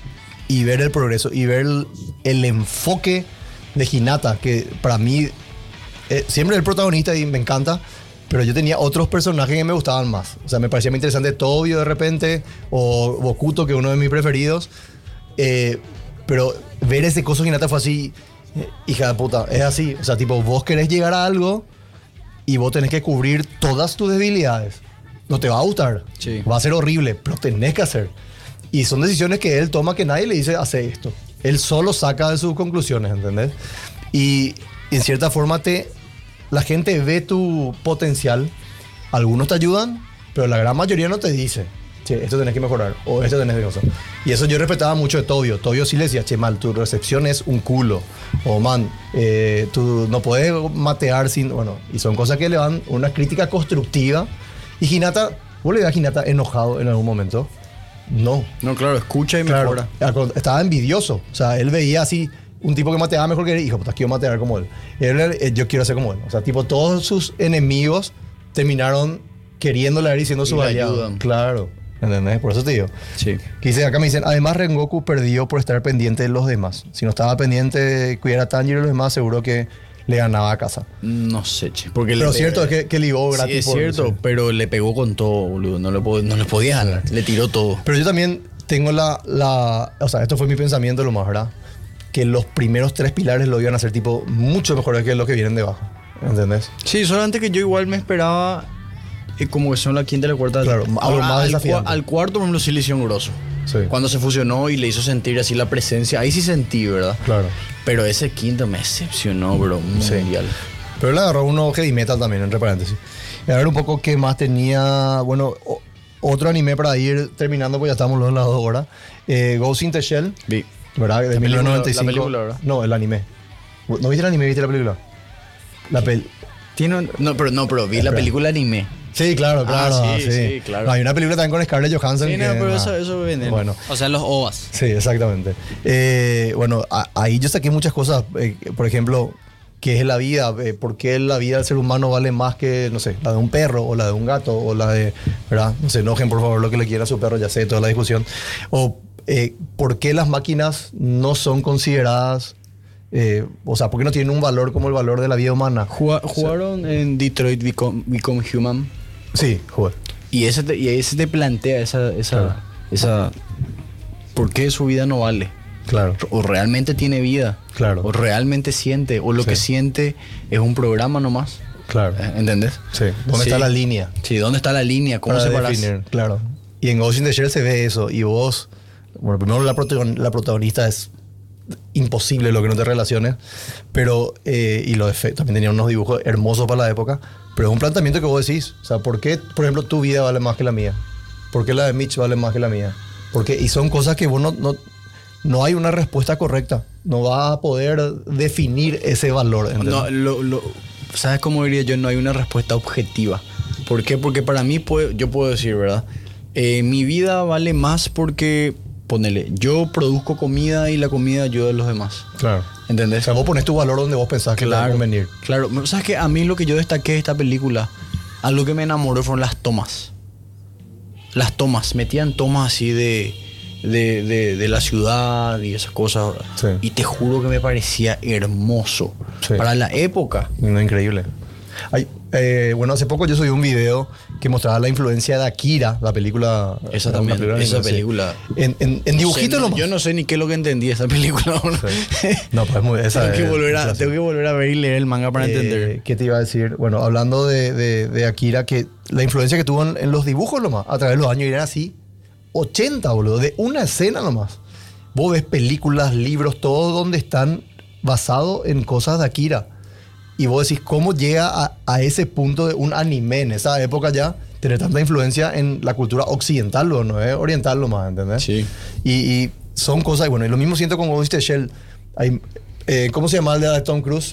y ver el progreso y ver el, el enfoque de Hinata, que para mí eh, siempre es el protagonista y me encanta, pero yo tenía otros personajes que me gustaban más. O sea, me parecía muy interesante Tobio de repente, o Bokuto, que es uno de mis preferidos. Eh, pero ver ese coso de Hinata fue así, eh, hija de puta, es así. O sea, tipo, vos querés llegar a algo y vos tenés que cubrir todas tus debilidades. No te va a gustar. Sí. Va a ser horrible, pero tenés que hacer. Y son decisiones que él toma que nadie le dice, hace esto. Él solo saca de sus conclusiones, ¿entendés? Y en cierta forma te, la gente ve tu potencial. Algunos te ayudan, pero la gran mayoría no te dice, che, esto tenés que mejorar, o esto tenés que hacer. Y eso yo respetaba mucho de Tobio. Tobio sí le decía, che, mal, tu recepción es un culo. O man, eh, tú no puedes matear sin... Bueno, y son cosas que le dan una crítica constructiva. Y Hinata, ¿vos le ves a Hinata enojado en algún momento? No. No, claro, escucha y Claro, mejora. estaba envidioso. O sea, él veía así un tipo que mateaba mejor que él. Hijo, puta, quiero matear como él. él, él yo quiero ser como él. O sea, tipo, todos sus enemigos terminaron queriéndole a él y siendo Y su le aliado. ayudan. Claro. ¿Entendés? Por eso te digo. Sí. Que dice, acá me dicen, además Rengoku perdió por estar pendiente de los demás. Si no estaba pendiente de cuidar a Tanjiro y los demás, seguro que le ganaba a casa. No sé, che. Porque Pero le cierto es que, que ligó Sí, gratis. es por- cierto, sí. pero le pegó con todo, boludo. No le, po- no le podía ganar. Le tiró todo. Pero yo también tengo la, la... O sea, esto fue mi pensamiento lo más, ¿verdad? Que los primeros tres pilares lo iban a hacer tipo mucho mejores que los que vienen debajo. ¿Entendés? Sí, solamente que yo igual me esperaba eh, como que son la quinta y la cuarta. Claro, algo Ahora, más al, desafiante. cua- al cuarto, por ejemplo, sí le hicieron grosso. Sí. Cuando se fusionó y le hizo sentir así la presencia, ahí sí sentí, ¿verdad? Claro. Pero ese quinto me decepcionó, bro. Mundial. Pero le agarró uno heavy metal también, entre paréntesis. Y a ver un poco qué más tenía. Bueno, o- otro anime para ir terminando, pues ya estamos en las dos horas. Eh, Ghost in the Shell, Vi. ¿verdad? De La mil novecientos noventa y cinco. película, la película, ¿verdad? No, el anime. ¿No viste el anime? ¿Viste la película? La pel Tiene un- no, pero no, pero vi la Espera. película anime. Sí, claro, Ah, claro. sí, sí, claro. No, hay una película también con Scarlett Johansson. Sí, no, que, pero ah, eso, eso viene. Bueno, O sea, los O V As. sí, exactamente. Eh, bueno, a- ahí yo saqué muchas cosas. eh, por ejemplo, ¿qué es la vida? Eh, ¿Por qué la vida del ser humano vale más que, no sé, la de un perro o la de un gato o la de, ¿verdad? No se enojen, por favor, lo que le quiera a su perro, ya sé, toda la discusión. O eh, ¿por qué las máquinas no son consideradas, eh, o sea, por qué no tienen un valor como el valor de la vida humana? Jua- ¿Jugaron en Detroit Become, Become Human? Sí, jugué. Y ese te, y ese te plantea esa, esa, Claro. esa. ¿Por qué su vida no vale? Claro. O realmente tiene vida. Claro. O realmente siente. O lo Sí. que siente es un programa nomás. Claro. Eh, ¿Entendés? Sí. ¿Dónde Sí. está la línea? Sí, ¿dónde está la línea? ¿Cómo Para separas? definir, claro. Y en Ghost in the Shell se ve eso. Y vos, bueno, primero la, protagon- la protagonista es imposible lo que no te relaciones. Pero, eh, y los efectos, también tenía unos dibujos hermosos para la época. Pero es un planteamiento que vos decís. O sea, ¿por qué, por ejemplo, tu vida vale más que la mía? ¿Por qué la de Mitch vale más que la mía? Porque, y son cosas que vos no, no, no hay una respuesta correcta. No vas a poder definir ese valor. ¿entendés? No, lo, lo- ¿sabes cómo diría yo? No hay una respuesta objetiva. ¿Por qué? Porque para mí, puedo- yo puedo decir, ¿verdad? Eh, mi vida vale más porque, ponele, yo produzco comida y la comida ayuda a los demás. Claro. ¿Entendés? O sea, vos pones tu valor donde vos pensás que te va a convenir. Claro. ¿Sabes qué? A mí lo que yo destaqué de esta película, algo que me enamoró fueron las tomas. Las tomas. Metían tomas así de, de, de, de la ciudad y esas cosas. Sí. Y te juro que me parecía hermoso. Sí. Para la época. No, increíble. Ay, eh, bueno, hace poco yo subí un video que mostraba la influencia de Akira, la película. Esa también, película esa sí. película. En, en, en dibujitos no sé, nomás. Yo no sé ni qué es lo que entendí de esa película. Sí. No, pues muy, esa tengo, que es volver a, clásica. tengo que volver a ver y leer el manga para Eh, entender. ¿Qué te iba a decir? Bueno, hablando de, de, de Akira, que la influencia que tuvo en, en los dibujos nomás, a través de los años, y era así, ochenta, boludo, de una escena nomás. Vos ves películas, libros, todo donde están basados en cosas de Akira. Y vos decís, ¿cómo llega a, a ese punto de un anime en esa época ya? Tener tanta influencia en la cultura occidental, ¿o no es oriental lo más, ¿entendés? Sí. Y, y son cosas, y bueno, y lo mismo siento con Ghost in the Shell. Hay, eh, ¿Cómo se llama el de Tom Cruise?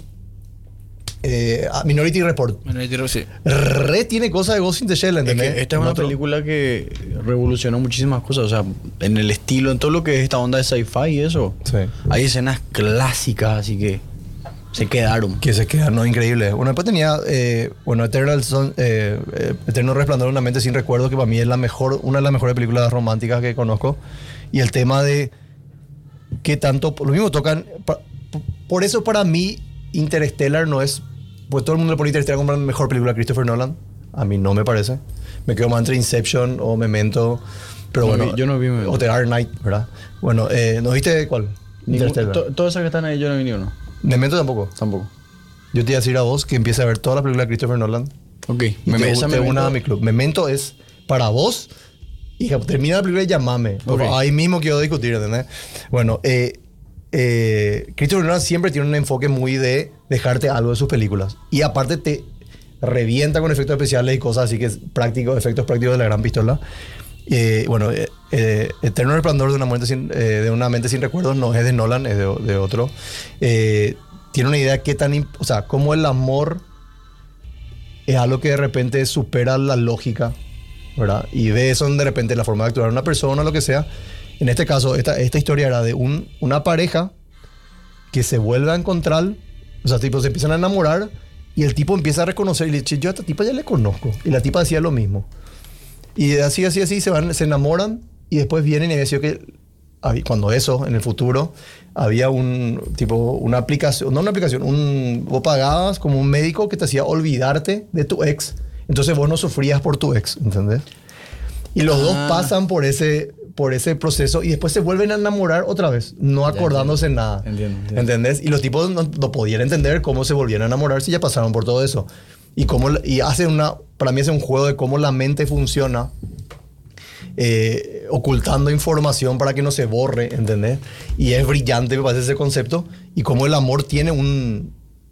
Eh, Minority Report. Minority Report, sí. Re tiene cosas de Ghost in the Shell, Es ¿entendés? que esta es una Otro- película que revolucionó muchísimas cosas, o sea, en el estilo, en todo lo que es esta onda de sci-fi y eso. Sí. Hay escenas clásicas, así que se quedaron. Que se quedan, no, increíble. Bueno, después tenía, eh, bueno, Eternal Son, eh, eh, Eterno Resplandor de una mente sin recuerdo, que para mí es la mejor, una de las mejores películas románticas que conozco. Y el tema de qué tanto, lo mismo tocan, pa- por eso para mí Interstellar no es, pues todo el mundo le pone Interstellar como la mejor película de Christopher Nolan. A mí no me parece. Me quedo más entre Inception o Memento. Pero No bueno, vi- yo no vi Memento. o The Dark Knight, ¿verdad? Bueno, eh, ¿no viste cuál? Ningún- Interstellar. to- todas esas que están ahí yo no vi ni uno. Memento tampoco. Tampoco. Yo te iba a decir a vos que empieces a ver toda la película de Christopher Nolan. Ok. Y Me, te, esa te me una a mi club. Memento es para vos. Hija, termina la película y llamame. Por Ok. favor, ahí mismo quiero discutir, ¿entendés? Bueno, eh, eh, Christopher Nolan siempre tiene un enfoque muy de dejarte algo de sus películas. Y aparte te revienta con efectos especiales y cosas así que es práctico, efectos prácticos de la gran pistola. Eh, bueno, eh, eh, Eterno Resplandor de una, mente sin, eh, de una mente sin recuerdos no es de Nolan, es de, de otro. Eh, tiene una idea qué tan, imp- o sea, cómo el amor es algo que de repente supera la lógica, ¿verdad? Y de eso de repente la forma de actuar de una persona, lo que sea. En este caso, esta, esta historia era de un, una pareja que se vuelve a encontrar, o sea, tipo, se empiezan a enamorar y el tipo empieza a reconocer y le dice, yo a esta tipa ya le conozco. Y la tipa decía lo mismo. Y así, así, así, se van, se enamoran y después vienen y decían que había- cuando eso, en el futuro, había un tipo, una aplicación, no una aplicación, un, vos pagabas como un médico que te hacía olvidarte de tu ex. Entonces vos no sufrías por tu ex, ¿entendés? Y los Ah. dos pasan por ese, por ese proceso y después se vuelven a enamorar otra vez, no acordándose nada. Entiendo, entiendo. ¿Entendés? Y los tipos no, no podían entender cómo se volvían a enamorar si ya pasaron por todo eso. Y, cómo, la- y hace una, para mí es un juego de cómo la mente funciona, eh, ocultando información para que no se borre, ¿entendés? Y es brillante, me parece ese concepto. Y cómo el amor tiene un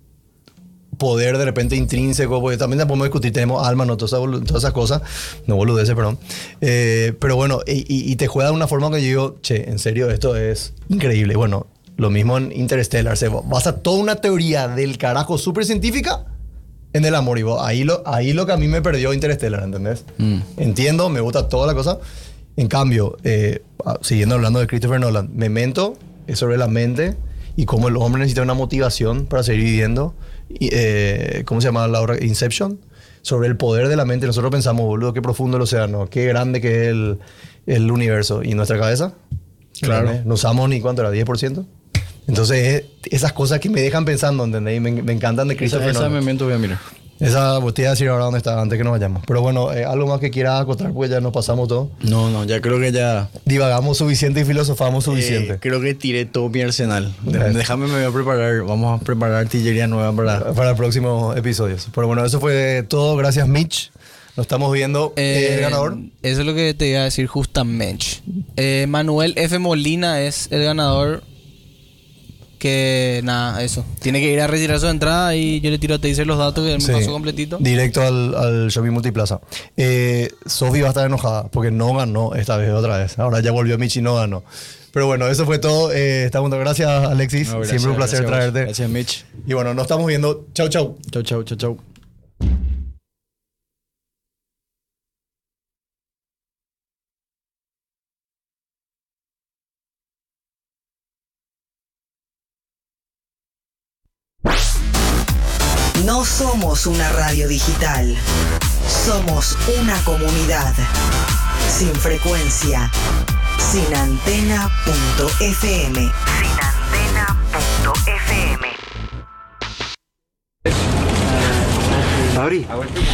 poder de repente intrínseco, porque también te podemos discutir, tenemos alma, no todas esas, bolu- todas esas cosas, no boludeces, perdón. Eh, pero bueno, y, y- y te juega de una forma que yo digo, che, en serio, esto es increíble. Bueno, lo mismo en Interstellar, se basa toda una teoría del carajo súper científica en el amor. Y vos, ahí, lo, ahí lo que a mí me perdió Interstellar, ¿entendés? Mm. Entiendo, me gusta toda la cosa. En cambio, eh, ah, siguiendo hablando de Christopher Nolan, Memento es sobre la mente y cómo el hombre necesita una motivación para seguir viviendo. Y, eh, ¿Cómo se llama la obra? Inception. Sobre el poder de la mente. Nosotros pensamos, boludo, qué profundo el océano, qué grande que es el, el universo. ¿Y nuestra cabeza? Claro. ¿Entendés? No usamos ni cuánto era, diez por ciento. Entonces, es- esas cosas que me dejan pensando, ¿entendés? Y me, me encantan de Esa, Christopher esa Nolan. Memento voy a mirar. Esa, vos te iba a decir ahora dónde está antes que nos vayamos. Pero bueno, eh, algo más que quieras acotar, pues ya nos pasamos todo. No, no, ya creo que ya... Divagamos suficiente y filosofamos suficiente. Eh, creo que tiré todo mi arsenal. De- Eh. Déjame, me voy a preparar. Vamos a preparar artillería nueva para... Para próximos episodios. Pero bueno, eso fue todo. Gracias, Mitch. Nos estamos viendo. Eh, el ganador. Eso es lo que te iba a decir justamente. Eh, Manuel F. Molina es el ganador. Que nada, eso. Tiene que ir a retirar su entrada y yo le tiro a Taser los datos que él me Sí. pasó completito. Directo al, al Shopping Multiplaza. Eh, Sofi va a estar enojada porque no ganó esta vez otra vez. Ahora ya volvió Mitch y no ganó. Pero bueno, eso fue todo. Eh, estamos gracias, Alexis. No, gracias, Siempre un placer gracias a vos. traerte. Gracias, Mitch. Y bueno, nos estamos viendo. Chau, chau. Chau, chau, chau, chau. No somos una radio digital. Somos una comunidad. Sin frecuencia. Sin antena punto f m. Sin antena punto f m. Abrí.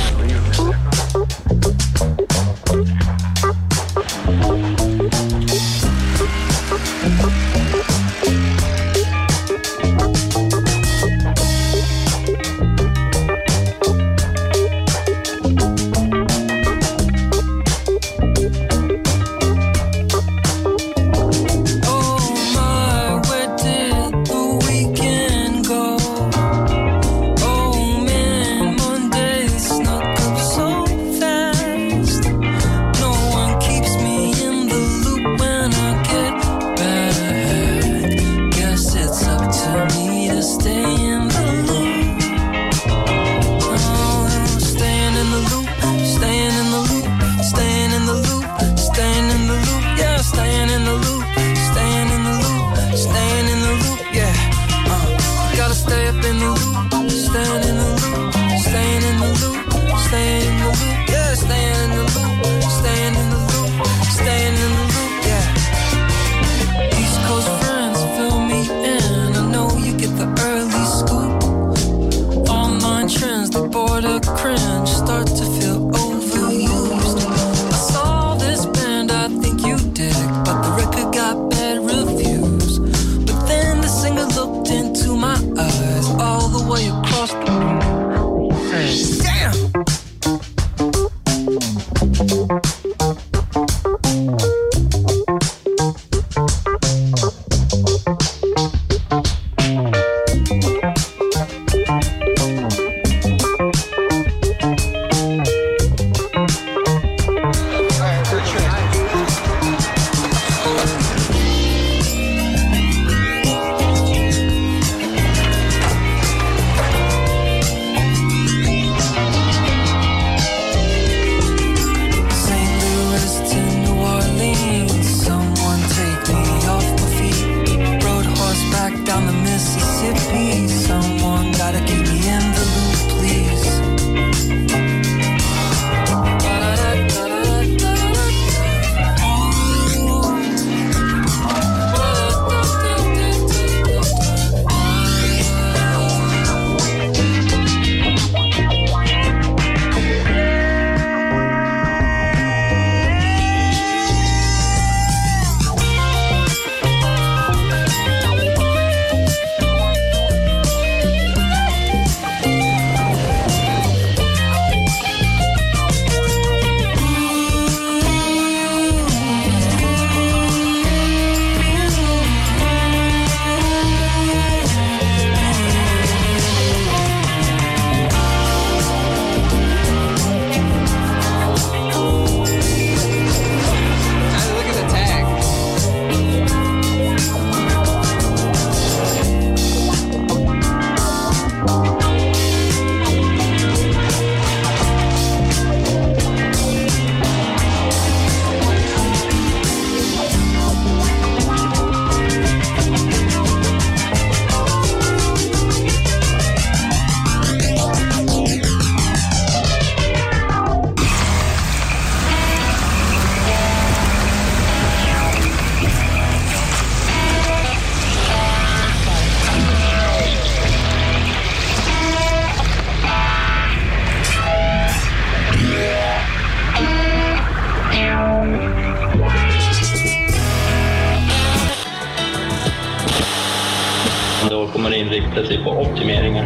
kommer inrikta sig på optimeringen.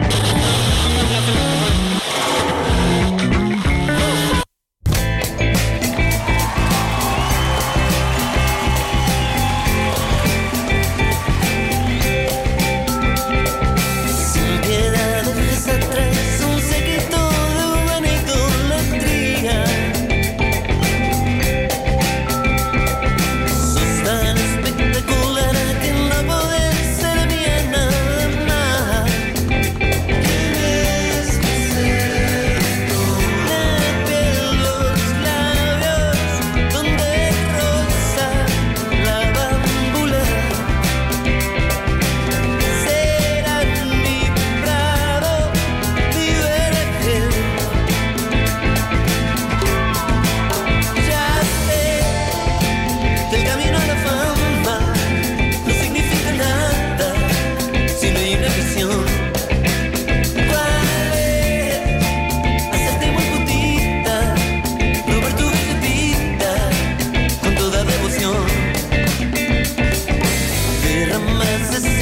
necessary.